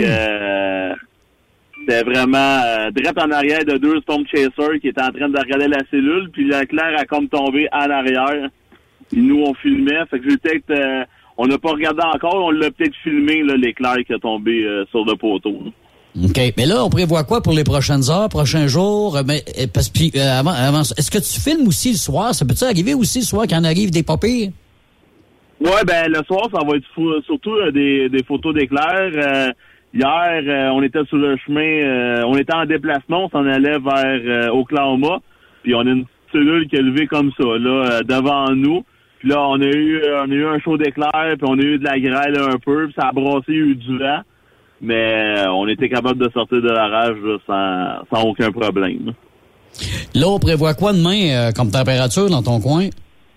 c'était vraiment direct en arrière de deux Storm Chasers qui étaient en train de regarder la cellule, puis l'éclair a comme tombé en arrière. Puis nous, on filmait. Fait que j'ai peut-être... on n'a pas regardé encore, on l'a peut-être filmé, là, l'éclair qui a tombé sur le poteau. OK. Mais là, on prévoit quoi pour les prochaines heures, prochains jours? Mais, parce que avant, est-ce que tu filmes aussi le soir? Ça peut-tu arriver aussi le soir qu'il en arrive des papiers? Ouais, ben le soir, ça va être surtout des photos d'éclairs. Hier, on était sur le chemin, on était en déplacement, on s'en allait vers Oklahoma, puis on a une cellule qui est levée comme ça, là, devant nous. Puis là, on a eu un show d'éclairs, puis on a eu de la grêle un peu, puis ça a brassé, il y a eu du vent. Mais on était capable de sortir de l'orage là, sans aucun problème. Là, on prévoit quoi demain comme température dans ton coin?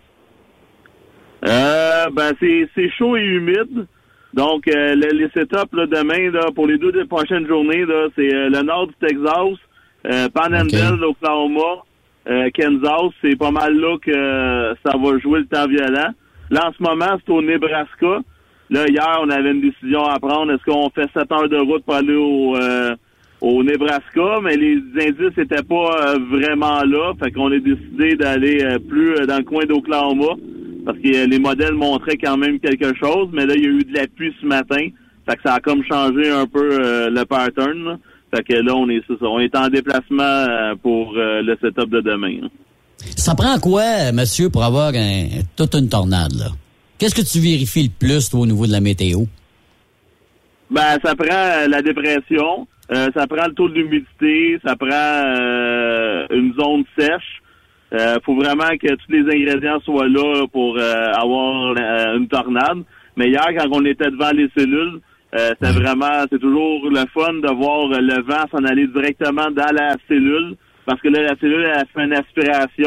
Ben c'est chaud et humide. Donc, les setups là, demain, là, pour les 2 prochaines journées, là, c'est le nord du Texas, Panhandle, Oklahoma, Kansas, c'est pas mal là que ça va jouer le temps violent. Là, en ce moment, c'est au Nebraska. Là, hier, on avait une décision à prendre. Est-ce qu'on fait 7 heures de route pour aller au Nebraska? Mais les indices n'étaient pas vraiment là. Fait qu'on a décidé d'aller plus dans le coin d'Oklahoma parce que les modèles montraient quand même quelque chose. Mais là, il y a eu de la pluie ce matin. Fait que ça a comme changé un peu le pattern, là. Fait que là, on est en déplacement pour le setup de demain. Hein. Ça prend quoi, monsieur, pour avoir toute une tornade, là? Qu'est-ce que tu vérifies le plus, toi, au niveau de la météo? Ben, ça prend la dépression, ça prend le taux d'humidité, ça prend une zone sèche. Faut vraiment que tous les ingrédients soient là pour avoir une tornade. Mais hier, quand on était devant les cellules, c'est toujours le fun de voir le vent s'en aller directement dans la cellule, parce que là, la cellule, elle fait une aspiration.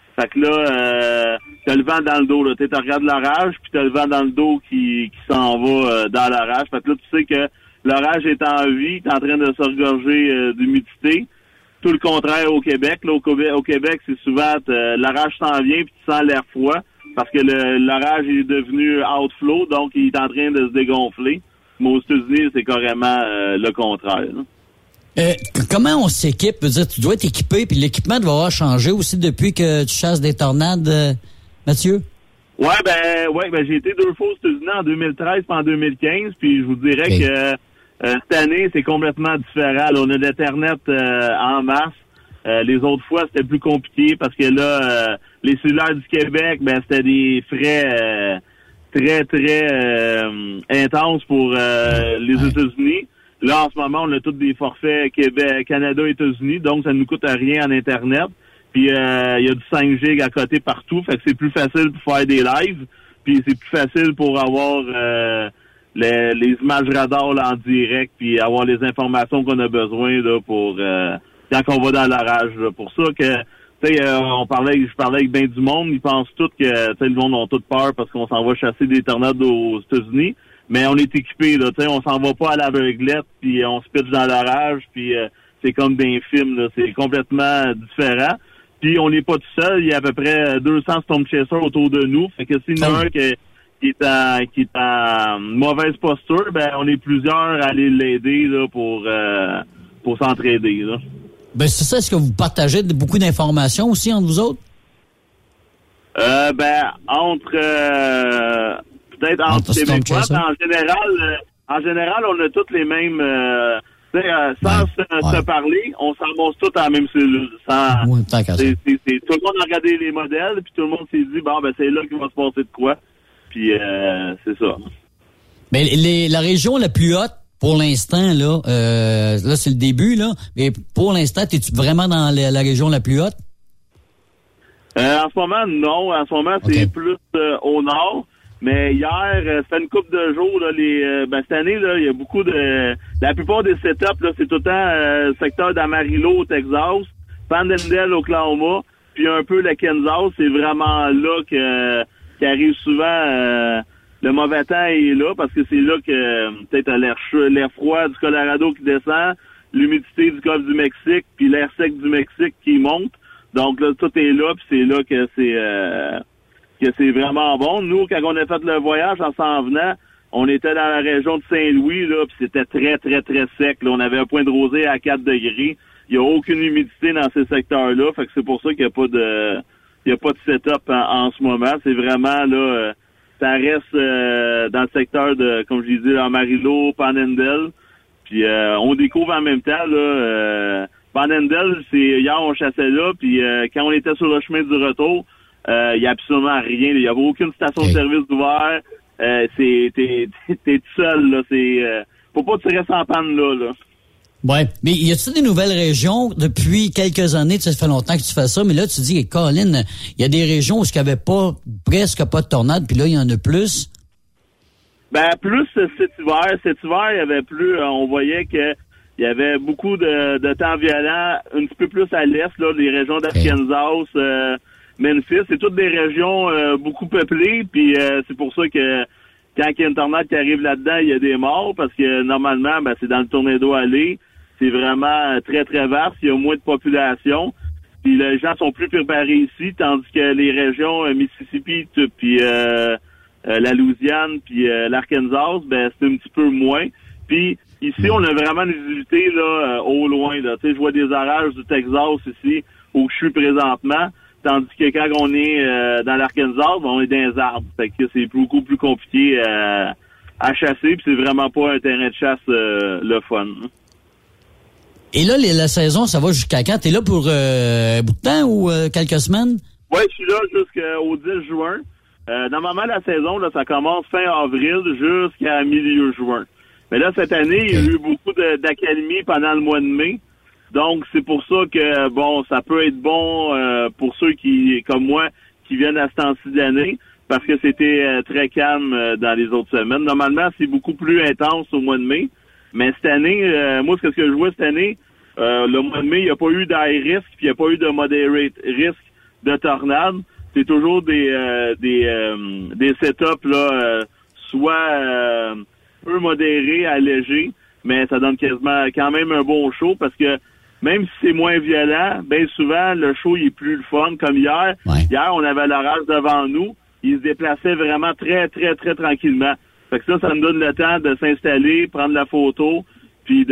Fait que là, t'as le vent dans le dos, là. Tu regardes l'orage, puis t'as le vent dans le dos qui s'en va dans l'orage. Fait que là, tu sais que l'orage est en vie, t'es en train de se regorger d'humidité. Tout le contraire au Québec. Là, au Québec, c'est souvent l'orage s'en vient, puis tu sens l'air froid, parce que l'orage est devenu outflow, donc il est en train de se dégonfler. Mais aux États-Unis, c'est carrément le contraire, là. Comment on s'équipe? Je veux dire, tu dois être équipé, puis l'équipement doit avoir changé aussi depuis que tu chasses des tornades, Mathieu? Ouais, ben j'ai été 2 fois aux États-Unis en 2013 et en 2015, puis je vous dirais que cette année, c'est complètement différent. Là, on a l'Internet en masse. Les autres fois, c'était plus compliqué parce que là, les cellulaires du Québec, ben c'était des frais très, très intenses pour les États-Unis. Là, en ce moment, on a tous des forfaits Québec, Canada, États-Unis, donc ça ne nous coûte rien en Internet. Puis il y a du 5 gigs à côté partout, fait que c'est plus facile pour faire des lives. Puis c'est plus facile pour avoir les images radar là, en direct, puis avoir les informations qu'on a besoin là pour quand on va dans l'orage. Là. Pour ça que tu sais, je parlais avec bien du monde, ils pensent tous que le monde a toute peur parce qu'on s'en va chasser des tornades aux États-Unis. Mais on est équipés, là, tu sais, on s'en va pas à l'aveuglette, puis on se pitche dans l'orage, puis c'est comme des films, là, c'est complètement différent. Puis on n'est pas tout seul, il y a à peu près 200 Storm Chasers autour de nous, fait que s'il y en a un qui est en mauvaise posture, ben on est plusieurs à aller l'aider là pour s'entraider, là. Ben c'est ça, est-ce que vous partagez beaucoup d'informations aussi entre vous autres? Entre peut-être entre Québécois, en général, on a toutes les mêmes sans se parler, on s'amorce tous à la même cellule. Tout le monde a regardé les modèles, puis tout le monde s'est dit c'est là qu'il va se passer de quoi. Puis c'est ça. Mais la région la plus haute pour l'instant, là c'est le début, là, mais pour l'instant, es-tu vraiment dans la région la plus haute? En ce moment, non. En ce moment, c'est plus au nord. Mais hier, ça fait une couple de jours, là, cette année, là, il y a beaucoup de... La plupart des setups, là, c'est tout le temps secteur d'Amarillo, au Texas, Panhandle, Oklahoma, puis un peu le Kansas. C'est vraiment là qu'arrive souvent le mauvais temps est là, parce que c'est là que peut-être l'air froid du Colorado qui descend, l'humidité du Golfe du Mexique, puis l'air sec du Mexique qui monte. Donc là, tout est là, puis c'est là que c'est vraiment bon. Nous, quand on a fait le voyage en s'en venant, on était dans la région de Saint-Louis, là, puis c'était très, très, très sec. Là, on avait un point de rosée à 4 degrés. Il n'y a aucune humidité dans ces secteurs-là. Fait que c'est pour ça qu'il n'y a pas de setup en ce moment. C'est vraiment, là, ça reste dans le secteur de, comme je l'ai dit, Amarillo, Panhandle. Puis on découvre en même temps, là, Panhandle, hier on chassait là, puis quand on était sur le chemin du retour, il y a absolument rien. Il y avait aucune station de service ouverte. T'es tout seul, là. Faut pas tirer sans panne là. Ouais. Mais y a-t-il des nouvelles régions depuis quelques années? Ça fait longtemps que tu fais ça, mais là, tu dis, Colin, il y a des régions où il n'y avait presque pas de tornades, puis là, il y en a plus. Plus cet hiver. Cet hiver, il y avait plus, on voyait que il y avait beaucoup de temps violent, un petit peu plus à l'est, là, les régions d'Arkansas, Memphis. C'est toutes des régions beaucoup peuplées, puis c'est pour ça que quand il y a une tornade qui arrive là-dedans, il y a des morts, parce que normalement, c'est dans le Tornado Alley. C'est vraiment très, très vaste. Il y a moins de population. Puis les gens sont plus préparés ici, tandis que les régions Mississippi, puis la Louisiane, puis l'Arkansas, c'est un petit peu moins. Puis ici, on a vraiment une visibilité là au loin. Là. Tu sais, je vois des orages du Texas ici, où je suis présentement. Tandis que quand on est dans l'Arkansas, on est dans les arbres. Fait que c'est beaucoup plus compliqué à chasser, puis c'est vraiment pas un terrain de chasse le fun. Et là, la saison, ça va jusqu'à quand? T'es là pour un bout de temps ou quelques semaines? Oui, je suis là jusqu'au 10 juin. Normalement, la saison, là, ça commence fin avril jusqu'à milieu juin. Mais là, cette année, il y a eu beaucoup d'accalmie pendant le mois de mai. Donc, c'est pour ça que, ça peut être bon pour ceux qui, comme moi, qui viennent à ce temps-ci d'année, parce que c'était très calme dans les autres semaines. Normalement, c'est beaucoup plus intense au mois de mai. Mais cette année, moi, ce que je vois cette année, le mois de mai, il n'y a pas eu d'high risk, puis il n'y a pas eu de moderate risk. de tornade, c'est toujours des setups là, soit peu modérés, allégés, mais ça donne quasiment quand même un bon show parce que même si c'est moins violent, bien souvent le show il est plus le fun. Comme hier, hier on avait l'orage devant nous, il se déplaçait vraiment très très très tranquillement. Fait que ça nous donne le temps de s'installer, prendre la photo, puis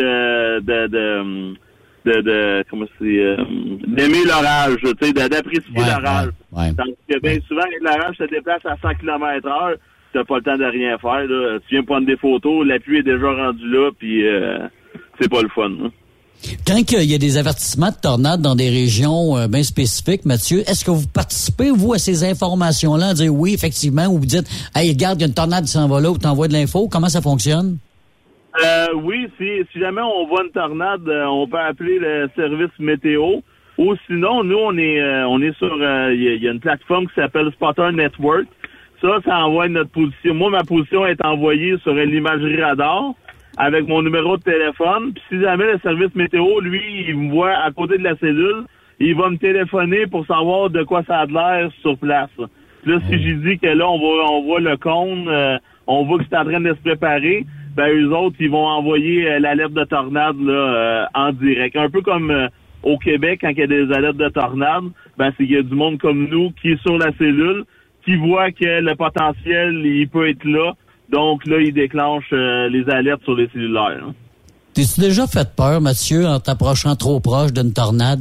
d'aimer l'orage, tu sais, d'apprécier l'orage. Tandis que bien souvent, l'orage se déplace à 100 km/h, t'as pas le temps de rien faire, là. Tu viens prendre des photos, la pluie est déjà rendue là, puis c'est pas le fun. Hein. Quand il y a des avertissements de tornades dans des régions bien spécifiques, Mathieu, est-ce que vous participez, vous, à ces informations-là, à dire oui, effectivement, ou vous dites, hey, regarde, il y a une tornade qui s'en va là, ou t'envoies de l'info? Comment ça fonctionne? Oui, si jamais on voit une tornade, on peut appeler le service météo. Ou sinon, nous, on est sur, il y a une plateforme qui s'appelle Spotter Network. Ça envoie notre position. Moi, ma position est envoyée sur l'imagerie radar avec mon numéro de téléphone. Puis si jamais le service météo, lui, il me voit à côté de la cellule, il va me téléphoner pour savoir de quoi ça a l'air sur place. Puis là, si j'ai dit que là, on voit le cône, on voit que c'est en train de se préparer, ben eux autres, ils vont envoyer l'alerte de tornade là en direct. Un peu comme au Québec, quand il y a des alertes de tornade, ben c'est qu'il y a du monde comme nous qui est sur la cellule, qui voit que le potentiel, il peut être là. Donc là, il déclenche les alertes sur les cellulaires. Hein. T'es-tu déjà fait peur, Mathieu, en t'approchant trop proche d'une tornade?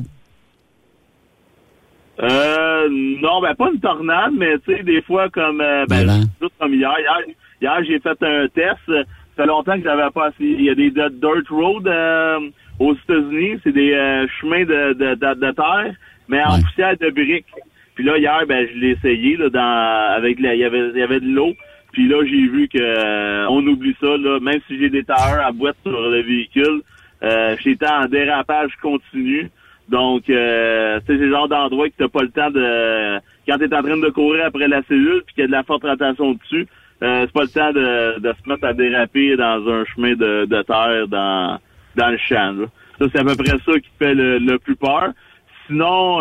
Non, ben pas une tornade, mais tu sais, des fois comme juste comme hier. Hier, j'ai fait un test. Ça fait longtemps que j'avais pas assez. Il y a des dirt roads aux États-Unis, c'est des chemins de terre, mais en poussière de briques. Puis là, hier, ben je l'ai essayé là, il y avait de l'eau. Puis là, j'ai vu que on oublie ça, là, même si j'ai des tailleurs à boîte sur le véhicule, j'étais en dérapage continu. Donc, c'est le genre d'endroit que t'as pas le temps de... Quand t'es en train de courir après la cellule puis qu'il y a de la forte rotation dessus, c'est pas le temps de se mettre à déraper dans un chemin de terre dans le champ. Là. Ça, c'est à peu près ça qui fait le plus peur. Sinon,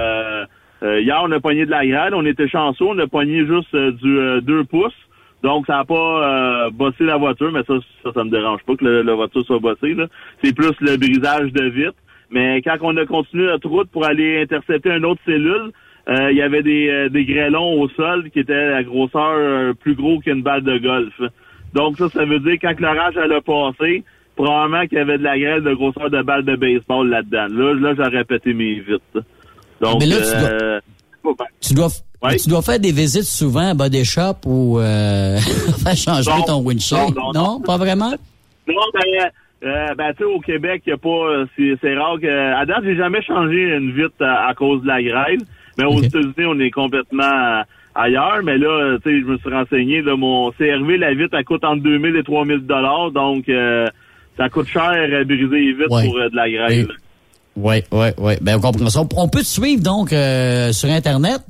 hier, on a pogné de la grêle. On était chanceux. On a pogné juste du 2 pouces. Donc, ça n'a pas bossé la voiture, mais ça me dérange pas que la voiture soit bossée. Là. C'est plus le brisage de vitre. Mais quand on a continué notre route pour aller intercepter une autre cellule, il y avait des grêlons au sol qui étaient à la grosseur plus gros qu'une balle de golf. Donc, ça veut dire quand l'orage a passé, probablement qu'il y avait de la grêle de grosseur de balle de baseball là-dedans. Là j'aurais pété mes vitres. Donc, mais là, tu dois faire des visites souvent à Body Shop ou faire changer ton windshield. Non, pas vraiment? Non, tu sais, au Québec, y a pas, c'est rare que, à date, j'ai jamais changé une vitre à cause de la grêle. Mais aux États-Unis, on est complètement ailleurs. Mais là, tu sais, je me suis renseigné, là, mon CRV, la vitre, elle coûte entre 2000 et 3000 $. Donc, ça coûte cher à briser les vitres pour de la grêle. Oui. Ben, on comprend ça. On peut te suivre, donc, sur Internet?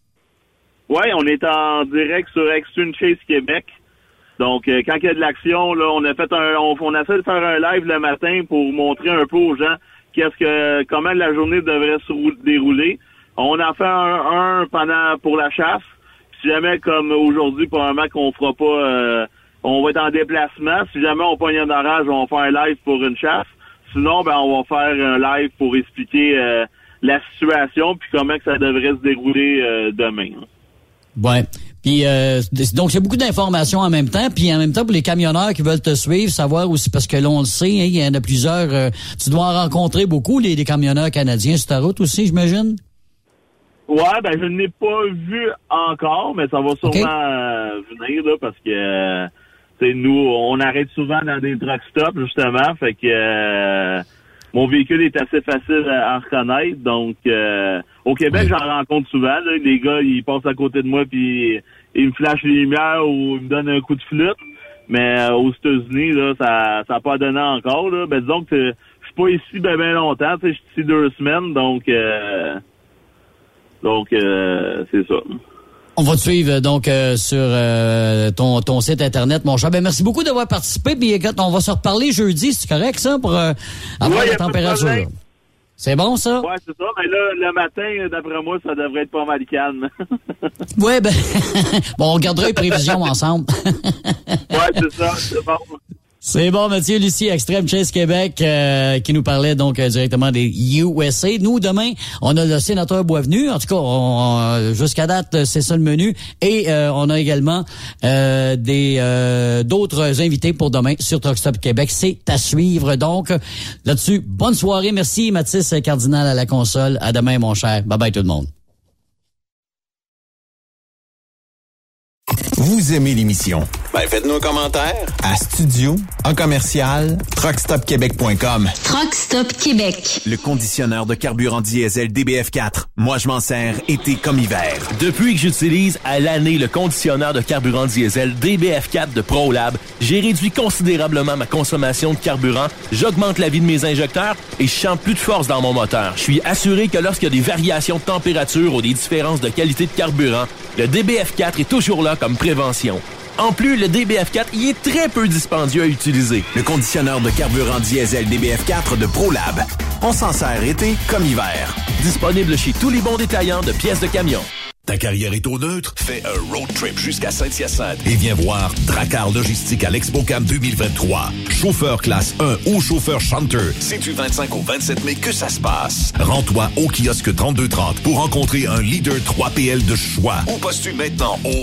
Oui, on est en direct sur Extreme Chase Québec. Donc, quand il y a de l'action, là, on a essayé de faire un live le matin pour montrer un peu aux gens comment la journée devrait se dérouler. On en fait un pour la chasse. Si jamais, comme aujourd'hui, probablement qu'on fera pas, on va être en déplacement. Si jamais on pogne un orage, on va faire un live pour une chasse. Sinon, ben, on va faire un live pour expliquer la situation puis comment que ça devrait se dérouler demain. Ouais. Puis donc il y a beaucoup d'informations en même temps, puis en même temps pour les camionneurs qui veulent te suivre, savoir aussi parce que là on le sait, hein, il y en a plusieurs. Tu dois en rencontrer beaucoup les camionneurs canadiens sur ta route aussi, j'imagine. Ouais, ben je n'ai pas vu encore, mais ça va sûrement venir là parce que nous on arrête souvent dans des truck stops justement, fait que mon véhicule est assez facile à reconnaître, donc au Québec, j'en rencontre souvent. Là, les gars, ils passent à côté de moi puis ils me flashent les lumières ou ils me donnent un coup de flûte. Mais aux États-Unis, là, ça n'a pas donné encore. Là. Ben, disons que je suis pas ici bien longtemps. Je suis ici 2 semaines, donc c'est ça. On va te suivre donc sur ton site internet, mon cher. Ben merci beaucoup d'avoir participé. Puis on va se reparler jeudi, c'est correct ça, pour avoir la température. C'est bon, ça? Ouais, c'est ça. Mais là, le matin, d'après moi, ça devrait être pas mal calme. Ouais, ben, bon, on gardera les prévisions ensemble. Ouais, c'est ça. C'est bon. C'est bon, Mathieu Lucie, Extreme Chase Québec, qui nous parlait donc directement des USA. Nous, demain, on a le sénateur Boisvenu. En tout cas, jusqu'à date, c'est ça le menu. Et on a également d'autres invités pour demain sur Truck Stop Québec. C'est à suivre. Donc, là-dessus, bonne soirée. Merci, Mathis Cardinal à la console. À demain, mon cher. Bye-bye tout le monde. Vous aimez l'émission? Ben, faites-nous un commentaire à studio@truckstopquebec.com. Truck Stop Québec. Le conditionneur de carburant diesel DBF4. Moi, je m'en sers été comme hiver. Depuis que j'utilise à l'année le conditionneur de carburant diesel DBF4 de ProLab, j'ai réduit considérablement ma consommation de carburant, j'augmente la vie de mes injecteurs et je sens plus de force dans mon moteur. Je suis assuré que lorsqu'il y a des variations de température ou des différences de qualité de carburant, le DBF4 est toujours là comme prévention. En plus, le DBF4 y est très peu dispendieux à utiliser. Le conditionneur de carburant diesel DBF4 de ProLab. On s'en sert été comme hiver. Disponible chez tous les bons détaillants de pièces de camion. Ta carrière est au neutre? Fais un road trip jusqu'à Saint-Hyacinthe et viens voir Dracar Logistique à l'ExpoCam 2023. Chauffeur classe 1 ou chauffeur chanteur. C'est du 25 au 27 mai que ça se passe. Rends-toi au kiosque 3230 pour rencontrer un leader 3PL de choix. Ou postule maintenant au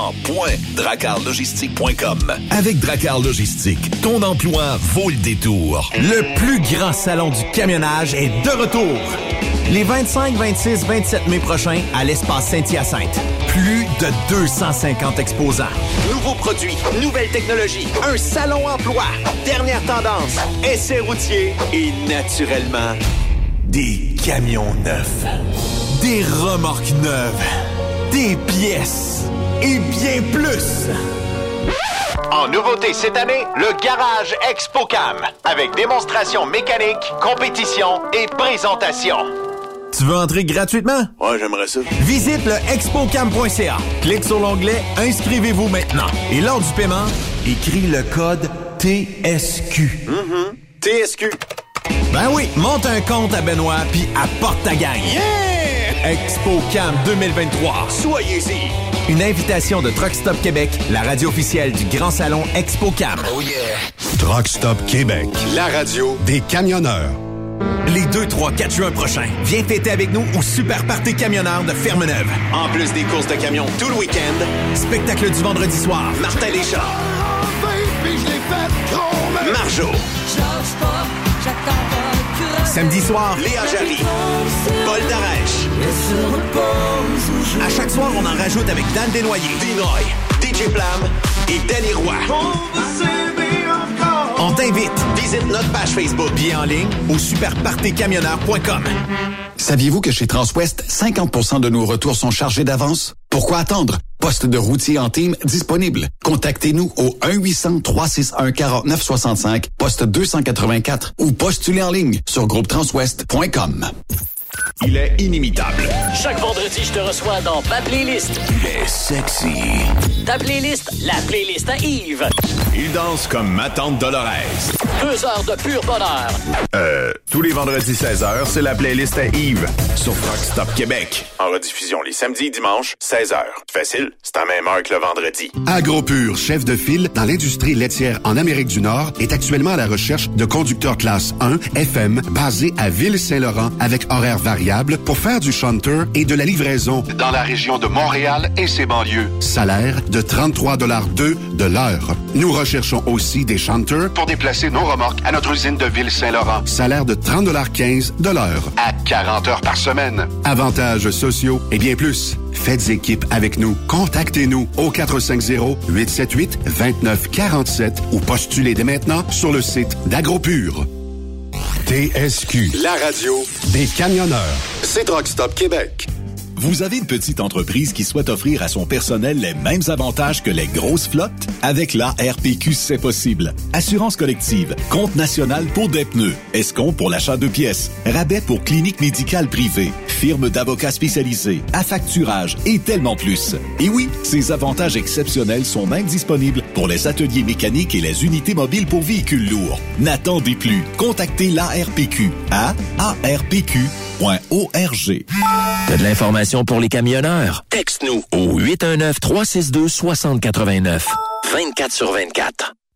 talent.dracarlogistique.com. Avec Dracar Logistique, ton emploi vaut le détour. Le plus grand salon du camionnage est de retour. Les 25, 26, 27 mai prochains à l'espace Saint-Hyacinthe. Plus de 250 exposants. Nouveaux produits, nouvelles technologies, un salon emploi, dernière tendance, essais routiers et naturellement, des camions neufs, des remorques neuves, des pièces et bien plus. En nouveauté cette année, le Garage ExpoCam avec démonstration mécanique, compétition et présentation. Tu veux entrer gratuitement? Ouais, j'aimerais ça. Visite le expocam.ca. Clique sur l'onglet « Inscrivez-vous maintenant » et lors du paiement, écris le code TSQ. TSQ. Ben oui, monte un compte à Benoît puis apporte ta gang. Yeah! ExpoCam 2023. Soyez-y. Une invitation de Truck Stop Québec, la radio officielle du Grand Salon ExpoCam. Oh yeah! Truck Stop Québec, la radio des camionneurs. Les 2, 3, 4 juin prochains, viens fêter avec nous au Super Party Camionneur de Fermeneuve. En plus des courses de camions tout le week-end, spectacle du vendredi soir, Martin Deschamps, Marjo. Samedi soir, Léa Jarry, Paul Darèche. À chaque soir, on en rajoute avec Dan Desnoyers, Dinoy, DJ Plam et Danny Roy. On t'invite. Visite notre page Facebook, bien en ligne, au superpartycamionneur.com. Saviez-vous que chez Transwest, 50% de nos retours sont chargés d'avance? Pourquoi attendre? Poste de routier en team disponible. Contactez-nous au 1-800-361-4965, poste 284 ou postulez en ligne sur groupetranswest.com. Il est inimitable. Chaque vendredi, je te reçois dans ma playlist. Il est sexy. Ta playlist, la playlist à Yves. Il danse comme ma tante Dolores. 2 heures de pur bonheur. Tous les vendredis 16h, c'est la playlist à Yves sur Truck Stop Québec. En rediffusion les samedis et dimanches, 16h. Facile, c'est à même heure que le vendredi. AgroPure, chef de file dans l'industrie laitière en Amérique du Nord, est actuellement à la recherche de conducteurs classe 1 FM basés à Ville-Saint-Laurent avec horaires variables pour faire du shunter et de la livraison dans la région de Montréal et ses banlieues. Salaire de 33,2 $ de l'heure. Nous recherchons aussi des shunters pour déplacer nos remorques à notre usine de Ville-Saint-Laurent. Salaire de 30,15 $ de l'heure à 40 heures par semaine. Avantages sociaux et bien plus. Faites équipe avec nous. Contactez-nous au 450-878-2947 ou postulez dès maintenant sur le site d'AgroPure. TSQ, la radio des camionneurs. C'est Truck Stop Québec. Vous avez une petite entreprise qui souhaite offrir à son personnel les mêmes avantages que les grosses flottes? Avec la RPQ, c'est possible. Assurance collective, compte national pour des pneus, escompte pour l'achat de pièces, rabais pour clinique médicale privée, firme d'avocats spécialisés, affacturage et tellement plus. Et oui, ces avantages exceptionnels sont même disponibles pour les ateliers mécaniques et les unités mobiles pour véhicules lourds. N'attendez plus. Contactez l'ARPQ à arpq.org. T'as de l'information pour les camionneurs? Texte-nous au 819-362-6089. 24/24.